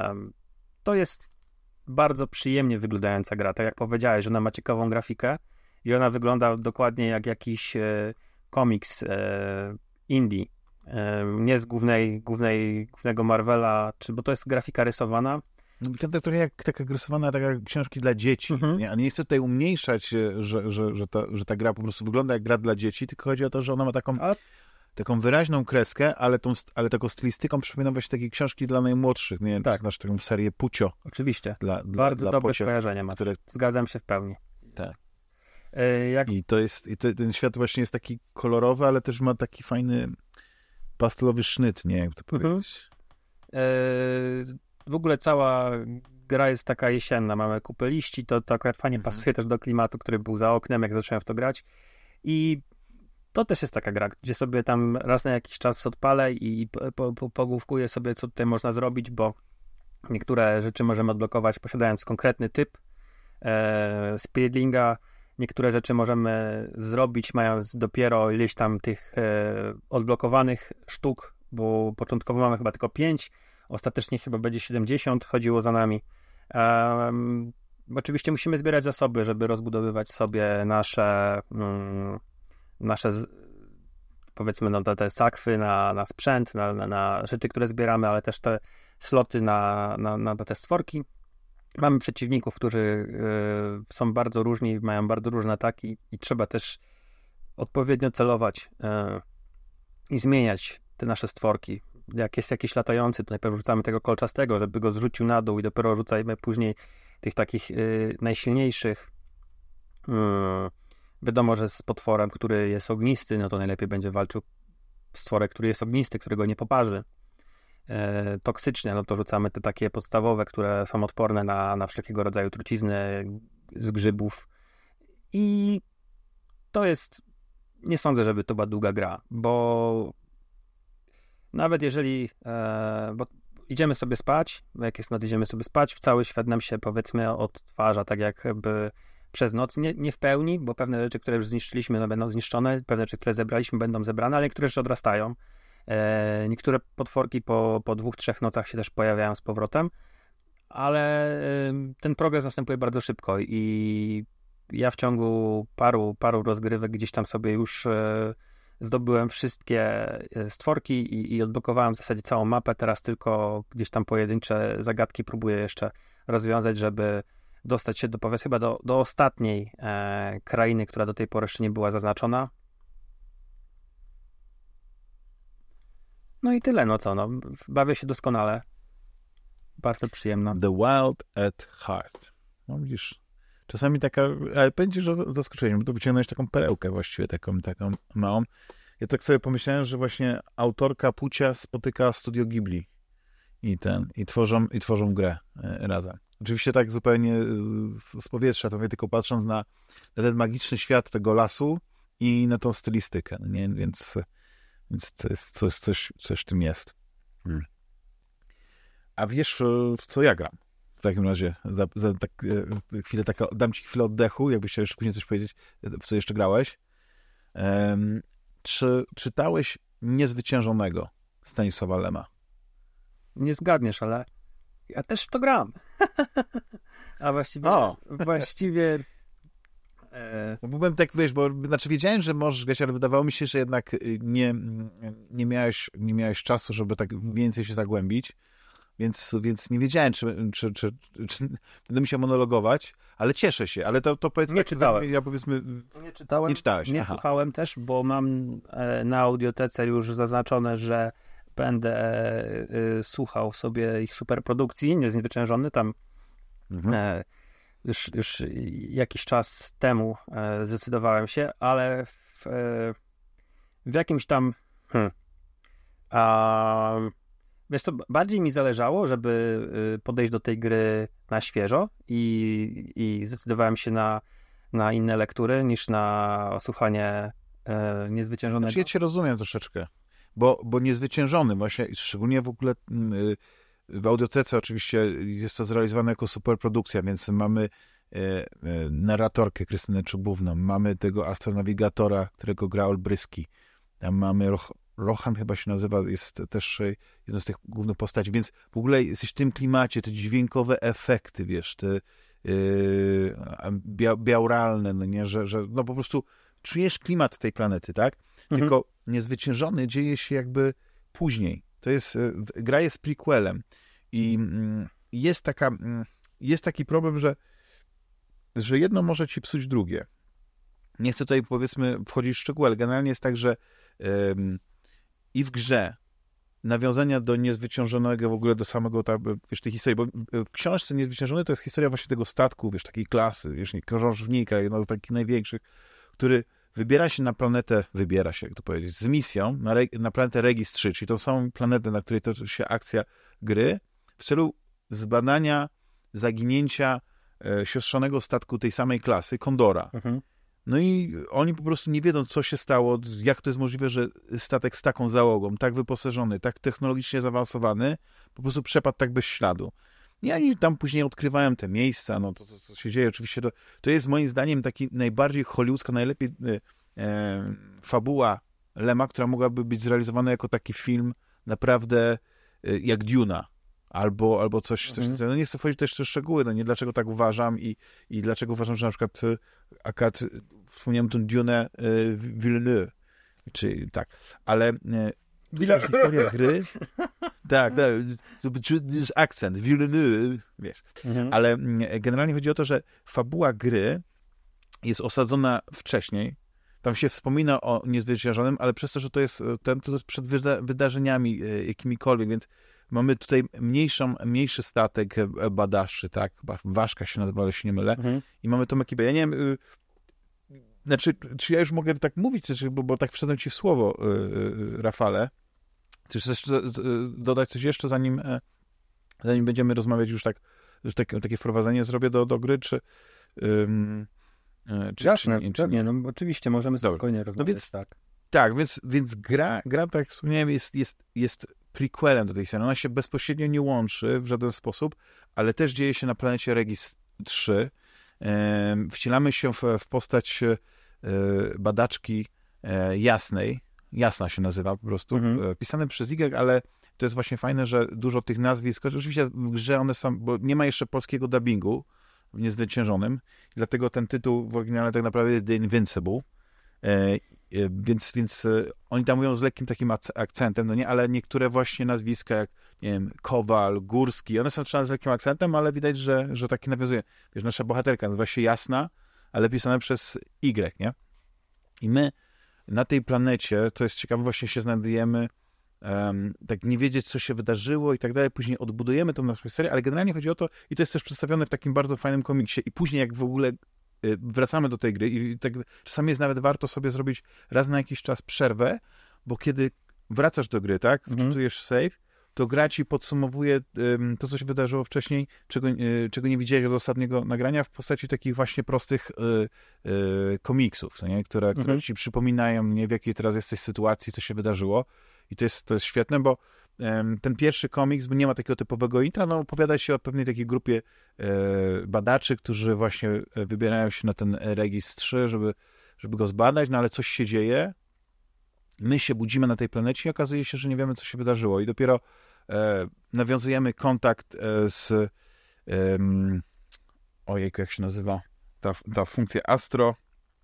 to jest bardzo przyjemnie wyglądająca gra. Tak jak powiedziałeś, że ona ma ciekawą grafikę i ona wygląda dokładnie jak jakiś yy, komiks yy, indie. Yy, nie z głównej, głównej, głównego Marvela, czy, bo to jest grafika rysowana. Wygląda trochę jak taka rysowana taka książki dla dzieci. Mhm. Nie? A nie chcę tutaj umniejszać, że, że, że, ta, że ta gra po prostu wygląda jak gra dla dzieci, tylko chodzi o to, że ona ma taką, A... taką wyraźną kreskę, ale, tą, ale taką stylistyką przypomina właśnie takie książki dla najmłodszych. Nie wiem, tak. Czy znasz taką serię Pucio. Oczywiście. Dla, Bardzo dla dobre Pucio, skojarzenie masz. Które... Zgadzam się w pełni. Tak. E, jak... I to jest, i to, ten świat właśnie jest taki kolorowy, ale też ma taki fajny pastelowy sznyt, nie? Jak to powiedzieć? Mhm. E... W ogóle cała gra jest taka jesienna. Mamy kupę liści, to, to akurat fajnie mhm. pasuje też do klimatu, który był za oknem, jak zacząłem w to grać. I to też jest taka gra, gdzie sobie tam raz na jakiś czas odpalę i po, po, pogłówkuję sobie, co tutaj można zrobić, bo niektóre rzeczy możemy odblokować posiadając konkretny typ e, spiritlinga. Niektóre rzeczy możemy zrobić mając dopiero ileś tam tych e, odblokowanych sztuk, bo początkowo mamy chyba tylko pięć. Ostatecznie chyba będzie siedemdziesiąt, chodziło za nami. Um, oczywiście musimy zbierać zasoby, żeby rozbudowywać sobie nasze um, nasze powiedzmy no, te, te sakwy na, na sprzęt, na, na, na rzeczy, które zbieramy, ale też te sloty na, na, na te stworki. Mamy przeciwników, którzy y, są bardzo różni, mają bardzo różne ataki i trzeba też odpowiednio celować y, i zmieniać te nasze stworki. Jak jest jakiś latający, to najpierw rzucamy tego kolczastego, żeby go zrzucił na dół i dopiero rzucajmy później tych takich y, najsilniejszych. Y, wiadomo, że z potworem, który jest ognisty, no to najlepiej będzie walczył stworek, który jest ognisty, którego nie poparzy, e, toksyczny, no to rzucamy te takie podstawowe, które są odporne na, na wszelkiego rodzaju trucizny z grzybów. I to jest, nie sądzę, żeby to była długa gra, bo nawet jeżeli, e, bo idziemy sobie spać, jak jest noc, idziemy sobie spać, cały świat nam się, powiedzmy, odtwarza tak jakby przez noc, nie, nie w pełni, bo pewne rzeczy, które już zniszczyliśmy, no, będą zniszczone, pewne rzeczy, które zebraliśmy, będą zebrane, ale niektóre rzeczy odrastają. E, niektóre potworki po, po dwóch, trzech nocach się też pojawiają z powrotem, ale e, ten progres następuje bardzo szybko i ja w ciągu paru, paru rozgrywek gdzieś tam sobie już e, zdobyłem wszystkie stworki i, i odblokowałem w zasadzie całą mapę, teraz tylko gdzieś tam pojedyncze zagadki próbuję jeszcze rozwiązać, żeby dostać się do, powiedzmy, chyba do, do ostatniej e, krainy, która do tej pory jeszcze nie była zaznaczona. No i tyle, no co, no, bawię się doskonale. Bardzo przyjemna. The Wild at Heart. No widzisz, czasami taka, ale będzie, że zaskoczenie, bo tu wyciągnąłeś taką perełkę właściwie, taką, taką małą. Ja tak sobie pomyślałem, że właśnie autorka Pucia spotyka Studio Ghibli i ten, i tworzą, i tworzą grę razem. Oczywiście tak zupełnie z, z powietrza, to mówię tylko patrząc na, na ten magiczny świat tego lasu i na tą stylistykę, nie? Więc, więc to jest coś, coś, coś w tym jest. Hmm. A wiesz, w co ja gram? W takim razie, za, za tak, chwilę taka, dam ci chwilę oddechu, jakbyś chciał jeszcze później coś powiedzieć, w co jeszcze grałeś. Um, czy czytałeś Niezwyciężonego Stanisława Lema? Nie zgadniesz, ale ja też w to gram. A właściwie... O. Właściwie... E... No byłem tak, wiesz, bo znaczy wiedziałem, że możesz grać, ale wydawało mi się, że jednak nie, nie, miałeś, nie miałeś czasu, żeby tak więcej się zagłębić, więc, więc nie wiedziałem, czy, czy, czy, czy będę musiał monologować, ale cieszę się, ale to, to powiedz... Nie tak, czytałem. Ja powiedzmy... Nie czytałem. Nie czytałeś. Nie Aha. słuchałem też, bo mam e, na audiotece już zaznaczone, że będę e, e, słuchał sobie ich superprodukcji, Niezwyciężony, tam Mhm. e, już, już jakiś czas temu e, zdecydowałem się, ale w, e, w jakimś tam hmm, a, wiesz co, bardziej mi zależało, żeby y, podejść do tej gry na świeżo i, i zdecydowałem się na, na inne lektury niż na słuchanie e, Niezwyciężonego. Znaczy, ja cię rozumiem troszeczkę, bo, bo Niezwyciężony właśnie, szczególnie w ogóle y, w audiotece oczywiście jest to zrealizowane jako superprodukcja, więc mamy y, y, narratorkę Krystynę Czubówną, mamy tego astronawigatora, którego gra Olbryski, tam mamy Roch Rohan chyba się nazywa, jest też jedną z tych głównych postaci, więc w ogóle jesteś w tym klimacie, te dźwiękowe efekty, wiesz, te yy, bia biauralne, no nie, że, że no po prostu czujesz klimat tej planety, tak? Mhm. Tylko Niezwyciężony dzieje się jakby później. To jest, gra jest prequelem i mm, jest taka, mm, jest taki problem, że, że jedno może ci psuć drugie. Nie chcę tutaj, powiedzmy, wchodzić w szczegóły, ale generalnie jest tak, że ym, i w grze nawiązania do Niezwyciężonego, w ogóle do samego ta, wiesz, tej historii, bo w książce Niezwyciężony to jest historia właśnie tego statku, wiesz, takiej klasy, wiesz, krążownika, jedno z takich największych, który wybiera się na planetę, wybiera się, jak to powiedzieć, z misją na, na planetę Regis trzy, czyli tą samą planetę, na której toczy się akcja gry, w celu zbadania zaginięcia e, siostrzanego statku tej samej klasy, Kondora. Mhm. No i oni po prostu nie wiedzą, co się stało, jak to jest możliwe, że statek z taką załogą, tak wyposażony, tak technologicznie zaawansowany, po prostu przepadł tak bez śladu. I oni tam później odkrywają te miejsca, no to, to co się dzieje, oczywiście to, to jest moim zdaniem taki najbardziej hollywoodzka, najlepiej e, e, fabuła Lema, która mogłaby być zrealizowana jako taki film naprawdę e, jak Duna. Albo, albo coś, coś Mhm. no nie chcę wchodzić też w te szczegóły, no nie dlaczego tak uważam i, i dlaczego uważam, że na przykład akad, wspomniałem tu Dune y, Villeneuve, czy tak, ale y, historia gry, tak, tak, to jest akcent, Villeneuve, wiesz, Mhm. ale y, generalnie chodzi o to, że fabuła gry jest osadzona wcześniej, tam się wspomina o Niezwyciężonym, ale przez to, że to jest, ten, to jest przed wyda wydarzeniami y, jakimikolwiek, więc mamy tutaj mniejszą, mniejszy statek badaczy, tak? Chyba Ważka się nazywa, ale się nie mylę. Mhm. I mamy tą ekipę. Ja nie wiem, znaczy, czy ja już mogę tak mówić, czy, bo, bo tak wszedłem ci w słowo, yy, Rafale. Czy chcesz dodać coś jeszcze, zanim, zanim będziemy rozmawiać już tak, że takie, takie wprowadzenie zrobię do, do gry, czy... Ym, czy Jasne, czy, czy nie, no oczywiście, możemy spokojnie Dobra. rozmawiać, no więc, tak. Tak, więc, więc gra, gra, tak jak wspomniałem, jest, jest, jest prequelem do tej serii. Ona się bezpośrednio nie łączy w żaden sposób, ale też dzieje się na planecie Regis trzy. Ym, wcielamy się w, w postać y, badaczki y, Jasnej. Jasna się nazywa po prostu. Mhm. Y, pisane przez Y, ale to jest właśnie fajne, że dużo tych nazwisk, oczywiście w grze one są, bo nie ma jeszcze polskiego dubbingu w niezwyciężonym, dlatego ten tytuł w oryginale tak naprawdę jest The Invincible. E, więc, więc e, oni tam mówią z lekkim takim akcentem, no nie, ale niektóre właśnie nazwiska jak, nie wiem, Kowal, Górski, one są czytane z lekkim akcentem, ale widać, że, że taki nawiązuje. Wiesz, nasza bohaterka nazywa się Jasna, ale pisane przez Y, nie? I my na tej planecie, to jest ciekawe, właśnie się znajdujemy, um, tak nie wiedzieć, co się wydarzyło i tak dalej, później odbudujemy tą naszą serię, ale generalnie chodzi o to, i to jest też przedstawione w takim bardzo fajnym komiksie, i później jak w ogóle wracamy do tej gry i tak, czasami jest nawet warto sobie zrobić raz na jakiś czas przerwę, bo kiedy wracasz do gry, tak, wczytujesz save, to gra ci podsumowuje um, to, co się wydarzyło wcześniej, czego, y, czego nie widziałeś od ostatniego nagrania, w postaci takich właśnie prostych y, y, komiksów, nie? Które, mhm. które ci przypominają, nie, w jakiej teraz jesteś sytuacji, co się wydarzyło. I to jest, to jest świetne, bo um, ten pierwszy komiks, bo nie ma takiego typowego intra, no opowiada się o pewnej takiej grupie e, badaczy, którzy właśnie wybierają się na ten Regis trzy, żeby, żeby go zbadać, no ale coś się dzieje. My się budzimy na tej planecie i okazuje się, że nie wiemy, co się wydarzyło. I dopiero e, nawiązujemy kontakt e, z e, ojejku, jak się nazywa ta, ta funkcja Astro.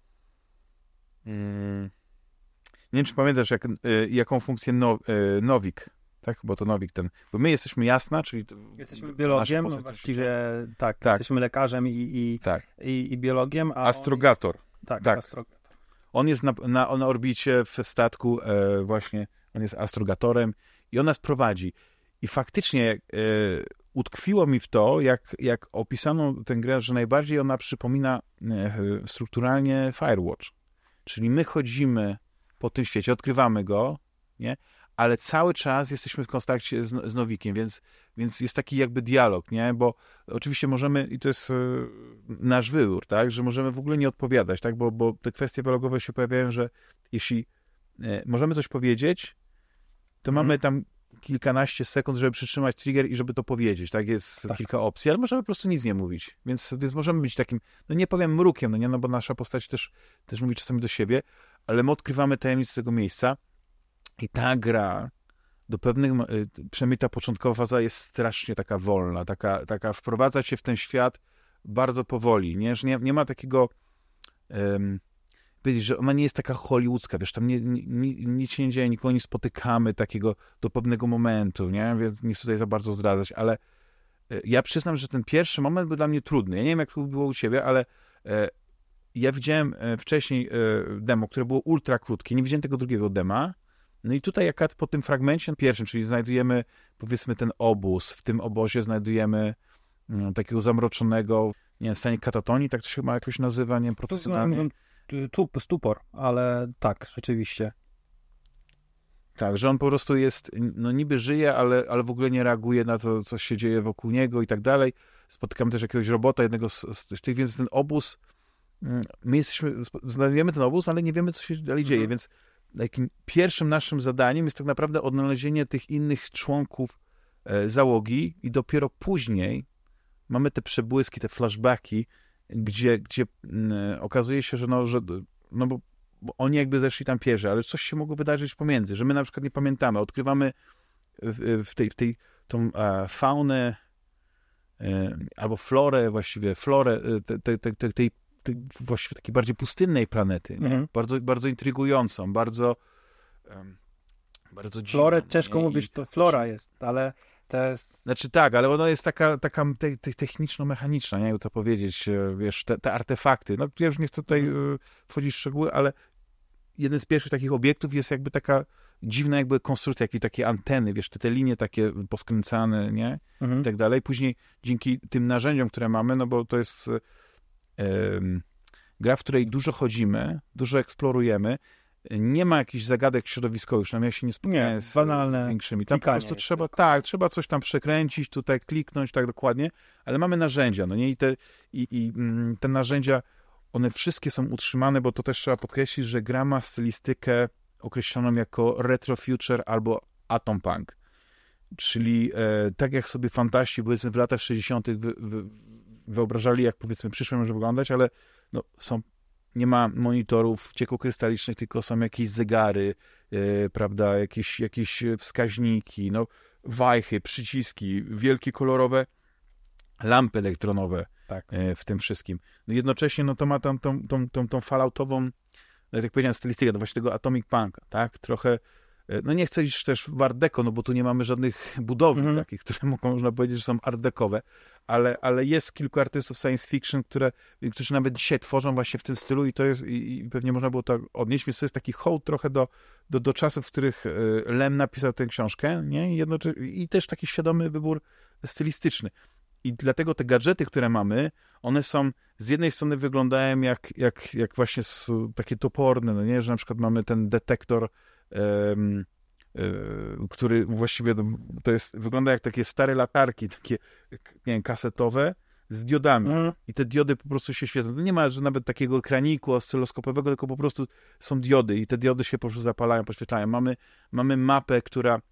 Hmm. Nie wiem, czy pamiętasz, jak, y, jaką funkcję no, y, Nowik, tak? Bo to Nowik ten. Bo my jesteśmy Jasna, czyli... Jesteśmy biologiem, no właściwie tak, tak, jesteśmy lekarzem i, i, tak. i, i biologiem. A Astrogator. On... Tak, tak, Astrogator. On jest na, na, na orbicie w statku, e, właśnie, on jest astrogatorem i on nas prowadzi. I faktycznie e, utkwiło mi w to, jak, jak opisano tę grę, że najbardziej ona przypomina e, strukturalnie Firewatch. Czyli my chodzimy po tym świecie, odkrywamy go, nie? Ale cały czas jesteśmy w kontakcie z, z Nowikiem, więc, więc jest taki jakby dialog, nie? Bo oczywiście możemy, i to jest y, nasz wybór, tak? Że możemy w ogóle nie odpowiadać, tak? Bo, bo te kwestie dialogowe się pojawiają, że jeśli y, możemy coś powiedzieć, to hmm. mamy tam kilkanaście sekund, żeby przytrzymać trigger i żeby to powiedzieć, tak? Jest tak. kilka opcji, ale możemy po prostu nic nie mówić, więc, więc możemy być takim, no nie powiem mrukiem, no nie? No bo nasza postać też, też mówi czasami do siebie, ale my odkrywamy tajemnice tego miejsca i ta gra do pewnych, przynajmniej ta początkowa faza jest strasznie taka wolna, taka, taka wprowadza cię w ten świat bardzo powoli, nie? Że nie, nie ma takiego um, powiedzieć, że ona nie jest taka hollywoodzka, wiesz, tam nie, nie, nic się nie dzieje, nikogo nie spotykamy takiego do pewnego momentu, nie? Więc nie chcę tutaj za bardzo zdradzać, ale ja przyznam, że ten pierwszy moment był dla mnie trudny. Ja nie wiem, jak to było u ciebie, ale e, ja widziałem wcześniej demo, które było ultra krótkie, nie widziałem tego drugiego dema, no i tutaj jak po tym fragmencie pierwszym, czyli znajdujemy, powiedzmy, ten obóz, w tym obozie znajdujemy no, takiego zamroczonego, nie wiem, w stanie katatonii, tak to się chyba jakoś nazywa, nie wiem, profesjonalnie. To stupor, ale tak, rzeczywiście. Tak, że on po prostu jest, no niby żyje, ale, ale w ogóle nie reaguje na to, co się dzieje wokół niego i tak dalej. Spotykamy też jakiegoś robota, jednego z, z tych, więc ten obóz, my jesteśmy, znajdujemy ten obóz, ale nie wiemy, co się dalej dzieje, mhm. więc takim pierwszym naszym zadaniem jest tak naprawdę odnalezienie tych innych członków e, załogi i dopiero później mamy te przebłyski, te flashbacki, gdzie, gdzie m, okazuje się, że no, że, no bo, bo oni jakby zeszli tam pierwszy, ale coś się mogło wydarzyć pomiędzy, że my na przykład nie pamiętamy, odkrywamy w, w tej, w tej tą e, faunę e, albo florę właściwie, florę te, te, te, te, tej właściwie takiej bardziej pustynnej planety, mhm. bardzo, bardzo intrygującą, bardzo um, bardzo dziwną. Florę ciężko nie? mówić, to flora jest, ale to jest... Znaczy tak, ale ona jest taka, taka te, te, techniczno-mechaniczna, nie wiem to powiedzieć, wiesz, te, te artefakty, no ja już nie chcę tutaj mhm. wchodzić w szczegóły, ale jeden z pierwszych takich obiektów jest jakby taka dziwna jakby konstrukcja, jakieś takie anteny, wiesz, te, te linie takie poskręcane, nie? Mhm. I tak dalej. Później dzięki tym narzędziom, które mamy, no bo to jest gra, w której dużo chodzimy, dużo eksplorujemy, nie ma jakichś zagadek środowiskowych, przynajmniej ja się nie spotkałem Nie, z, banalne z większymi. Tam po prostu jest trzeba, tylko. tak, trzeba coś tam przekręcić, tutaj kliknąć, tak dokładnie, ale mamy narzędzia, no nie, i te, i, i, mm, te narzędzia, one wszystkie są utrzymane, bo to też trzeba podkreślić, że gra ma stylistykę określoną jako retro future albo atom punk. Czyli e, tak jak sobie fantasi, powiedzmy w latach sześćdziesiątych wy, wy, wyobrażali, jak powiedzmy przyszłe może wyglądać, ale no, są, nie ma monitorów ciekłokrystalicznych, tylko są jakieś zegary, e, prawda, jakieś, jakieś wskaźniki, no, wajchy, przyciski, wielkie kolorowe lampy elektronowe Tak. e, w tym wszystkim. No, jednocześnie no, to ma tam tą, tą, tą, tą falloutowo, jak tak powiedziałem, stylistykę, to właśnie tego Atomic Punka, tak? Trochę, no nie chcę iść też w art deco, no bo tu nie mamy żadnych budowli Mhm. takich, które mogą, można powiedzieć, że są art decowe, ale, ale jest kilku artystów science fiction, które, którzy nawet dzisiaj tworzą właśnie w tym stylu i to jest, i, i pewnie można było to odnieść, więc to jest taki hołd trochę do, do, do czasów, w których y, Lem napisał tę książkę, nie? I, jednocze- i też taki świadomy wybór stylistyczny. I dlatego te gadżety, które mamy, one są, z jednej strony wyglądają jak, jak, jak właśnie s, takie toporne, no nie? Że na przykład mamy ten detektor, um, um, który właściwie to, to jest, wygląda jak takie stare latarki, takie, nie wiem, kasetowe z diodami. Mhm. I te diody po prostu się świecą. Nie ma że nawet takiego ekraniku oscyloskopowego, tylko po prostu są diody i te diody się po prostu zapalają, poświetlają. Mamy, mamy mapę, która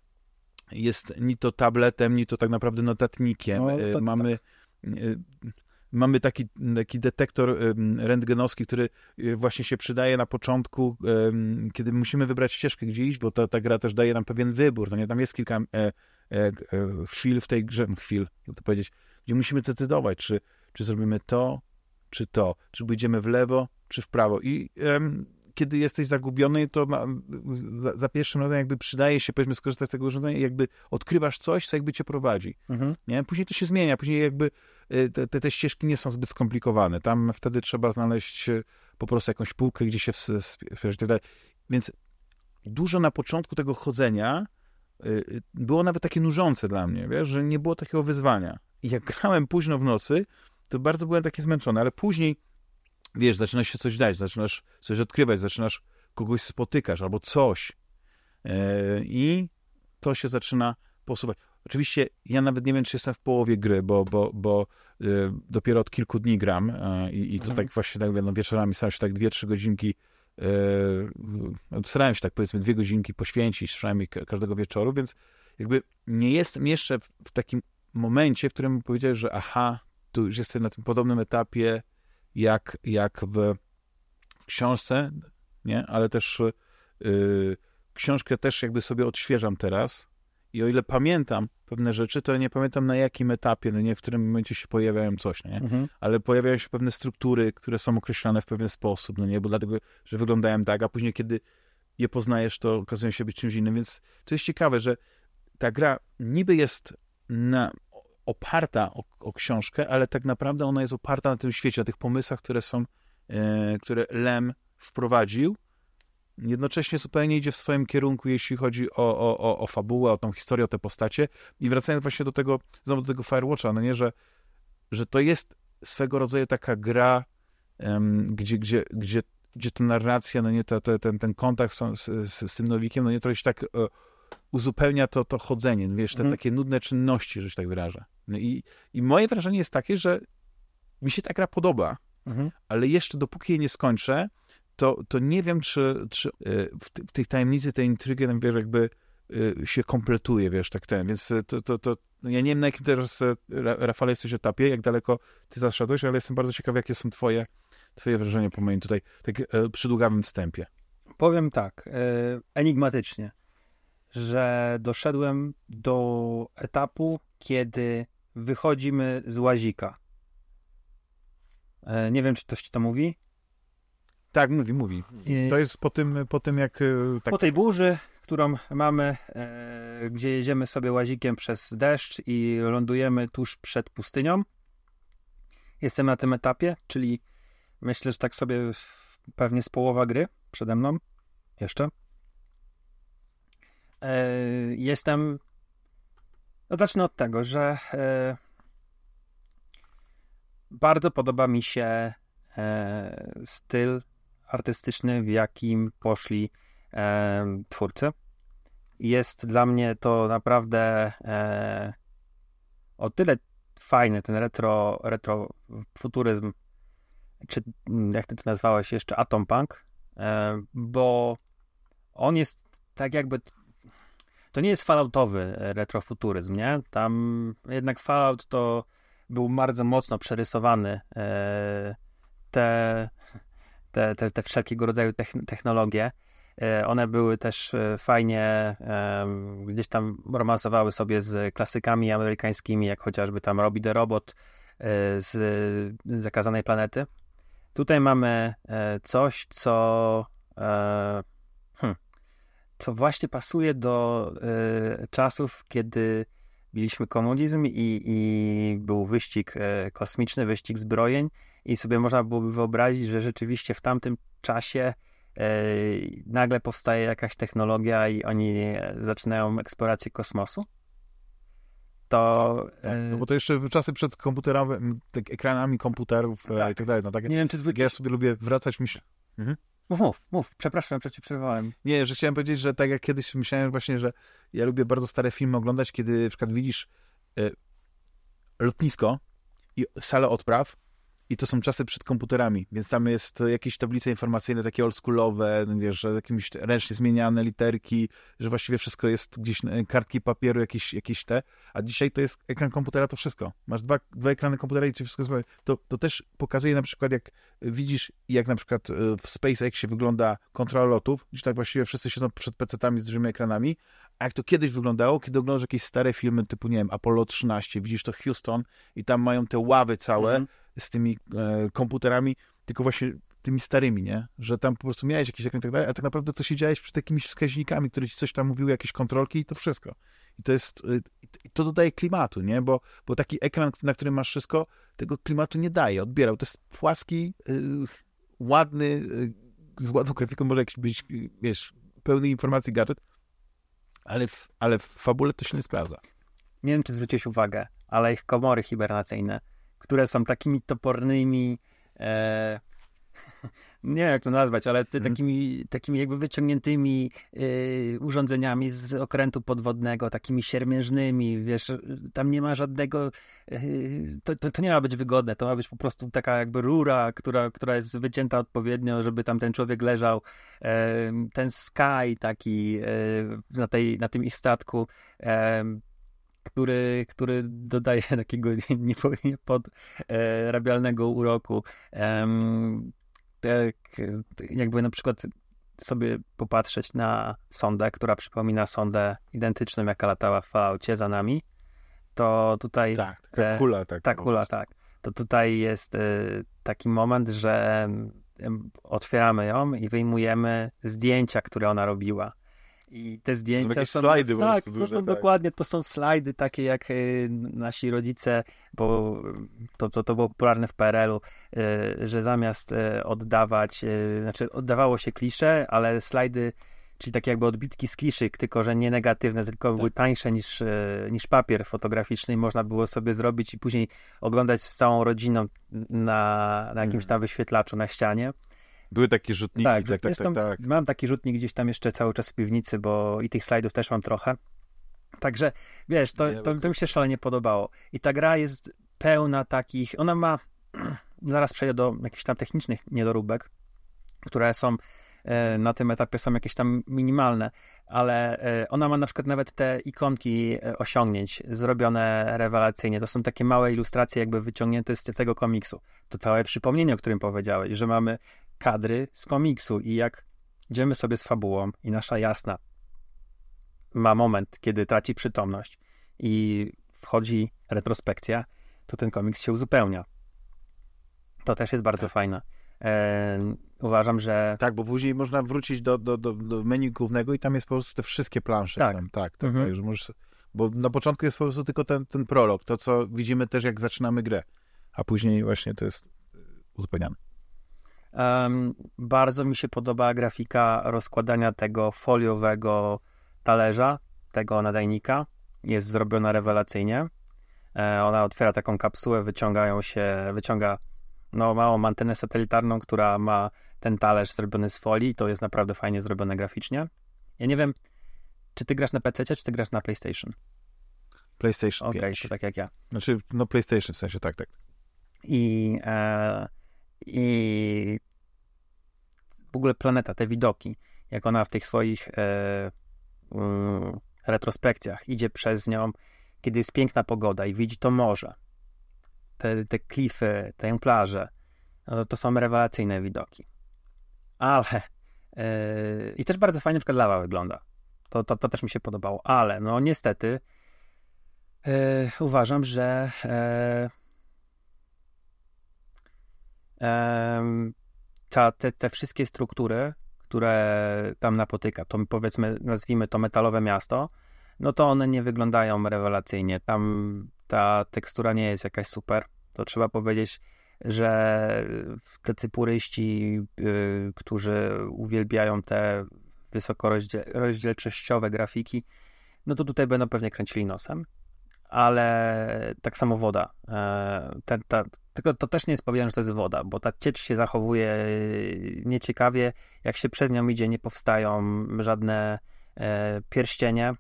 jest ni to tabletem, ni to tak naprawdę notatnikiem. No, E, tak, mamy, tak. e, mamy taki, taki detektor e, rentgenowski, który e, właśnie się przydaje na początku, e, kiedy musimy wybrać ścieżkę, gdzie iść, bo ta, ta gra też daje nam pewien wybór. No nie, tam jest kilka e, e, e, chwil w tej grze, chwil, jak to powiedzieć, gdzie musimy zdecydować, czy, czy zrobimy to, czy to, czy pójdziemy w lewo, czy w prawo. I em, kiedy jesteś zagubiony, to na, za, za pierwszym razem jakby przydaje się, powiedzmy, skorzystać z tego urządzenia i jakby odkrywasz coś, co jakby cię prowadzi. Mhm. Nie? Później to się zmienia, później jakby te, te, te ścieżki nie są zbyt skomplikowane. Tam wtedy trzeba znaleźć po prostu jakąś półkę, gdzie się wspiąć i tak dalej. Więc dużo na początku tego chodzenia y, było nawet takie nużące dla mnie, wiesz, że nie było takiego wyzwania. I jak grałem późno w nocy, to bardzo byłem taki zmęczony, ale później wiesz, zaczyna się coś dać, zaczynasz coś odkrywać, zaczynasz kogoś spotykasz albo coś yy, i to się zaczyna posuwać. Oczywiście ja nawet nie wiem, czy jestem w połowie gry, bo, bo, bo yy, dopiero od kilku dni gram yy, i to Mhm. tak właśnie, tak mówię, no wieczorami staram się tak dwie, trzy godzinki yy, starałem się tak powiedzmy dwie godzinki poświęcić przynajmniej ka- każdego wieczoru, więc jakby nie jestem jeszcze w, w takim momencie, w którym powiedziałeś, że aha, tu już jestem na tym podobnym etapie jak, jak w, w książce, nie? Ale też yy, książkę też jakby sobie odświeżam teraz i o ile pamiętam pewne rzeczy, to nie pamiętam na jakim etapie, no nie, w którym momencie się pojawiają coś, no nie? Mhm. Ale pojawiają się pewne struktury, które są określone w pewien sposób, no nie, bo dlatego, że wyglądają tak, a później kiedy je poznajesz, to okazują się być czymś innym, więc to jest ciekawe, że ta gra niby jest na oparta o, o książkę, ale tak naprawdę ona jest oparta na tym świecie, na tych pomysłach, które są, e, które Lem wprowadził. Jednocześnie zupełnie idzie w swoim kierunku, jeśli chodzi o, o, o, o fabułę, o tą historię, o te postacie. I wracając właśnie do tego, znowu do tego Firewatcha, no nie, że, że to jest swego rodzaju taka gra, em, gdzie, gdzie, gdzie, gdzie ta narracja, no nie, ta, ta, ten, ten kontakt z, z, z tym nowikiem, no nie, trochę się tak e, uzupełnia to, to chodzenie, wiesz, te Mhm. takie nudne czynności, że się tak wyrażę. No i, i moje wrażenie jest takie, że mi się ta gra podoba, Mhm. ale jeszcze dopóki jej nie skończę, to, to nie wiem, czy, czy y, w, ty, w tej tajemnicy, tej intrygi, tam, wiesz, jakby y, się kompletuje, wiesz, tak ten, więc to, to, to no ja nie wiem, na jakim teraz, Rafale, jesteś etapie, jak daleko ty zaszedłeś, ale jestem bardzo ciekawy, jakie są twoje, twoje wrażenia po moim tutaj tak, y, przydługawym wstępie. Powiem tak, e, enigmatycznie, że doszedłem do etapu, kiedy wychodzimy z łazika. E, nie wiem, czy ktoś ci to mówi. Tak, mówi, mówi. I To jest po tym, po tym jak... y, Tak, po tej burzy, którą mamy, e, gdzie jedziemy sobie łazikiem przez deszcz i lądujemy tuż przed pustynią. Jestem na tym etapie, czyli myślę, że tak sobie w- pewnie z połowa gry przede mną. Jeszcze. E, jestem... No zacznę od tego, że e, bardzo podoba mi się e, styl artystyczny, w jakim poszli e, twórcy. Jest dla mnie to naprawdę e, o tyle fajny ten retro, retrofuturyzm, czy jak ty to nazwałeś jeszcze, Atom Punk, e, bo on jest tak jakby, to nie jest falloutowy retrofuturyzm, nie? Tam jednak Fallout to był bardzo mocno przerysowany, e, te, te, te, te wszelkiego rodzaju technologie. One były też fajnie, gdzieś tam romansowały sobie z klasykami amerykańskimi, jak chociażby tam Robbie the Robot z Zakazanej Planety. Tutaj mamy coś, co, hmm, co właśnie pasuje do czasów, kiedy mieliśmy komunizm i, i był wyścig kosmiczny, wyścig zbrojeń i sobie można byłoby wyobrazić, że rzeczywiście w tamtym czasie nagle powstaje jakaś technologia i oni zaczynają eksplorację kosmosu, to... Tak, tak. No bo to jeszcze czasy przed komputerami, tak, ekranami komputerów tak. i tak dalej. No, tak, nie wiem, czy zwykle... Ja sobie lubię wracać, myślę... Mhm. Mów, mów, mów. Przepraszam, że ci przerwałem. Nie, że chciałem powiedzieć, że tak jak kiedyś myślałem właśnie, że ja lubię bardzo stare filmy oglądać, kiedy na przykład widzisz y, lotnisko i salę odpraw, i to są czasy przed komputerami, więc tam jest jakieś tablice informacyjne takie oldschoolowe, wiesz, że jakimiś ręcznie zmieniane literki, że właściwie wszystko jest gdzieś, kartki papieru, jakieś, jakieś te, a dzisiaj to jest ekran komputera, to wszystko. Masz dwa, dwa ekrany komputera i ci wszystko jest... To, to też pokazuje na przykład, jak widzisz, jak na przykład w SpaceXie wygląda kontrola lotów, gdzie tak właściwie wszyscy siedzą przed pecetami z dużymi ekranami, a jak to kiedyś wyglądało, kiedy oglądasz jakieś stare filmy typu, nie wiem, Apollo trzynaście, widzisz to Houston i tam mają te ławy całe, mm. z tymi e, komputerami, tylko właśnie tymi starymi, nie? Że tam po prostu miałeś jakieś ekran i tak dalej, a tak naprawdę to siedziałeś przed jakimiś wskaźnikami, które ci coś tam mówiły, jakieś kontrolki i to wszystko. I to jest, i to dodaje klimatu, nie? Bo, bo taki ekran, na którym masz wszystko, tego klimatu nie daje, odbierał. To jest płaski, y, ładny, y, z ładną grafiką może jakiś być, wiesz, pełny informacji gadżet, ale w, ale w fabule to się nie sprawdza. Nie wiem, czy zwróciłeś uwagę, ale ich komory hibernacyjne, które są takimi topornymi, e, nie wiem jak to nazwać, ale ty, hmm. takimi, takimi jakby wyciągniętymi e, urządzeniami z okrętu podwodnego, takimi siermiężnymi, wiesz, tam nie ma żadnego, e, to, to, to nie ma być wygodne, to ma być po prostu taka jakby rura, która, która jest wycięta odpowiednio, żeby tam ten człowiek leżał, e, ten sky taki e, na, tej, na tym ich statku, e, Który, który dodaje takiego niepodrabialnego uroku. Um, tak, jakby na przykład sobie popatrzeć na sondę, która przypomina sondę identyczną, jaka latała w Falloutie za nami, to tutaj... Tak, taka kula. Tak, ta kula, tak. To tutaj jest y, taki moment, że y, otwieramy ją i wyjmujemy zdjęcia, które ona robiła. I te zdjęcia są... są... slajdy tak, po to duże, są tak. dokładnie, to są slajdy takie jak y, nasi rodzice, bo to, to, to było popularne w P R L u, y, że zamiast y, oddawać, y, znaczy oddawało się klisze, ale slajdy, czyli takie jakby odbitki z kliszy, tylko że nie negatywne, tylko tak. były tańsze niż, y, niż papier fotograficzny i można było sobie zrobić i później oglądać z całą rodziną na, na jakimś tam wyświetlaczu na ścianie. Były takie rzutniki, tak, tak, tak, tak, tak. Mam taki rzutnik gdzieś tam jeszcze cały czas w piwnicy, bo i tych slajdów też mam trochę. Także, wiesz, to, to, to mi się szalenie podobało. I ta gra jest pełna takich, ona ma, zaraz przejdę do jakichś tam technicznych niedoróbek, które są e, na tym etapie są jakieś tam minimalne, ale e, ona ma na przykład nawet te ikonki osiągnięć zrobione rewelacyjnie. To są takie małe ilustracje jakby wyciągnięte z tego komiksu. To całe przypomnienie, o którym powiedziałeś, że mamy kadry z komiksu i jak idziemy sobie z fabułą i nasza Jasna ma moment, kiedy traci przytomność i wchodzi retrospekcja, to ten komiks się uzupełnia. To też jest bardzo tak. fajne. E, uważam, że... Tak, bo później można wrócić do, do, do, do menu głównego i tam jest po prostu te wszystkie plansze. Tak. Tam. Tak, tak, mhm. tak, że możesz... Bo na początku jest po prostu tylko ten, ten prolog, to co widzimy też jak zaczynamy grę, a później właśnie to jest uzupełniane. Um, bardzo mi się podoba grafika rozkładania tego foliowego talerza, tego nadajnika. Jest zrobiona rewelacyjnie. E, ona otwiera taką kapsułę, wyciągają się, wyciąga no, małą antenę satelitarną, która ma ten talerz zrobiony z folii, to jest naprawdę fajnie zrobione graficznie. Ja nie wiem, czy ty grasz na P C, czy ty grasz na PlayStation? PlayStation Okej, pięć. to tak jak ja. Znaczy, no PlayStation w sensie, tak, tak. I, e, i w ogóle planeta, te widoki, jak ona w tych swoich e, mm, retrospekcjach idzie przez nią, kiedy jest piękna pogoda i widzi to morze, te, te klify, tę plażę, no to, to są rewelacyjne widoki. Ale e, i też bardzo fajnie na przykład lawa wygląda. To, to, to też mi się podobało, ale no niestety e, uważam, że e, e, ta, te, te wszystkie struktury, które tam napotyka, to powiedzmy, nazwijmy to metalowe miasto, no to one nie wyglądają rewelacyjnie. Tam ta tekstura nie jest jakaś super. To trzeba powiedzieć, że tacy puryści, yy, którzy uwielbiają te wysokorozdzielczościowe grafiki, no to tutaj będą pewnie kręcili nosem. Ale tak samo woda. E, ta, ta, tylko to też nie jest powiedziane, że to jest woda, bo ta ciecz się zachowuje nieciekawie. Jak się przez nią idzie, nie powstają żadne e, pierścienie.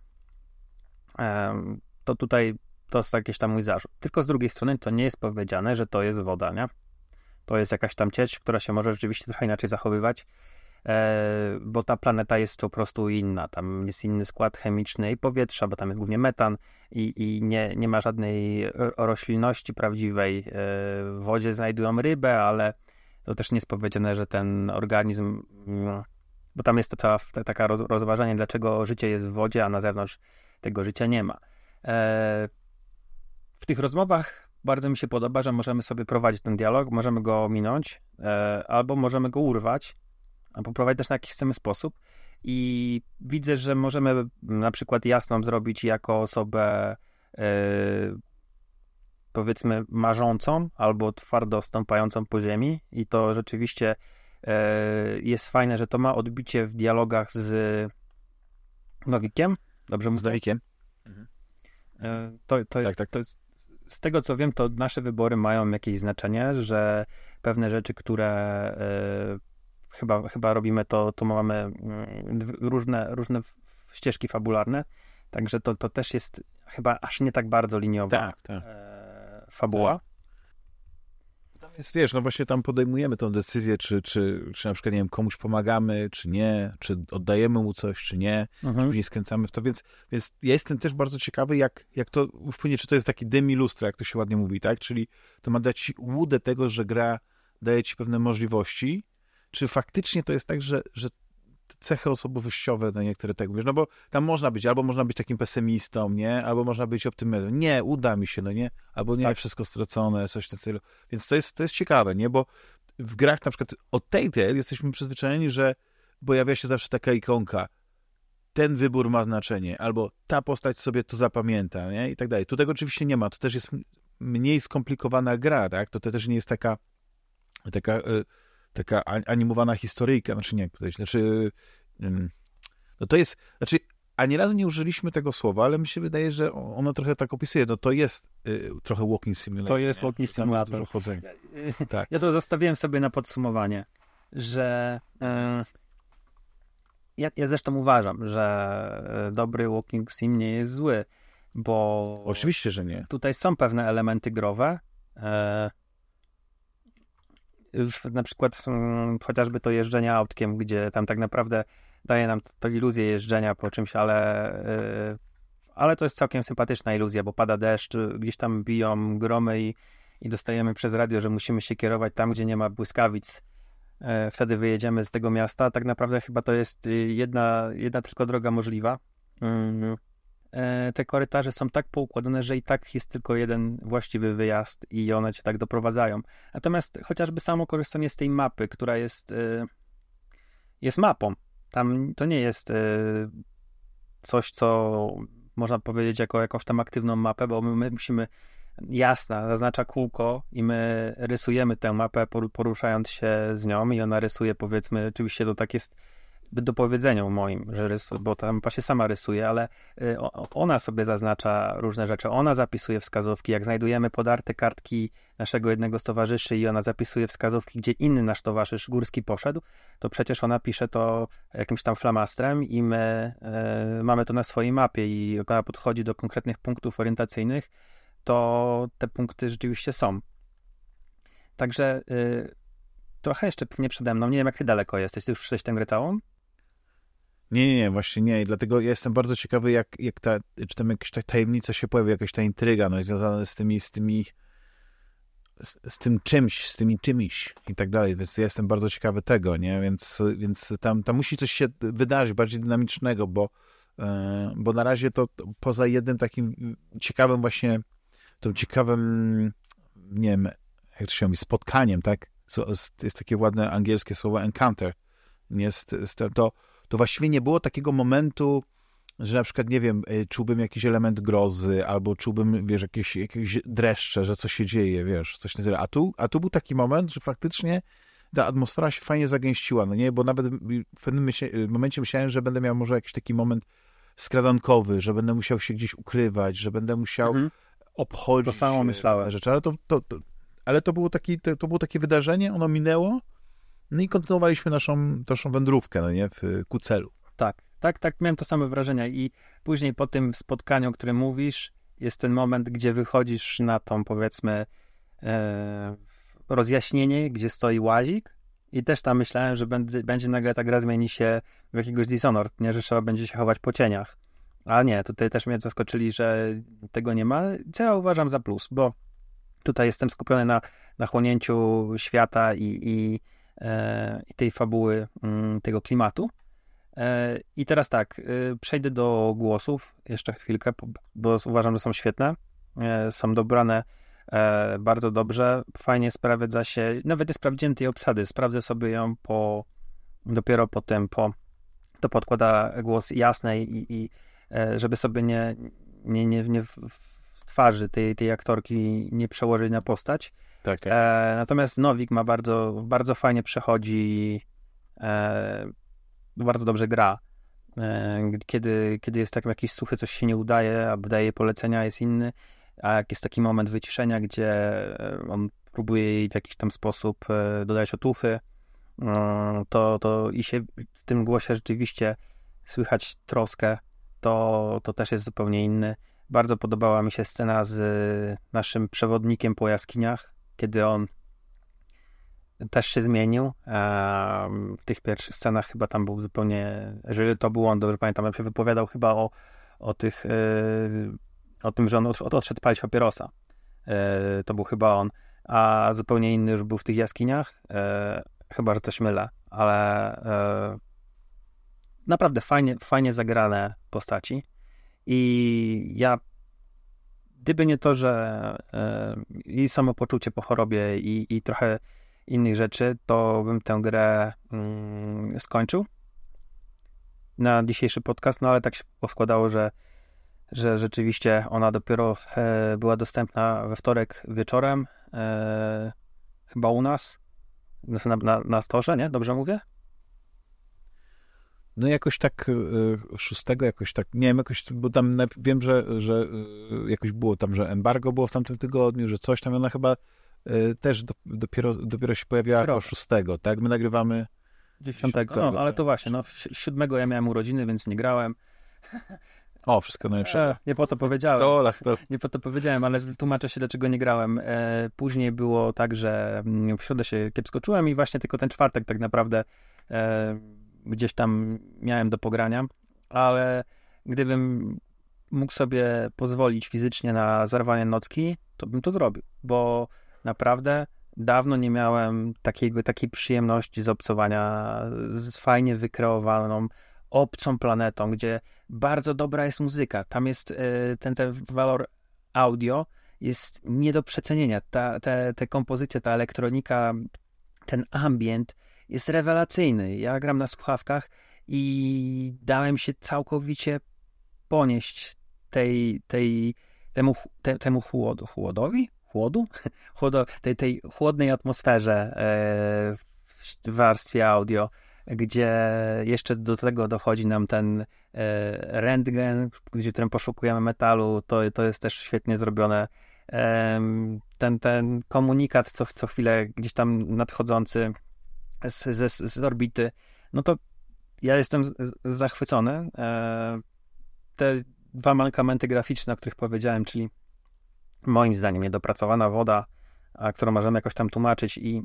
E, to tutaj to jest jakiś tam mój zarzut. Tylko z drugiej strony to nie jest powiedziane, że to jest woda, nie? To jest jakaś tam ciecz, która się może rzeczywiście trochę inaczej zachowywać, e, bo ta planeta jest po prostu inna. Tam jest inny skład chemiczny i powietrza, bo tam jest głównie metan i, i nie, nie ma żadnej roślinności prawdziwej. E, w wodzie znajdują rybę, ale to też nie jest powiedziane, że ten organizm, no, bo tam jest to cała ta, taka roz, rozważanie, dlaczego życie jest w wodzie, a na zewnątrz tego życia nie ma. E, w tych rozmowach bardzo mi się podoba, że możemy sobie prowadzić ten dialog, możemy go ominąć, e, albo możemy go urwać, albo prowadzić też na jakiś chcemy sposób. I widzę, że możemy na przykład Jasną zrobić jako osobę e, powiedzmy marzącą, albo twardo stąpającą po ziemi i to rzeczywiście e, jest fajne, że to ma odbicie w dialogach z Nowikiem. Dobrze mówię? Z Nowikiem. E, to, to, jest, tak, tak. to jest z tego co wiem, to nasze wybory mają jakieś znaczenie, że pewne rzeczy, które e, chyba, chyba robimy, to, to mamy mm, różne, różne ścieżki fabularne, także to, to też jest chyba aż nie tak bardzo liniowa tak, tak. E, fabuła. Tak. Tam jest, wiesz, no właśnie tam podejmujemy tę decyzję, czy, czy, czy na przykład, nie wiem, komuś pomagamy, czy nie, czy oddajemy mu coś, czy nie, Mhm. czy później skręcamy w to, więc, więc ja jestem też bardzo ciekawy, jak, jak to wpłynie, czy to jest taki dym lustra, jak to się ładnie mówi, tak? Czyli to ma dać ci łudę tego, że gra daje ci pewne możliwości, czy faktycznie to jest tak, że, że cechy osobowościowe, no niektóre tak mówisz, no bo tam można być, albo można być takim pesymistą, nie? Albo można być optymistą. Nie, uda mi się, no nie? Albo nie, Tak. wszystko stracone, coś w tym stylu. Więc to jest, to jest ciekawe, nie? Bo w grach na przykład od Telltale jesteśmy przyzwyczajeni, że pojawia się zawsze taka ikonka, ten wybór ma znaczenie, albo ta postać sobie to zapamięta, nie? I tak dalej. Tu tego oczywiście nie ma, to też jest mniej skomplikowana gra, tak? To też nie jest taka taka y, taka animowana historyjka, znaczy nie, znaczy no to jest, znaczy ani razu nie użyliśmy tego słowa, ale mi się wydaje, że ono trochę tak opisuje, no to jest y, trochę walking simulator. To jest nie? walking Tam jest simulator. dużo chodzenia. Tak. Ja to zostawiłem sobie na podsumowanie, że e, ja, ja zresztą uważam, że dobry walking sim nie jest zły, bo Oczywiście, że nie. tutaj są pewne elementy growe, e, na przykład um, chociażby to jeżdżenie autkiem, gdzie tam tak naprawdę daje nam to, to iluzję jeżdżenia po czymś, ale, yy, ale to jest całkiem sympatyczna iluzja, bo pada deszcz, gdzieś tam biją gromy i, i dostajemy przez radio, że musimy się kierować tam, gdzie nie ma błyskawic. Yy, wtedy wyjedziemy z tego miasta. Tak naprawdę chyba to jest jedna, jedna tylko droga możliwa. Yy. Te korytarze są tak poukładane, że i tak jest tylko jeden właściwy wyjazd i one cię tak doprowadzają. Natomiast chociażby samo korzystanie z tej mapy, która jest jest mapą. Tam to nie jest coś, co można powiedzieć jako jakąś tam aktywną mapę, bo my, my musimy, Jasna zaznacza kółko i my rysujemy tę mapę poruszając się z nią i ona rysuje, powiedzmy, oczywiście to tak jest dopowiedzeniu moim, że rysu, bo tam się sama rysuje, ale y, o, ona sobie zaznacza różne rzeczy, ona zapisuje wskazówki, jak znajdujemy podarte kartki naszego jednego z towarzyszy i ona zapisuje wskazówki, gdzie inny nasz towarzysz górski poszedł, to przecież ona pisze to jakimś tam flamastrem i my y, mamy to na swojej mapie i jak ona podchodzi do konkretnych punktów orientacyjnych, to te punkty rzeczywiście są. Także y, trochę jeszcze pewnie przede mną. Nie wiem, jak ty daleko jesteś. Ty już przeszłeś tę grę całą? Nie, nie, nie, właśnie nie. I dlatego ja jestem bardzo ciekawy, jak, jak ta, czy tam jakaś ta tajemnica się pojawi, jakaś ta intryga, no, związana z tymi, z tymi, z, z tym czymś, z tymi czymś i tak dalej. Więc ja jestem bardzo ciekawy tego, nie? Więc, więc tam, tam musi coś się wydarzyć bardziej dynamicznego, bo, e, bo na razie to, to poza jednym takim ciekawym właśnie, tą ciekawym, nie wiem, jak to się mówi, spotkaniem, tak? Jest takie ładne angielskie słowo encounter. Jest, to, to właściwie nie było takiego momentu, że na przykład, nie wiem, czułbym jakiś element grozy, albo czułbym, wiesz, jakieś, jakieś dreszcze, że coś się dzieje, wiesz, coś nie a tu, a tu był taki moment, że faktycznie ta atmosfera się fajnie zagęściła, no nie, bo nawet w pewnym momencie myślałem, że będę miał może jakiś taki moment skradankowy, że będę musiał się gdzieś ukrywać, że będę musiał mhm. obchodzić to samo myślałem. rzeczy, ale to, to, to Ale to było, taki, to, to było takie wydarzenie, ono minęło, no i kontynuowaliśmy naszą, naszą wędrówkę, no nie, w, ku celu. Tak, tak, tak, miałem to same wrażenia i później po tym spotkaniu, o którym mówisz, jest ten moment, gdzie wychodzisz na tą, powiedzmy, e, rozjaśnienie, gdzie stoi łazik i też tam myślałem, że będzie, będzie nagle ta gra zmieni się w jakiegoś Dishonored, nie, że trzeba będzie się chować po cieniach. A nie, tutaj też mnie zaskoczyli, że tego nie ma, co ja uważam za plus, bo tutaj jestem skupiony na, na chłonięciu świata i, i, e, i tej fabuły, m, tego klimatu. E, I teraz tak, e, przejdę do głosów jeszcze chwilkę, bo uważam, że są świetne. E, są dobrane e, bardzo dobrze. Fajnie sprawdza się, nawet nie sprawdziłem tej obsady, sprawdzę sobie ją po, dopiero po tym, po, to podkłada głos jasnej i, i e, żeby sobie nie, nie, nie, nie w, twarzy tej, tej aktorki nie przełożyć na postać. Tak, tak. E, natomiast Nowik ma bardzo, bardzo fajnie przechodzi, e, bardzo dobrze gra. E, kiedy, kiedy jest tak jakiś suchy, coś się nie udaje, a wydaje polecenia, jest inny, a jak jest taki moment wyciszenia, gdzie on próbuje jej w jakiś tam sposób e, dodać otuchy, e, to, to i się w tym głosie rzeczywiście słychać troskę, to, to też jest zupełnie inny. Bardzo podobała mi się scena z naszym przewodnikiem po jaskiniach, kiedy on też się zmienił. W tych pierwszych scenach chyba tam był zupełnie, jeżeli to był on, dobrze pamiętam, on się wypowiadał chyba o, o tych, o tym, że on odszedł palić papierosa. To był chyba on, a zupełnie inny już był w tych jaskiniach. Chyba, że coś mylę, ale naprawdę fajnie, fajnie zagrane postaci. I ja, gdyby nie to, że e, i samopoczucie po chorobie i, i trochę innych rzeczy, to bym tę grę mm, skończył na dzisiejszy podcast, no ale tak się poskładało, że, że rzeczywiście ona dopiero e, była dostępna we wtorek wieczorem, e, chyba u nas, na, na, na storze, nie? Dobrze mówię? No jakoś tak szóstego, jakoś tak, nie wiem, jakoś, bo tam wiem, że, że jakoś było tam, że embargo było w tamtym tygodniu, że coś tam, ona chyba też do, dopiero, dopiero się pojawiła jako szóstego, tak? My nagrywamy dziesiątego, no, ale to właśnie, no siódmego ja miałem urodziny, więc nie grałem. O, wszystko najlepsze. E, nie po to powiedziałem. Stola, stola. Nie po to powiedziałem, ale tłumaczę się, dlaczego nie grałem. E, później było tak, że w środę się kiepsko czułem i właśnie tylko ten czwartek tak naprawdę e, gdzieś tam miałem do pogrania, ale gdybym mógł sobie pozwolić fizycznie na zarwanie nocki, to bym to zrobił, bo naprawdę dawno nie miałem takiego, takiej przyjemności z obcowania z fajnie wykreowaną, obcą planetą, gdzie bardzo dobra jest muzyka. Tam jest y, ten, ten walor audio jest nie do przecenienia. Ta, te, te kompozycje, ta elektronika, ten ambient jest rewelacyjny. Ja gram na słuchawkach i dałem się całkowicie ponieść tej, tej, temu, te, temu chłod, chłodowi? Chłodu? Chłodo, tej, tej chłodnej atmosferze e, w warstwie audio. gdzie jeszcze do tego dochodzi nam ten e, rentgen, gdzie którym poszukujemy metalu, to, to jest też świetnie zrobione. E, ten, ten komunikat co, co chwilę gdzieś tam nadchodzący z, z, z orbity, no to ja jestem z, z, zachwycony. E, te dwa mankamenty graficzne, o których powiedziałem, czyli moim zdaniem niedopracowana woda, a którą możemy jakoś tam tłumaczyć i,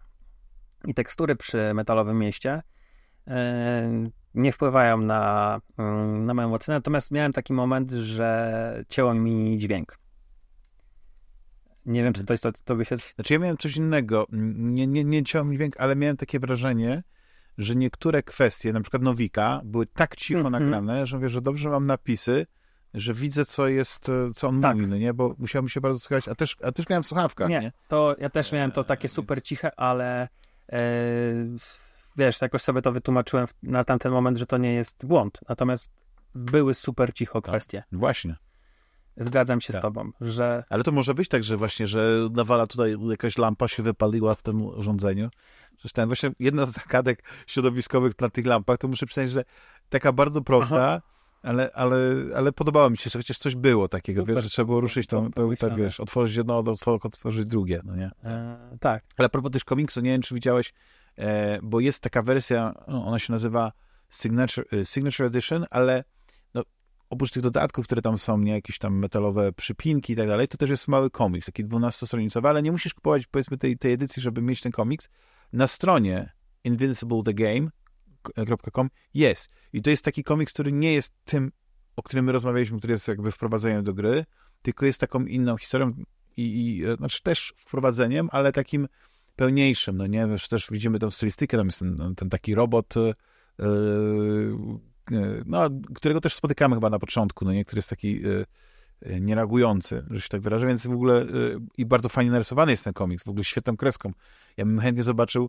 i tekstury przy metalowym mieście e, nie wpływają na, na moją ocenę, natomiast miałem taki moment, że cięło mi dźwięk. Nie wiem, czy to jest to, to by się... Znaczy ja miałem coś innego. Nie, nie, nie ciął mi dźwięk, ale miałem takie wrażenie, że niektóre kwestie, na przykład Nowika, były tak cicho mm-hmm. nagrane, że mówię, że dobrze mam napisy, że widzę, co jest, co on tak. mówi, no nie? Bo musiałem się bardzo słuchać, a też, a też miałem w słuchawkach, nie? nie? To ja też miałem to takie super ciche, ale e, wiesz, jakoś sobie to wytłumaczyłem na tamten moment, że to nie jest błąd. Natomiast były super cicho kwestie. Tak, właśnie. Zgadzam się tak. z tobą, że... Ale to może być tak, że właśnie, że nawala tutaj jakaś lampa się wypaliła w tym urządzeniu. Przecież ten właśnie jedna z zagadek środowiskowych na tych lampach, to muszę przyznać, że taka bardzo prosta, Aha. ale, ale, ale podobało mi się, że chociaż coś było takiego, wiesz, że trzeba było ruszyć to, to, to, tak, wiesz, otworzyć jedno, otworzyć drugie, no nie? E, tak. Ale a propos też komiksu, nie wiem, czy widziałeś, e, bo jest taka wersja, no, ona się nazywa Signature, Signature Edition, ale no, oprócz tych dodatków, które tam są, nie, jakieś tam metalowe przypinki i tak dalej, to też jest mały komiks, taki dwunastostronicowy, ale nie musisz kupować, powiedzmy, tej, tej edycji, żeby mieć ten komiks. Na stronie invincible the game kropka com jest. I to jest taki komiks, który nie jest tym, o którym my rozmawialiśmy, który jest jakby wprowadzeniem do gry, tylko jest taką inną historią i, i znaczy też wprowadzeniem, ale takim pełniejszym, no nie? Wiesz, też widzimy tę stylistykę, tam jest ten, ten taki robot, yy, yy, no, którego też spotykamy chyba na początku, no nie? Który jest taki yy, niereagujący, że się tak wyrażę, więc w ogóle yy, i bardzo fajnie narysowany jest ten komiks, w ogóle świetną kreską. Ja bym chętnie zobaczył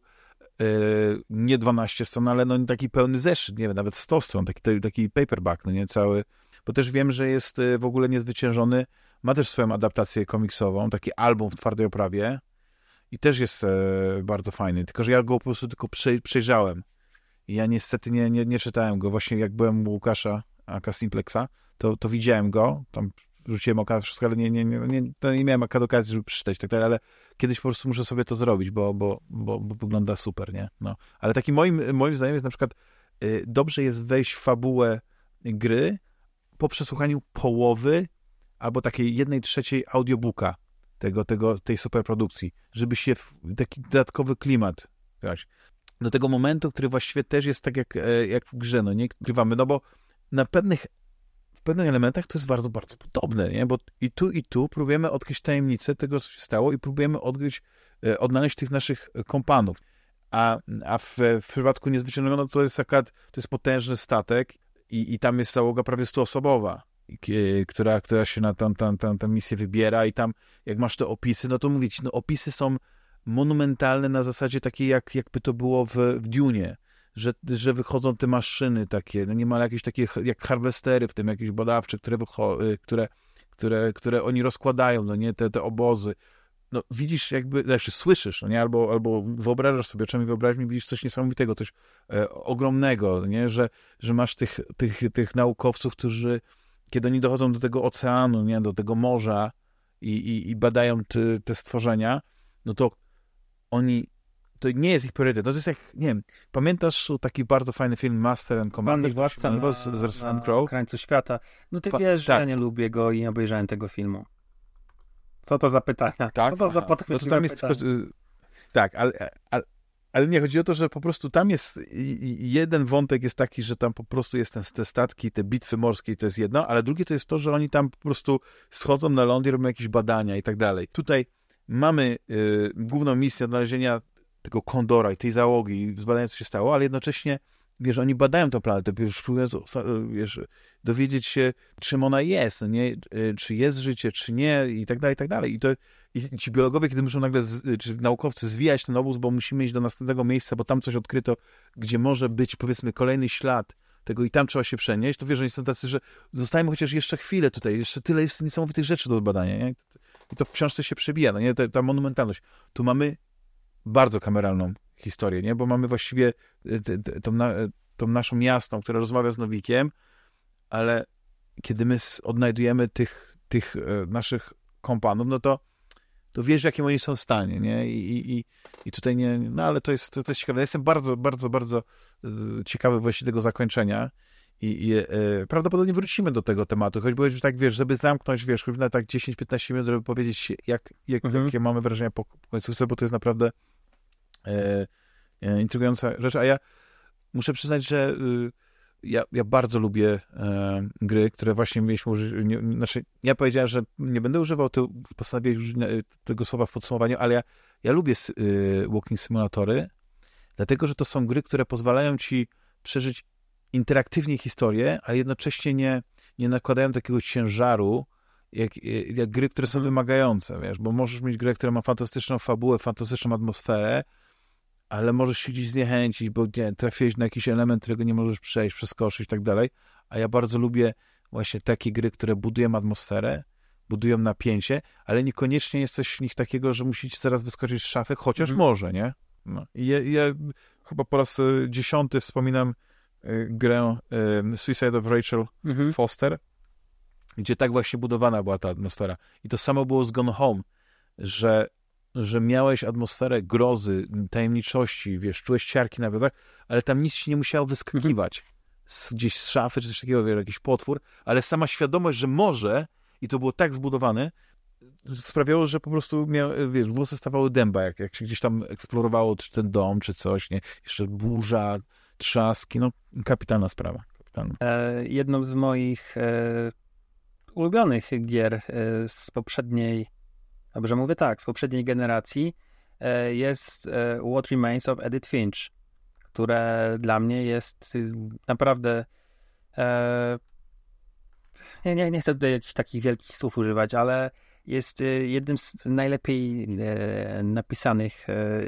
yy, nie dwanaście stron, ale no taki pełny zeszyt, nie wiem, nawet sto stron, taki, taki paperback, no nie, cały, bo też wiem, że jest yy, w ogóle niezwyciężony, ma też swoją adaptację komiksową, taki album w twardej oprawie i też jest yy, bardzo fajny, tylko że ja go po prostu tylko przejrzałem i ja niestety nie, nie, nie czytałem go, właśnie jak byłem u Łukasza aka Simplexa, to, to widziałem go, tam rzuciłem oka wszystko, ale nie, nie, nie, nie, to nie miałem okazji, żeby przeczytać, tak dalej, ale kiedyś po prostu muszę sobie to zrobić, bo, bo, bo, bo wygląda super, nie? No. Ale taki moim, moim zdaniem jest na przykład y, dobrze jest wejść w fabułę gry po przesłuchaniu połowy albo takiej jednej trzeciej audiobooka tego, tego, tej superprodukcji, żeby się w taki dodatkowy klimat grać. Do tego momentu, który właściwie też jest tak jak, jak w grze, no nie ukrywamy, no bo na pewnych w pewnych elementach to jest bardzo, bardzo podobne, nie? Bo i tu, i tu próbujemy odkryć tajemnicę tego, co się stało i próbujemy odkryć, odnaleźć tych naszych kompanów. A, a w, w przypadku Niezwyciężonego, no to jest akurat, to jest potężny statek i, i tam jest załoga prawie stuosobowa, która, która się na tę tam, tam, tam misję wybiera i tam, jak masz te opisy, no to mówić, no opisy są monumentalne na zasadzie takiej, jak, jakby to było w, w Dune'ie. Że, że wychodzą te maszyny takie, no niemal jakieś takie jak harwestery w tym, jakieś badawcze, które, wycho- które, które, które oni rozkładają, no nie, te, te obozy. No widzisz jakby, znaczy słyszysz, no nie, albo, albo wyobrażasz sobie, oczami wyobraźni, widzisz coś niesamowitego, coś e, ogromnego, no nie, że, że masz tych, tych, tych naukowców, którzy, kiedy oni dochodzą do tego oceanu, nie, do tego morza i, i, i badają te, te stworzenia, no to oni to nie jest ich priorytet. No to jest jak, nie wiem, pamiętasz taki bardzo fajny film Master and Commander? Pan Władca na, z, z na, na krańcu świata. No ty pa, wiesz, tak. że ja nie lubię go i nie obejrzałem tego filmu. Co to za pytania? Tak? Co to za podchwytliwe no to tam jest pytania? Tylko, tak, ale, ale, ale nie, chodzi o to, że po prostu tam jest jeden wątek jest taki, że tam po prostu jest ten, te statki, te bitwy morskie, to jest jedno, ale drugie to jest to, że oni tam po prostu schodzą na ląd i robią jakieś badania i tak dalej. Tutaj mamy y, główną misję odnalezienia tego Kondora i tej załogi, zbadania, co się stało, ale jednocześnie, wiesz, oni badają tę planetę, wiesz, próbują, wiesz, dowiedzieć się, czym ona jest, nie? Czy jest życie, czy nie, i tak dalej, i tak dalej. I to i ci biologowie, kiedy muszą nagle, z, czy naukowcy zwijać ten obóz, bo musimy iść do następnego miejsca, bo tam coś odkryto, gdzie może być, powiedzmy, kolejny ślad tego i tam trzeba się przenieść, to wiesz, że oni są tacy, że zostajemy chociaż jeszcze chwilę tutaj, jeszcze tyle jest niesamowitych rzeczy do zbadania, nie? I to w książce się przebija, no nie? Ta, ta monumentalność. Tu mamy bardzo kameralną historię, nie? Bo mamy właściwie t, t, tą, na, tą naszą jasną, która rozmawia z Nowikiem, ale kiedy my odnajdujemy tych, tych naszych kompanów, no to, to wiesz, w jakim oni są w stanie, nie? I, i, i tutaj nie... No ale to jest, to, to jest ciekawe. Ja jestem bardzo, bardzo, bardzo ciekawy właśnie tego zakończenia i, i e, prawdopodobnie wrócimy do tego tematu, choćby tak, wiesz, żeby zamknąć, wiesz, choćby na tak dziesięć piętnaście minut, żeby powiedzieć, jak, jak, mhm. jakie mamy wrażenia po końcówce, bo to jest naprawdę e, e, intrygująca rzecz, a ja muszę przyznać, że y, Ja, ja bardzo lubię e, gry, które właśnie mieliśmy użyć. Nie, znaczy, ja powiedziałem, że nie będę używał, to postanowiłem użyć tego słowa w podsumowaniu, ale ja, ja lubię y, walking simulatory, dlatego, że to są gry, które pozwalają ci przeżyć interaktywnie historię, a jednocześnie nie, nie nakładają takiego ciężaru, jak, jak gry, które są wymagające, wiesz, bo możesz mieć grę, która ma fantastyczną fabułę, fantastyczną atmosferę, ale możesz się gdzieś zniechęcić, bo nie, trafiłeś na jakiś element, którego nie możesz przejść, przeskoczyć i tak dalej, a ja bardzo lubię właśnie takie gry, które budują atmosferę, budują napięcie, ale niekoniecznie jest coś w nich takiego, że musicie zaraz wyskoczyć z szafy, chociaż mm-hmm. może, nie? No. I ja, ja chyba po raz y, dziesiąty wspominam y, grę y, Suicide of Rachel mm-hmm. Foster, gdzie tak właśnie budowana była ta atmosfera. I to samo było z Gone Home, że że miałeś atmosferę grozy, tajemniczości, wiesz, czułeś ciarki na wiodach, ale tam nic ci nie musiało wyskakiwać z, gdzieś z szafy, czy coś takiego, wiesz, jakiś potwór, ale sama świadomość, że może, i to było tak zbudowane, sprawiało, że po prostu miał, wiesz, włosy stawały dęba, jak, jak się gdzieś tam eksplorowało, czy ten dom, czy coś, nie? Jeszcze burza, trzaski, no kapitalna sprawa. Kapitalna. E, jedną z moich e, ulubionych gier e, z poprzedniej Dobrze mówię tak, z poprzedniej generacji e, jest e, What Remains of Edith Finch, które dla mnie jest y, naprawdę e, nie, nie, nie chcę tutaj jakichś takich wielkich słów używać, ale jest y, jednym z najlepiej e, napisanych e,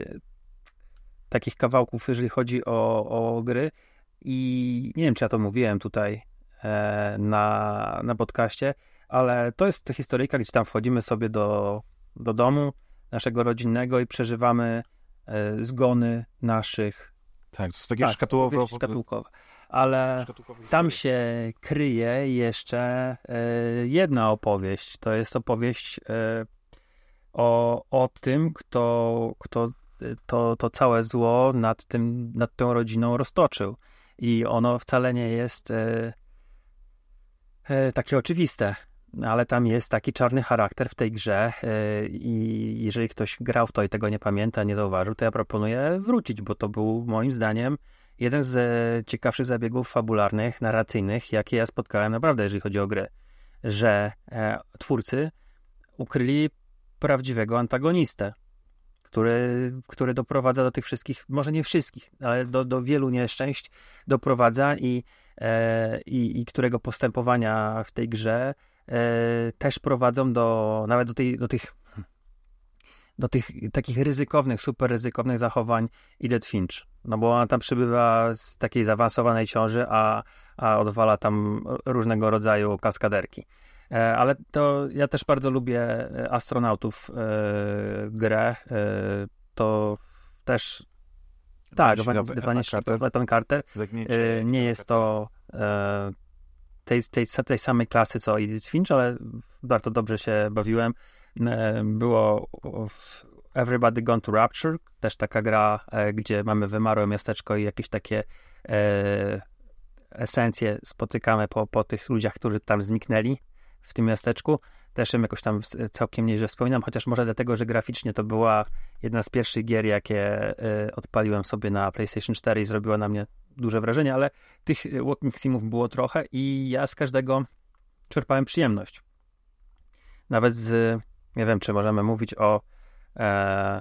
takich kawałków, jeżeli chodzi o, o gry i nie wiem, czy ja to mówiłem tutaj e, na, na podcaście, ale to jest historyjka, gdzie tam wchodzimy sobie do do domu naszego rodzinnego i przeżywamy e, zgony naszych... Tak, to jest takie tak, szkatułowe. szkatułkowe. Ale tam się kryje jeszcze e, jedna opowieść. To jest opowieść e, o, o tym, kto, kto to, to całe zło nad, tym, nad tą rodziną roztoczył. I ono wcale nie jest e, e, takie oczywiste. Ale tam jest taki czarny charakter w tej grze yy, i jeżeli ktoś grał w to i tego nie pamięta, nie zauważył, to ja proponuję wrócić, bo to był moim zdaniem jeden z e, ciekawszych zabiegów fabularnych, narracyjnych, jakie ja spotkałem naprawdę, jeżeli chodzi o grę, że e, twórcy ukryli prawdziwego antagonistę, który, który doprowadza do tych wszystkich, może nie wszystkich, ale do, do wielu nieszczęść doprowadza i, e, i, i którego postępowania w tej grze E, też prowadzą do, nawet do, tej, do tych do tych takich ryzykownych, super ryzykownych zachowań Edith Finch. No bo ona tam przybywa z takiej zaawansowanej ciąży, a, a odwala tam różnego rodzaju kaskaderki. E, ale to ja też bardzo lubię Astronautów e, grę. E, to też tak, Ethan Carter. E, nie jest to e, Tej, tej, tej samej klasy co Edith Finch, ale bardzo dobrze się bawiłem. Było Everybody Gone to Rapture, też taka gra, gdzie mamy wymarłe miasteczko i jakieś takie e, esencje spotykamy po, po tych ludziach, którzy tam zniknęli w tym miasteczku. Też ją jakoś tam całkiem nieźle wspominam, chociaż może dlatego, że graficznie to była jedna z pierwszych gier, jakie e, odpaliłem sobie na PlayStation cztery i zrobiła na mnie duże wrażenie, ale tych walking simów było trochę i ja z każdego czerpałem przyjemność. Nawet z, nie wiem, czy możemy mówić o e,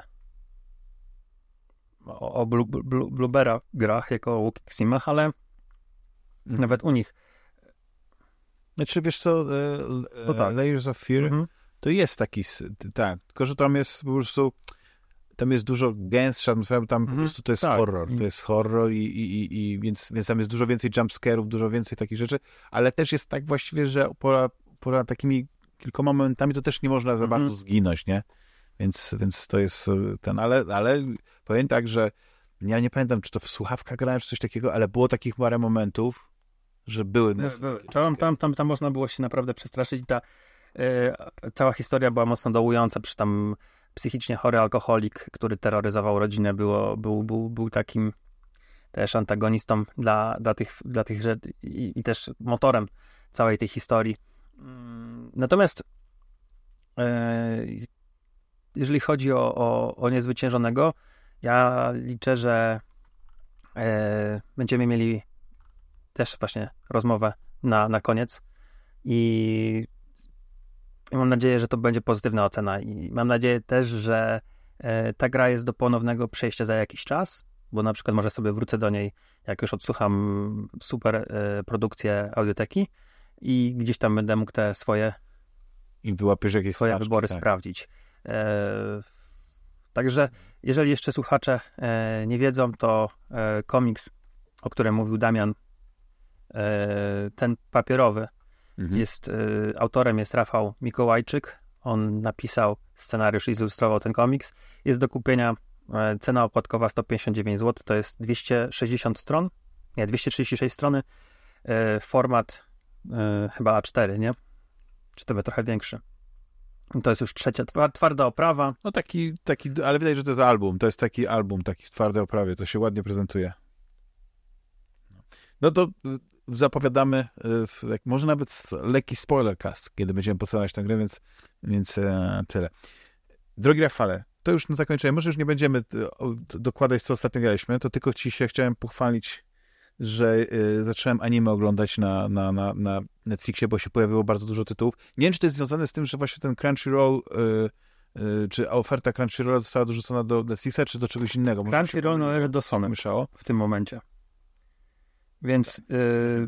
o, o Blue, Blue, Bluebera grach jako o walking simach, ale nawet u nich. Znaczy, wiesz co, e, no tak. Layers of Fear mhm. to jest taki, tak, tylko że tam jest po prostu tam jest dużo gęstsza atmosfera, tam mm, po prostu to jest tak. horror, to jest horror i, i, i, i więc, więc tam jest dużo więcej jumpscare'ów, dużo więcej takich rzeczy, ale też jest tak właściwie, że poza, poza takimi kilkoma momentami to też nie można za bardzo mm. zginąć, nie? Więc, więc to jest ten, ale, ale powiem tak, że Ja nie pamiętam, czy to w słuchawkach grałem, czy coś takiego, ale było takich parę momentów, że były. Były, były. Tam, tam, tam, tam można było się naprawdę przestraszyć. Ta y, cała historia była mocno dołująca, przy tam psychicznie chory alkoholik, który terroryzował rodzinę, było, był, był, był takim też antagonistą dla, dla tych, dla tych rzeczy i, i też motorem całej tej historii. Natomiast e, jeżeli chodzi o, o, o Niezwyciężonego, ja liczę, że e, będziemy mieli też właśnie rozmowę na, na koniec i, i mam nadzieję, że to będzie pozytywna ocena i mam nadzieję też, że e, ta gra jest do ponownego przejścia za jakiś czas, bo na przykład może sobie wrócę do niej, jak już odsłucham super e, produkcję audioteki i gdzieś tam będę mógł te swoje i wyłapiesz jakieś swoje smaczki, wybory tak. sprawdzić. E, także jeżeli jeszcze słuchacze e, nie wiedzą, to e, komiks, o którym mówił Damian, e, ten papierowy, Mhm. jest, e, autorem jest Rafał Mikołajczyk. On napisał scenariusz i zilustrował ten komiks. Jest do kupienia. Cena okładkowa sto pięćdziesiąt dziewięć złotych, to jest dwieście sześćdziesiąt stron, nie, dwieście trzydzieści sześć strony, e, format e, chyba A cztery, nie? Czy to by trochę większy. To jest już trzecia, twarda oprawa. No taki, taki, ale widać, że to jest album, to jest taki album, taki w twardej oprawie, to się ładnie prezentuje. No to zapowiadamy, jak może nawet lekki spoilercast, kiedy będziemy podstawiać tę grę, więc, więc e, tyle. Drogi Rafale, to już na zakończenie, może już nie będziemy dokładać, co ostatnio graliśmy, to tylko ci się chciałem pochwalić, że y, zacząłem anime oglądać na, na, na, na Netflixie, bo się pojawiło bardzo dużo tytułów. Nie wiem, czy to jest związane z tym, że właśnie ten Crunchyroll, y, y, czy oferta Crunchyrolla została dorzucona do Netflixa, czy do czegoś innego. Crunchyroll należy do Sony myszało. w tym momencie. Więc y,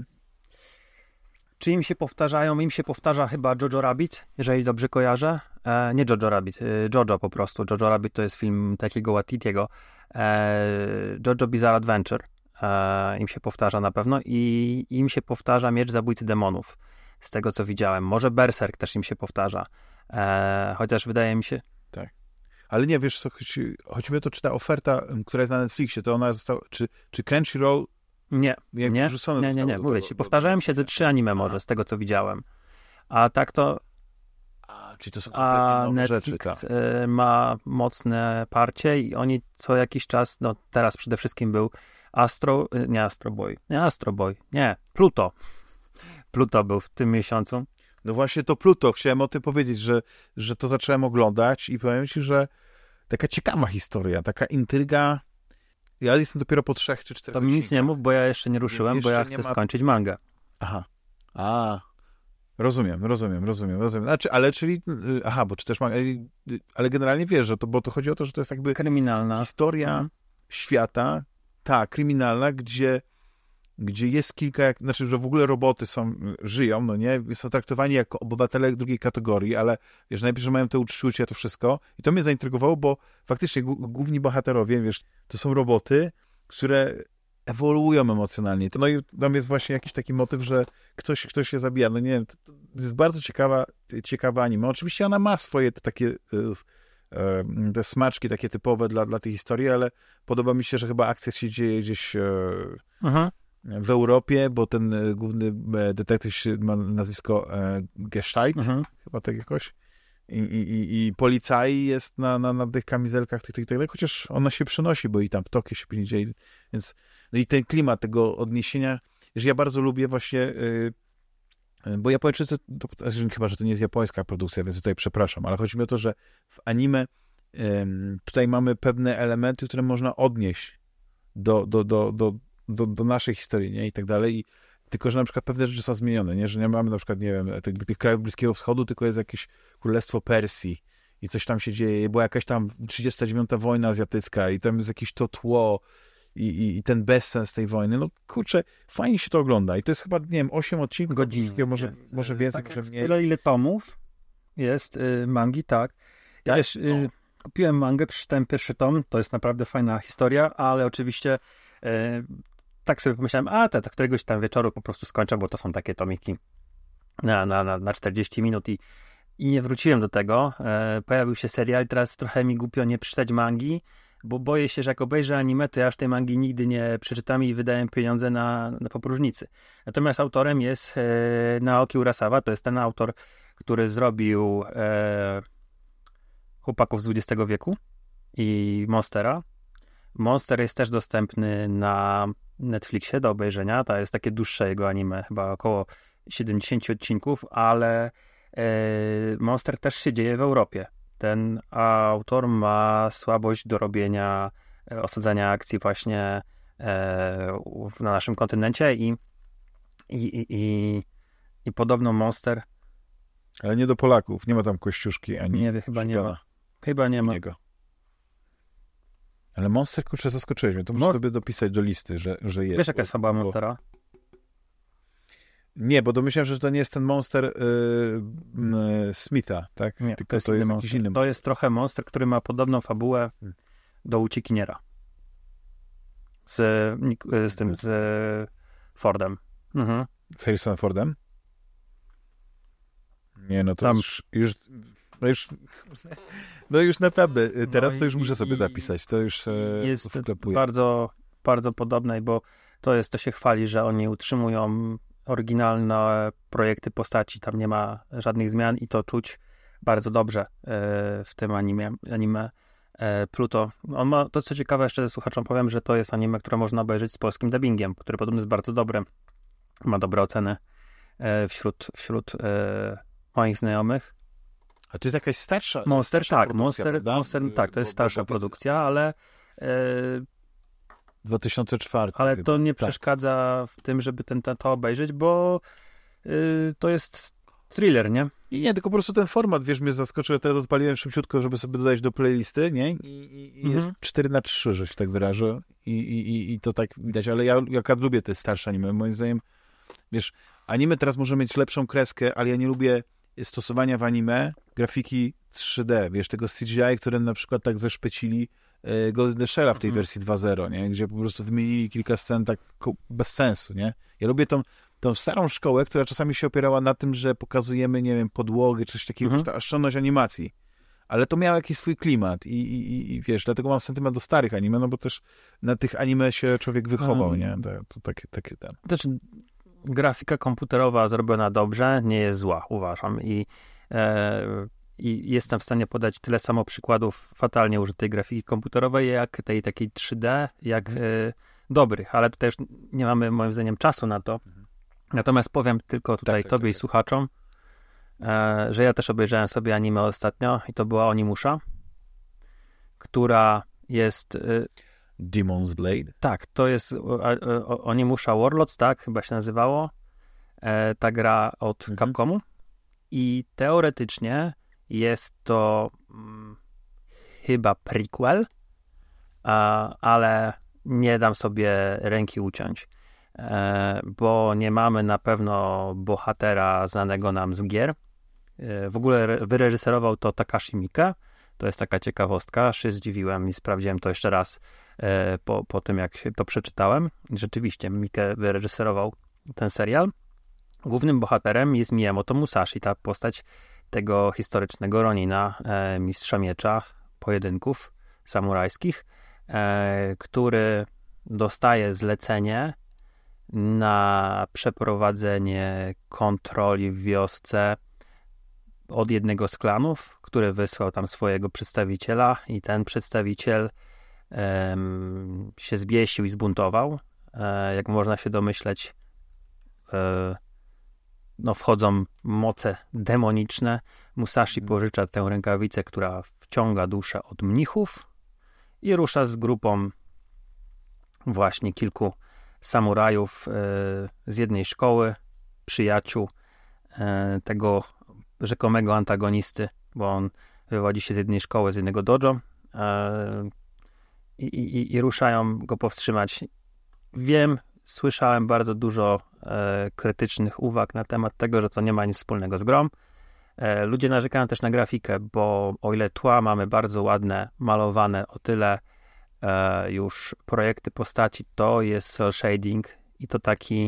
czy im się powtarzają? Im się powtarza chyba Jojo Rabbit, jeżeli dobrze kojarzę. E, nie Jojo Rabbit, y, Jojo po prostu. Jojo Rabbit to jest film takiego Watitiego. E, Jojo Bizarre Adventure. E, im się powtarza na pewno i im się powtarza Miecz Zabójcy Demonów. Z tego, co widziałem. Może Berserk też im się powtarza. E, chociaż wydaje mi się... Tak. Ale nie, wiesz co, chodzi, chodzi mi o to, czy ta oferta, która jest na Netflixie, to ona została, czy, czy Crunchyroll Nie, jak nie, wrzucone nie, nie, nie, do mówię tego, ci, do- powtarzają do- się te trzy anime może, z tego co widziałem. A tak to, A, czyli to są kompletnie a nowe Netflix rzeczy, tak. y, ma mocne parcie i oni co jakiś czas, no teraz przede wszystkim był Astro, y, nie Astro Boy, nie Astro Boy, nie, Pluto. Pluto był w tym miesiącu. No właśnie to Pluto, chciałem o tym powiedzieć, że, że to zacząłem oglądać i powiem ci, że taka ciekawa historia, taka intryga. Ja jestem dopiero po trzech czy czterech To mi nic odcinkach. nie mów, bo ja jeszcze nie ruszyłem, bo ja jeszcze nie chcę ma- skończyć mangę. Aha. A. Rozumiem, rozumiem, rozumiem, rozumiem. Znaczy, ale czyli, y, aha, bo czy też ma, y, y, ale generalnie wiesz, że to, bo to chodzi o to, że to jest jakby Kryminalna. historia Mhm. świata, ta, kryminalna, gdzie, gdzie jest kilka, jak, znaczy, że w ogóle roboty są, żyją, no nie, są traktowani jako obywatele drugiej kategorii, ale wiesz, najpierw, że mają te uczucia, to wszystko i to mnie zaintrygowało, bo faktycznie gó- główni bohaterowie, wiesz, to są roboty, które ewoluują emocjonalnie. To, no i tam jest właśnie jakiś taki motyw, że ktoś, ktoś się zabija. No nie wiem, to, to jest bardzo ciekawa, ciekawa anime. Oczywiście ona ma swoje te takie y, y, te smaczki takie typowe dla, dla tej historii, ale podoba mi się, że chyba akcja się dzieje gdzieś y, Mhm. w Europie, bo ten y, główny y, detektyw się- ma nazwisko y, Gestalt, Mhm. chyba tak jakoś. I, i, i, i policaj jest na, na, na tych kamizelkach, tych, tych, tych, chociaż ona się przenosi, bo i tam w Tokio się później dzieje, więc no i ten klimat tego odniesienia, że ja bardzo lubię właśnie, yy, yy, bo Japończycy, to, to, chyba, że to nie jest japońska produkcja, więc tutaj przepraszam, ale chodzi mi o to, że w anime yy, tutaj mamy pewne elementy, które można odnieść do, do, do, do, do, do naszej historii, nie, i tak dalej, i tylko, że na przykład pewne rzeczy są zmienione, nie? Że nie mamy na przykład, nie wiem, tych, tych krajów Bliskiego Wschodu, tylko jest jakieś Królestwo Persji i coś tam się dzieje. Była jakaś tam trzydziesta dziewiąta wojna azjatycka i tam jest jakieś to tło i, i, i ten bezsens tej wojny. No kurczę, fajnie się to ogląda i to jest chyba, nie wiem, osiem odcinków, Godziny. może, Jest, może y, więcej, tak może jak mniej. Tyle, ile tomów jest y, mangi, tak. Ja Tak? też y, kupiłem mangę, przeczytałem pierwszy tom, to jest naprawdę fajna historia, ale oczywiście y, tak sobie pomyślałem, a te, to któregoś tam wieczoru po prostu skończę, bo to są takie tomiki na, na, na, na czterdzieści minut i, i nie wróciłem do tego. E, pojawił się serial i teraz trochę mi głupio nie przeczytać mangi, bo boję się, że jak obejrzę anime, to ja aż tej mangi nigdy nie przeczytam i wydaję pieniądze na, na popróżnicy. Natomiast autorem jest e, Naoki Urasawa, to jest ten autor, który zrobił e, Chłopaków z dwudziestego wieku i Monstera. Monster jest też dostępny na Netflixie do obejrzenia. To jest takie dłuższe jego anime, chyba około siedemdziesiąt odcinków, ale e, Monster też się dzieje w Europie. Ten autor ma słabość do robienia, e, osadzania akcji właśnie e, na naszym kontynencie i, i, i, i, i podobno Monster... Ale nie do Polaków, nie ma tam Kościuszki ani... Nie wiem, chyba Szukana. nie ma. Chyba nie ma. Niego. Ale Monster, kurczę, zaskoczyłeś mnie. To muszę Monst- sobie dopisać do listy, że, że jest. Wiesz, jaka bo- jest fabuła bo- Monstera? Nie, bo domyślam, że to nie jest ten Monster yy, yy, Smitha, tak? Nie, Tylko to jest, to inny jest monster. jakiś inny. To jest trochę monster, który ma podobną fabułę Hmm. do Uciekiniera. Z, Nik- z tym, z Fordem. Mhm. Z Harrison Fordem? Nie, no to Tam- już, już... No już... No już naprawdę, y, teraz No to już i- muszę sobie i- zapisać. To już e, Jest wklepuję. bardzo, bardzo podobnej, bo to jest, to się chwali, że oni utrzymują oryginalne projekty postaci, tam nie ma żadnych zmian i to czuć bardzo dobrze e, w tym anime. anime. E, Pluto. On ma, to co ciekawe, jeszcze słuchaczom powiem, że to jest anime, które można obejrzeć z polskim dubbingiem, który podobno jest bardzo dobre. Ma dobre oceny e, wśród, wśród e, moich znajomych. A to jest jakaś starsza... Monster, starsza tak, produkcja, Monster, prawda? Monster, tak, to jest Bo- bo- starsza bo- produkcja, ale e, dwa tysiące czwarty. ale chyba. to nie Tak. przeszkadza w tym, żeby ten, ten, to obejrzeć, bo y, to jest thriller, nie? I nie, tylko po prostu ten format, wiesz, mnie zaskoczył. Ja teraz odpaliłem szybciutko, żeby sobie dodać do playlisty, nie? I, i, i Mhm. jest cztery na trzy, że się tak wyrażę. I, i, i, I to tak widać. Ale ja, ja lubię te starsze anime. Moim zdaniem, wiesz, anime teraz może mieć lepszą kreskę, ale ja nie lubię stosowania w anime grafiki trzy D. Wiesz, tego C G I, którym na przykład tak zeszpecili e, Ghost in the Shella w tej Mhm. wersji dwa zero, nie? Gdzie po prostu wymienili kilka scen tak ko- bez sensu, nie? Ja lubię tą tą starą szkołę, która czasami się opierała na tym, że pokazujemy, nie wiem, podłogę, czy coś takiego, Mhm. ta oszczędność animacji. Ale to miało jakiś swój klimat i, i, i wiesz, dlatego mam sentyment do starych anime, no bo też na tych anime się człowiek wychował, Mhm. nie? To, to takie, takie ten. Znaczy, grafika komputerowa zrobiona dobrze nie jest zła, uważam. I, e, I jestem w stanie podać tyle samo przykładów fatalnie użytej grafiki komputerowej, jak tej takiej trzy D, jak e, dobrych, ale tutaj już nie mamy moim zdaniem czasu na to. Natomiast powiem tylko tutaj tak, tobie tak, i słuchaczom, e, że ja też obejrzałem sobie anime ostatnio i to była Onimusha, która jest... E, Demon's Blade. tak, to jest e, e, Onimusha Warlords, tak, chyba się nazywało, e, ta gra od Mhm. Capcomu i teoretycznie jest to mm, chyba prequel, a, ale nie dam sobie ręki uciąć, e, bo nie mamy na pewno bohatera znanego nam z gier. E, w ogóle re- wyreżyserował to Takashi Miike. To jest taka ciekawostka, się zdziwiłem i sprawdziłem to jeszcze raz e, po, po tym, jak się to przeczytałem. Rzeczywiście Miike wyreżyserował ten serial. Głównym bohaterem jest Miyamoto Musashi, ta postać tego historycznego Ronina, e, mistrza miecza, pojedynków samurajskich, e, który dostaje zlecenie na przeprowadzenie kontroli w wiosce od jednego z klanów, który wysłał tam swojego przedstawiciela i ten przedstawiciel em, się zbiesił i zbuntował. E, jak można się domyśleć, e, no wchodzą moce demoniczne. Musashi pożycza tę rękawicę, która wciąga duszę od mnichów i rusza z grupą właśnie kilku samurajów e, z jednej szkoły, przyjaciół e, tego rzekomego antagonisty, bo on wywodzi się z jednej szkoły, z jednego dojo e, i, i, i ruszają go powstrzymać. Wiem, słyszałem bardzo dużo e, krytycznych uwag na temat tego, że to nie ma nic wspólnego z grą. E, ludzie narzekają też na grafikę, bo o ile tła mamy bardzo ładne, malowane, o tyle e, już projekty postaci to jest cel shading i to taki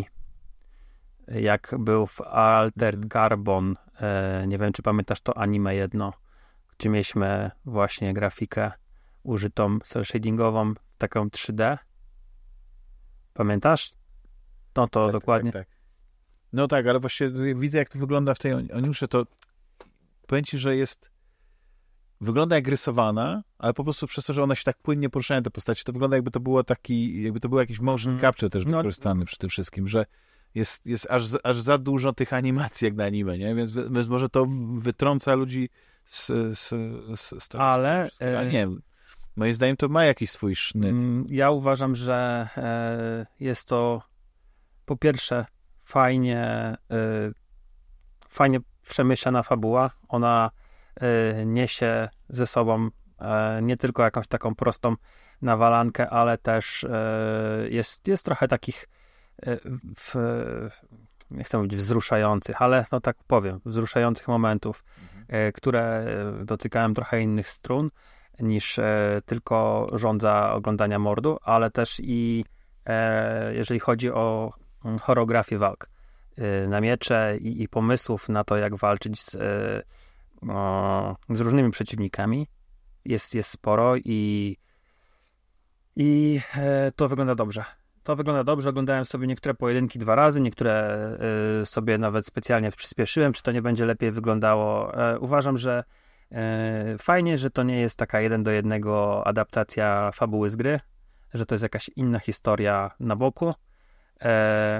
jak był w Altered Carbon, e, nie wiem czy pamiętasz to anime jedno, gdzie mieliśmy właśnie grafikę użytą cel shadingową, taką trzy D. Pamiętasz? No to tak, dokładnie. Tak, tak. No tak, ale właśnie widzę, jak to wygląda w tej Oniusze, to powiem ci, że jest wygląda jak rysowana, ale po prostu przez to, że one się tak płynnie poruszają te postacie, to wygląda jakby to było taki, jakby to był jakiś motion Mm. capture też No. wykorzystany przy tym wszystkim, że jest, jest aż, aż za dużo tych animacji jak na anime, nie? Więc, więc może to wytrąca ludzi z, z, z, z tego. Ale, Z tego, ale nie, moim zdaniem to ma jakiś swój sznyt. Mm, Ja uważam, że e, jest to po pierwsze fajnie e, fajnie przemyślana fabuła. Ona e, niesie ze sobą e, nie tylko jakąś taką prostą nawalankę, ale też e, jest, jest trochę takich e, w, nie chcę mówić wzruszających, ale no tak powiem, wzruszających momentów, e, które dotykają trochę innych strun niż e, tylko żądza oglądania mordu, ale też i e, jeżeli chodzi o mm, choreografię walk e, na miecze i, i pomysłów na to, jak walczyć z, e, o, z różnymi przeciwnikami, jest, jest sporo i, i e, to wygląda dobrze. To wygląda dobrze. Oglądałem sobie niektóre pojedynki dwa razy, niektóre y, sobie nawet specjalnie przyspieszyłem, czy to nie będzie lepiej wyglądało. E, uważam, że e, fajnie, że to nie jest taka jeden do jednego adaptacja fabuły z gry, że to jest jakaś inna historia na boku. E,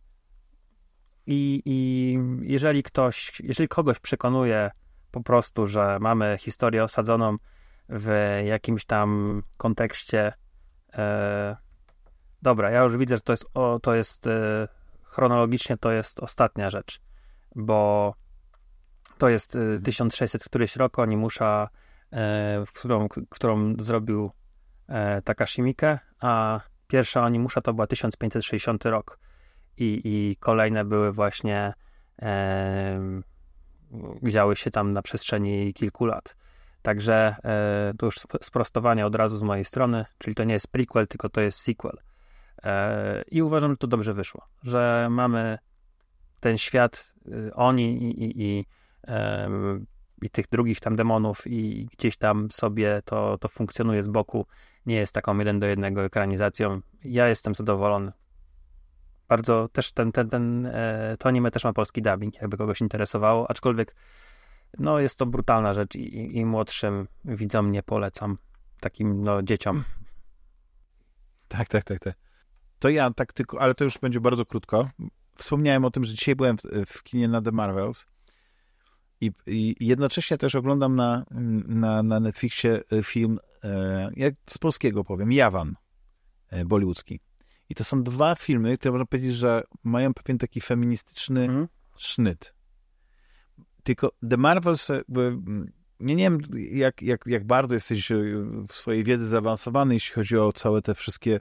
i, I jeżeli ktoś, jeżeli kogoś przekonuje po prostu, że mamy historię osadzoną w jakimś tam kontekście e, dobra, ja już widzę, że to jest, o, to jest e, chronologicznie to jest ostatnia rzecz, bo to jest e, tysiąc sześćset któryś rok, Onimusza, e, w którą, którą zrobił e, Takashi Miike, a pierwsza Onimusza to była tysiąc pięćset sześćdziesiąty rok i, i kolejne były właśnie e, działy się tam na przestrzeni kilku lat. Także e, to już sprostowanie od razu z mojej strony, czyli to nie jest prequel, tylko to jest sequel. I uważam, że to dobrze wyszło, że mamy ten świat, oni i, i, i, um, i tych drugich tam demonów i gdzieś tam sobie to, to funkcjonuje z boku, nie jest taką jeden do jednego ekranizacją. Ja jestem zadowolony. Bardzo też ten, ten, ten e, to anime też ma polski dubbing, jakby kogoś interesowało, aczkolwiek no jest to brutalna rzecz i, i, i młodszym widzom nie polecam, takim no dzieciom. Tak, tak, tak, tak. To ja tak tylko, ale to już będzie bardzo krótko. Wspomniałem o tym, że dzisiaj byłem w, w kinie na The Marvels i, i jednocześnie też oglądam na, na, na Netflixie film, e, jak z polskiego powiem, Jawan, e, bollywoodzki. I to są dwa filmy, które można powiedzieć, że mają pewien taki feministyczny mm. sznyt. Tylko The Marvels, jakby, nie, nie wiem, jak, jak, jak bardzo jesteś w swojej wiedzy zaawansowany, jeśli chodzi o całe te wszystkie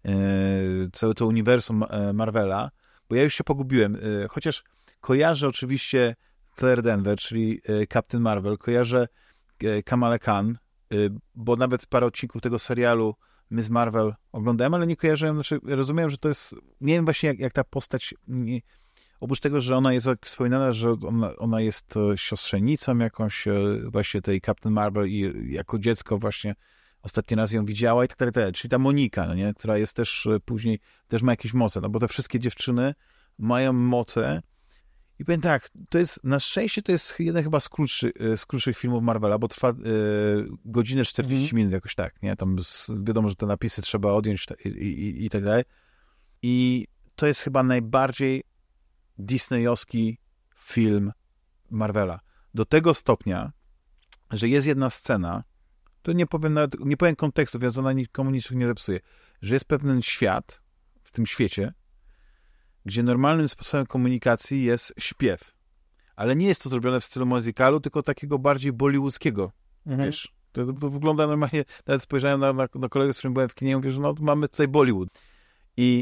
całe to uniwersum Marvela, bo ja już się pogubiłem, chociaż kojarzę oczywiście Claire Denver, czyli Captain Marvel, kojarzę Kamala Khan, bo nawet parę odcinków tego serialu Miz Marvel oglądałem, ale nie kojarzyłem, znaczy rozumiem, że to jest, nie wiem właśnie jak, jak ta postać, nie, oprócz tego, że ona jest wspominana, że ona, ona jest siostrzenicą jakąś właśnie tej Captain Marvel i jako dziecko właśnie ostatni raz ją widziała i tak dalej, tak dalej. Czyli ta Monika, no nie? Która jest też później, też ma jakieś moce, no bo te wszystkie dziewczyny mają moce i powiem tak, to jest, na szczęście to jest jeden chyba z, krótszy, z krótszych filmów Marvela, bo trwa y, godzinę czterdzieści mm. minut jakoś tak, nie? Tam z, wiadomo, że te napisy trzeba odjąć i, i, i tak dalej. I to jest chyba najbardziej disneyowski film Marvela. Do tego stopnia, że jest jedna scena, to nie powiem nawet, nie powiem kontekstu, więc ona nikomu niczego nie zepsuje, że jest pewien świat w tym świecie, gdzie normalnym sposobem komunikacji jest śpiew. Ale nie jest to zrobione w stylu musicalu, tylko takiego bardziej bollywoodzkiego. Mhm. Wiesz? To, to wygląda normalnie, nawet spojrzałem na, na, na kolegę, z którym byłem w kinie i mówię, że no, mamy tutaj Bollywood. I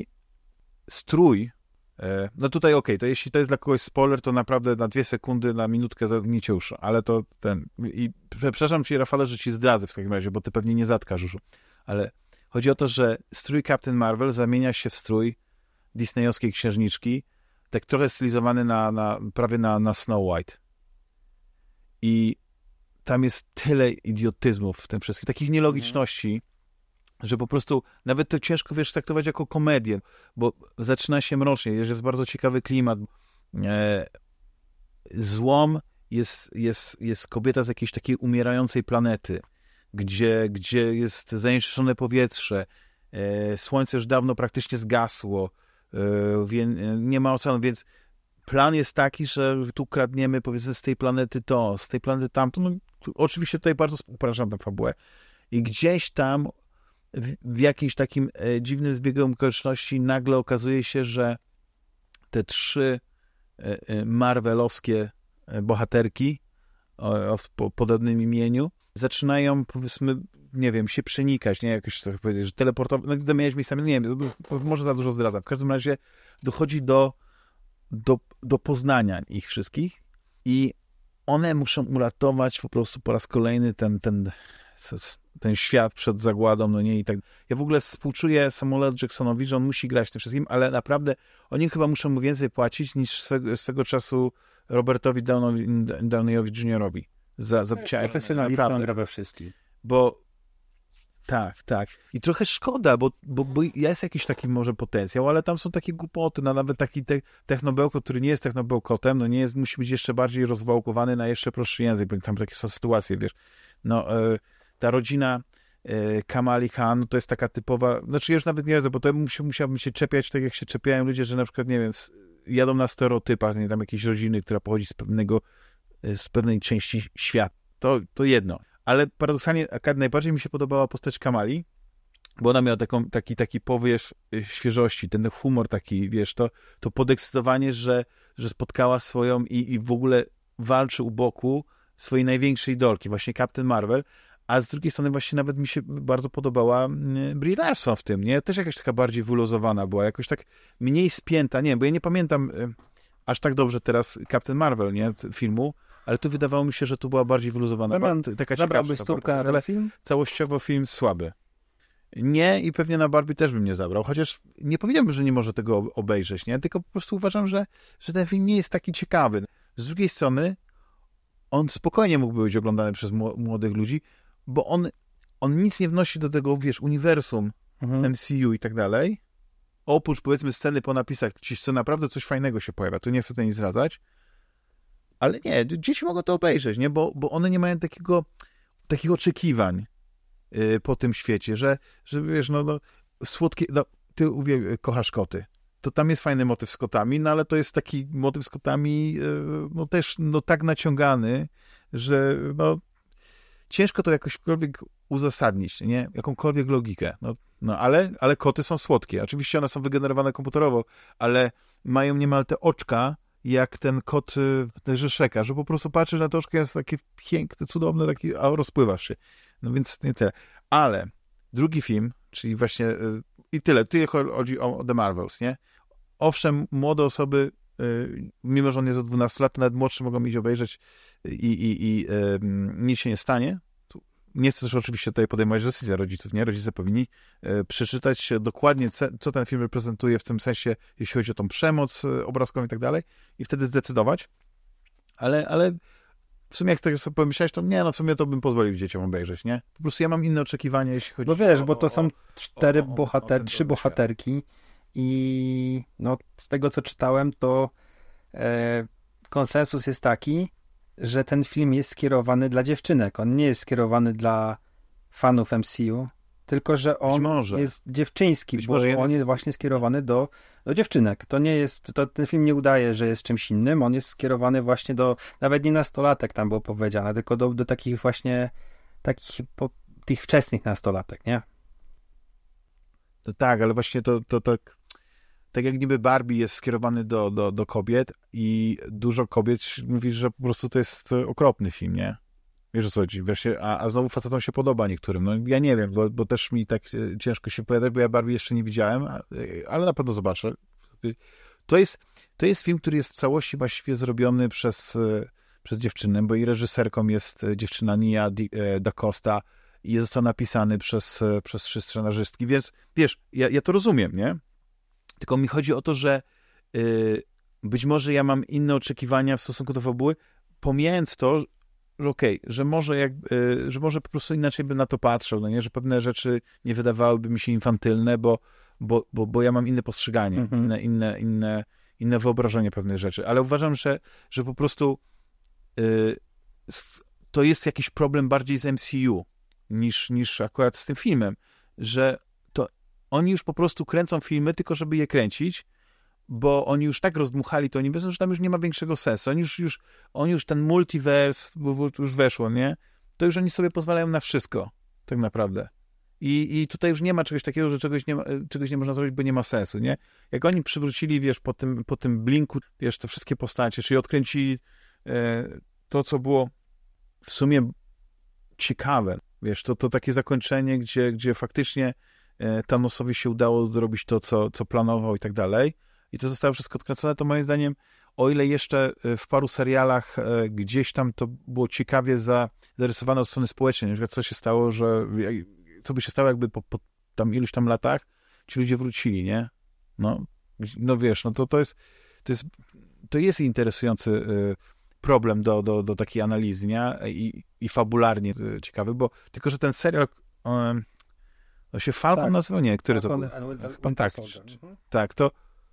strój, e, no tutaj okej, okay, to jeśli to jest dla kogoś spoiler, to naprawdę na dwie sekundy, na minutkę zamknijcie uszy, ale to ten, i przepraszam ci, Rafale, że ci zdradzę w takim razie, bo ty pewnie nie zatkasz uszu, ale chodzi o to, że strój Captain Marvel zamienia się w strój disneyowskiej księżniczki, tak trochę stylizowany na, na prawie na, na Snow White. I tam jest tyle idiotyzmów w tym wszystkim, takich nielogiczności, mm. że po prostu nawet to ciężko, wiesz, traktować jako komedię, bo zaczyna się mrocznie, jest bardzo ciekawy klimat. E, złom jest, jest, jest kobieta z jakiejś takiej umierającej planety, gdzie, gdzie jest zanieczyszczone powietrze, e, słońce już dawno praktycznie zgasło, e, wie, nie ma oceanu, więc plan jest taki, że tu kradniemy, powiedzmy, z tej planety to, z tej planety tamto. No, oczywiście tutaj bardzo upraszczam tę fabułę. I gdzieś tam w, w jakimś takim e, dziwnym zbiegu okoliczności nagle okazuje się, że te trzy e, e, marvelowskie e, bohaterki o, o po, podobnym imieniu zaczynają, powiedzmy, nie wiem, się przenikać, nie? Jakoś tak powiedzieć, że teleportować, no zamieniać miejscami, nie wiem, to, to może za dużo zdradzam. W każdym razie dochodzi do Do, do poznania ich wszystkich i one muszą uratować po prostu po raz kolejny ten, ten, ten świat przed zagładą, no nie, i tak. Ja w ogóle współczuję Samuel Jacksonowi, że on musi grać w tym wszystkim, ale naprawdę oni chyba muszą mu więcej płacić niż swego, swego czasu Robertowi Downowi, Downeyowi juniorowi za, za bycie profesjonalistą, gra we wszystkim. Bo tak, tak. I trochę szkoda, bo, bo, bo jest jakiś taki może potencjał, ale tam są takie głupoty, no nawet taki te, technobełkot, który nie jest technobełkotem, no nie jest, musi być jeszcze bardziej rozwałkowany na jeszcze prostszy język, bo tam takie są sytuacje, wiesz. No, e, ta rodzina e, Kamali Khan, no to jest taka typowa, znaczy już nawet nie wiem, bo to musi, musiałbym się czepiać tak, jak się czepiają ludzie, że na przykład, nie wiem, jadą na stereotypach, nie tam jakiejś rodziny, która pochodzi z pewnego, z pewnej części świata. To, to jedno. Ale paradoksalnie najbardziej mi się podobała postać Kamali, bo ona miała taką, taki, taki powiew świeżości, ten humor taki, wiesz, to, to podekscytowanie, że, że spotkała swoją i, i w ogóle walczy u boku swojej największej idolki, właśnie Captain Marvel, a z drugiej strony właśnie nawet mi się bardzo podobała Brie Larson w tym, nie? Też jakaś taka bardziej wyluzowana była, jakoś tak mniej spięta, nie, bo ja nie pamiętam aż tak dobrze teraz Captain Marvel, nie, filmu, ale tu wydawało mi się, że tu była bardziej wyluzowana. Roman, taka zabrałbyś córkę na ten film? Całościowo film słaby. Nie i pewnie na Barbie też bym nie zabrał, chociaż nie powiedziałbym, że nie może tego obejrzeć, nie? Tylko po prostu uważam, że, że ten film nie jest taki ciekawy. Z drugiej strony on spokojnie mógłby być oglądany przez młodych ludzi, bo on, on nic nie wnosi do tego, wiesz, uniwersum mhm. M C U i tak dalej. Oprócz, powiedzmy, sceny po napisach, gdzieś co naprawdę coś fajnego się pojawia. Tu nie chcę tutaj nic zdradzać. Ale nie, dzieci mogą to obejrzeć, nie? Bo, bo one nie mają takiego, takich oczekiwań yy, po tym świecie, że, że wiesz, no, no słodkie, no, ty uwie- kochasz koty. To tam jest fajny motyw z kotami, no ale to jest taki motyw z kotami yy, no też no, tak naciągany, że no ciężko to jakośkolwiek uzasadnić, nie? Jakąkolwiek logikę. No, no ale, ale koty są słodkie. Oczywiście one są wygenerowane komputerowo, ale mają niemal te oczka, jak ten kot y, Szreka, że po prostu patrzysz na to oczko, jest takie piękne, cudowne, taki, a rozpływasz się. No więc nie tyle. Ale drugi film, czyli właśnie y, i tyle, tyle chodzi o, o The Marvels, nie? Owszem, młode osoby, y, mimo że on jest od dwunastu lat, nawet młodszy mogą iść obejrzeć i, i, i y, nic się nie stanie. Nie chcę też oczywiście tutaj podejmować decyzji rodziców, nie? Rodzice powinni e, przeczytać dokładnie, co ten film reprezentuje w tym sensie, jeśli chodzi o tą przemoc e, obrazkową i tak dalej, i wtedy zdecydować. Ale, ale w sumie jak tak sobie pomyślałeś, to nie, no w sumie to bym pozwolił dzieciom obejrzeć, nie? Po prostu ja mam inne oczekiwania, jeśli chodzi o... Bo wiesz, o, bo to o, są cztery o, o, bohater, o trzy bohaterki i no z tego, co czytałem, to e, konsensus jest taki, że ten film jest skierowany dla dziewczynek. On nie jest skierowany dla fanów M C U, tylko że on jest dziewczyński, Być bo on jest... jest właśnie skierowany do, do dziewczynek. To nie jest, to ten film nie udaje, że jest czymś innym. On jest skierowany właśnie do, nawet nie nastolatek tam było powiedziane, tylko do, do takich właśnie, takich po, tych wczesnych nastolatek, nie? No tak, ale właśnie to, to tak tak jak niby Barbie jest skierowany do, do, do kobiet i dużo kobiet mówi, że po prostu to jest okropny film, nie? Wiesz o co chodzi? Wiesz, a, a znowu facetom się podoba niektórym. No ja nie wiem, bo, bo też mi tak ciężko się powiadać, bo ja Barbie jeszcze nie widziałem, ale na pewno zobaczę. To jest, to jest film, który jest w całości właściwie zrobiony przez, przez dziewczynę, bo i reżyserką jest dziewczyna Nia Da Costa i został napisany przez, przez trzy scenarzystki, więc wiesz, ja, ja to rozumiem, nie? Tylko mi chodzi o to, że yy, być może ja mam inne oczekiwania w stosunku do fabuły, pomijając to, że okej, okay, że może jak, y, że może po prostu inaczej bym na to patrzył, no nie, że pewne rzeczy nie wydawałyby mi się infantylne, bo, bo, bo, bo ja mam inne postrzeganie, mhm. inne, inne, inne, inne wyobrażenie pewnych rzeczy, ale uważam, że, że po prostu y, to jest jakiś problem bardziej z M C U niż, niż akurat z tym filmem, że to oni już po prostu kręcą filmy tylko, żeby je kręcić, bo oni już tak rozdmuchali to uniwersum, że tam już nie ma większego sensu. Oni już, już, oni już ten multiverse, bo już weszło, nie? To już oni sobie pozwalają na wszystko, tak naprawdę. I, i tutaj już nie ma czegoś takiego, że czegoś nie, ma, czegoś nie można zrobić, bo nie ma sensu, nie? Jak oni przywrócili, wiesz, po tym, po tym blinku, wiesz, te wszystkie postacie, czyli odkręcili e, to, co było w sumie ciekawe, wiesz, to, to takie zakończenie, gdzie, gdzie faktycznie e, Thanosowi się udało zrobić to, co, co planował i tak dalej. I to zostało wszystko odkręcone, to moim zdaniem, o ile jeszcze w paru serialach e, gdzieś tam to było ciekawie za, zarysowane od strony społecznej, na przykład co się stało, że co by się stało, jakby po, po tam iluś tam latach ci ludzie wrócili, nie? No, no wiesz, no to, to jest to jest, to jest interesujący y, problem do, do, do takiej analizy, nie? I, i fabularnie y, ciekawy, bo tylko, że ten serial y, to się Falcon tak. nazywał? Nie, który Falcon to był? Pan tak, tak, to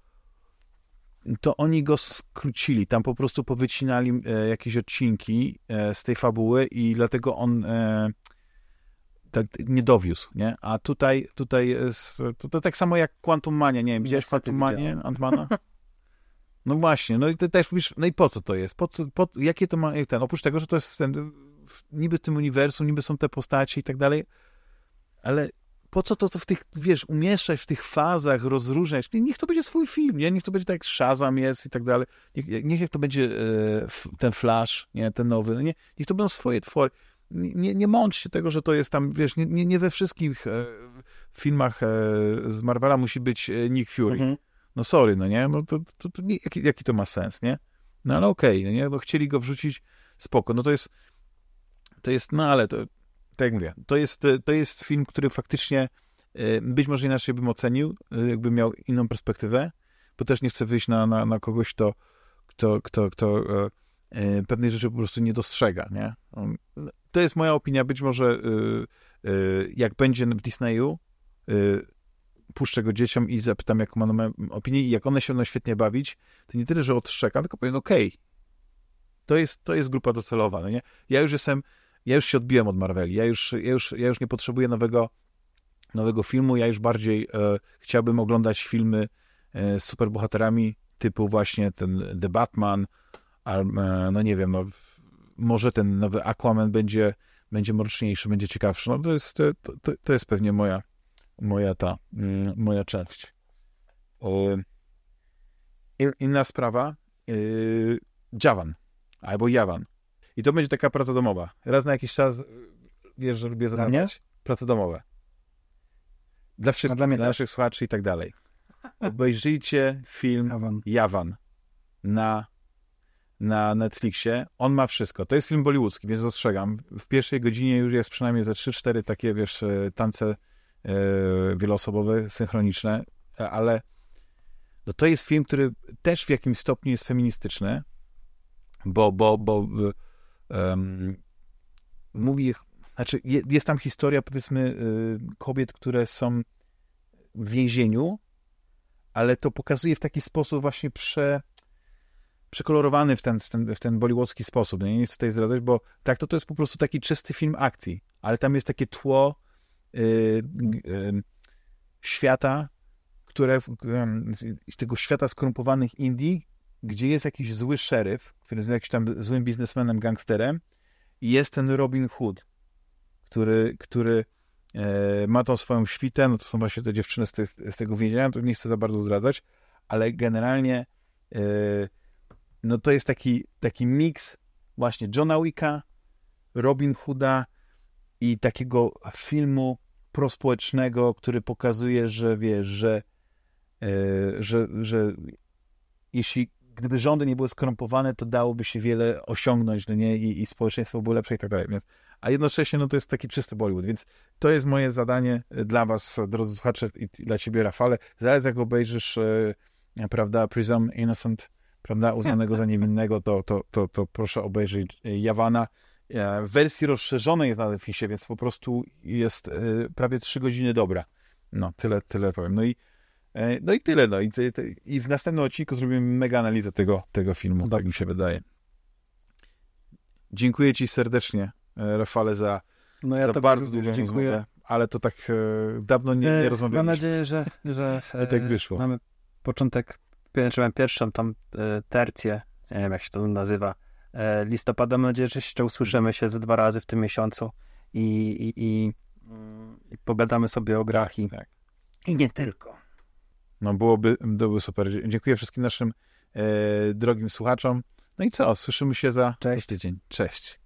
to oni go skrócili, tam po prostu powycinali e, jakieś odcinki e, z tej fabuły i dlatego on e, tak nie dowiózł, nie? A tutaj, tutaj jest, to, to tak samo jak Quantum Mania, nie wiem, widziałeś Quantum Manię, Ant-Mana? No właśnie, no i ty też mówisz, no i po co to jest? Po co, po, jakie to ma ten, oprócz tego, że to jest ten, niby w tym uniwersum, niby są te postacie i tak dalej, ale po co to, to w tych, wiesz, umieszczać w tych fazach, rozróżniać? Niech to będzie swój film, nie? Niech to będzie tak jak Shazam jest i tak dalej. Niech, niech to będzie e, ten Flash, nie? Ten nowy. Nie? Niech to będą swoje twory. Nie, nie mączcie tego, że to jest tam, wiesz, nie, nie, nie we wszystkich e, filmach e, z Marvela musi być e, Nick Fury. Mhm. No sorry, no nie? No to, to, to nie, jaki, jaki to ma sens, nie? No ale okej, okay, no nie? No chcieli go wrzucić, spoko. No to jest, to jest, no ale to tak jak mówię, to jest, to jest film, który faktycznie być może inaczej bym ocenił, jakby miał inną perspektywę, bo też nie chcę wyjść na, na, na kogoś, kto, kto, kto, kto e, pewnej rzeczy po prostu nie dostrzega, nie? To jest moja opinia, być może e, e, jak będzie w Disneyu, e, puszczę go dzieciom i zapytam, jaką mają opinię i jak one się będą świetnie bawić, to nie tyle, że odszczekam, tylko powiem, okej, okay, to jest, to jest grupa docelowa, no nie? Ja już jestem Ja już się odbiłem od Marveli. Ja już, ja już, ja już nie potrzebuję nowego, nowego filmu. Ja już bardziej e, chciałbym oglądać filmy e, z superbohaterami typu właśnie ten The Batman, a, e, no nie wiem, no, może ten nowy Aquaman będzie, będzie mroczniejszy, będzie ciekawszy. No to jest, to, to, to jest pewnie moja, moja ta, y, moja część. O, inna sprawa, y, Javan, albo Javan. I to będzie taka praca domowa. Raz na jakiś czas, wiesz, że lubię zadawać prace domowe. Dla wszystkich, dla, dla naszych słuchaczy i tak dalej. Obejrzyjcie film Javan, Javan na, na Netflixie. On ma wszystko. To jest film bollywoodzki, więc ostrzegam. W pierwszej godzinie już jest przynajmniej ze trzy cztery takie, wiesz, tance e, wieloosobowe, synchroniczne, ale no to jest film, który też w jakimś stopniu jest feministyczny, bo, bo, bo Um, mówi, znaczy jest tam historia, powiedzmy, y, kobiet, które są w więzieniu, ale to pokazuje w taki sposób właśnie prze, przekolorowany w ten, w ten, w ten bollywoodzki sposób. Nie, nie chcę tutaj zdradzać, bo tak, to, to jest po prostu taki czysty film akcji, ale tam jest takie tło y, y, świata, które, y, tego świata skorumpowanych Indii, gdzie jest jakiś zły szeryf, który jest jakimś tam złym biznesmenem, gangsterem i jest ten Robin Hood, który, który e, ma tą swoją świtę, no to są właśnie te dziewczyny z, te, z tego więzienia, to nie chcę za bardzo zdradzać, ale generalnie e, no to jest taki, taki miks właśnie Johna Wicka, Robin Hooda i takiego filmu prospołecznego, który pokazuje, że wiesz, że, e, że, że jeśli gdyby rządy nie były skorumpowane, to dałoby się wiele osiągnąć, no nie? I, i społeczeństwo było lepsze i tak dalej. A jednocześnie no to jest taki czysty Bollywood, więc to jest moje zadanie dla was, drodzy słuchacze, i dla ciebie, Rafale. Zaraz jak obejrzysz, e, prawda, Prism Innocent, prawda, uznanego za niewinnego, to, to, to, to proszę obejrzyj Javana E, w wersji rozszerzonej jest na Netflixie, więc po prostu jest e, prawie trzy godziny dobra. No, tyle, tyle powiem. No i, e, no i tyle, no. I, te, te, I w następnym odcinku zrobimy mega analizę tego, tego filmu, Dobrze. tak mi się wydaje. Dziękuję ci serdecznie, e, Rafale, za, No ja za to bardzo długą dziękuję. rozmowę, ale to tak e, dawno nie, nie rozmawialiśmy. Mam nadzieję, że, że I tak wyszło. mamy początek, czy pierwszą tam e, tercję, nie wiem jak się to nazywa, e, listopada. Mam nadzieję, że jeszcze usłyszymy się ze dwa razy w tym miesiącu i, i, i, i pogadamy sobie o grach i, Tak. i nie tylko. No byłoby, byłoby super. Dziękuję wszystkim naszym e, drogim słuchaczom. No i co? Słyszymy się za Cześć. tydzień. Cześć.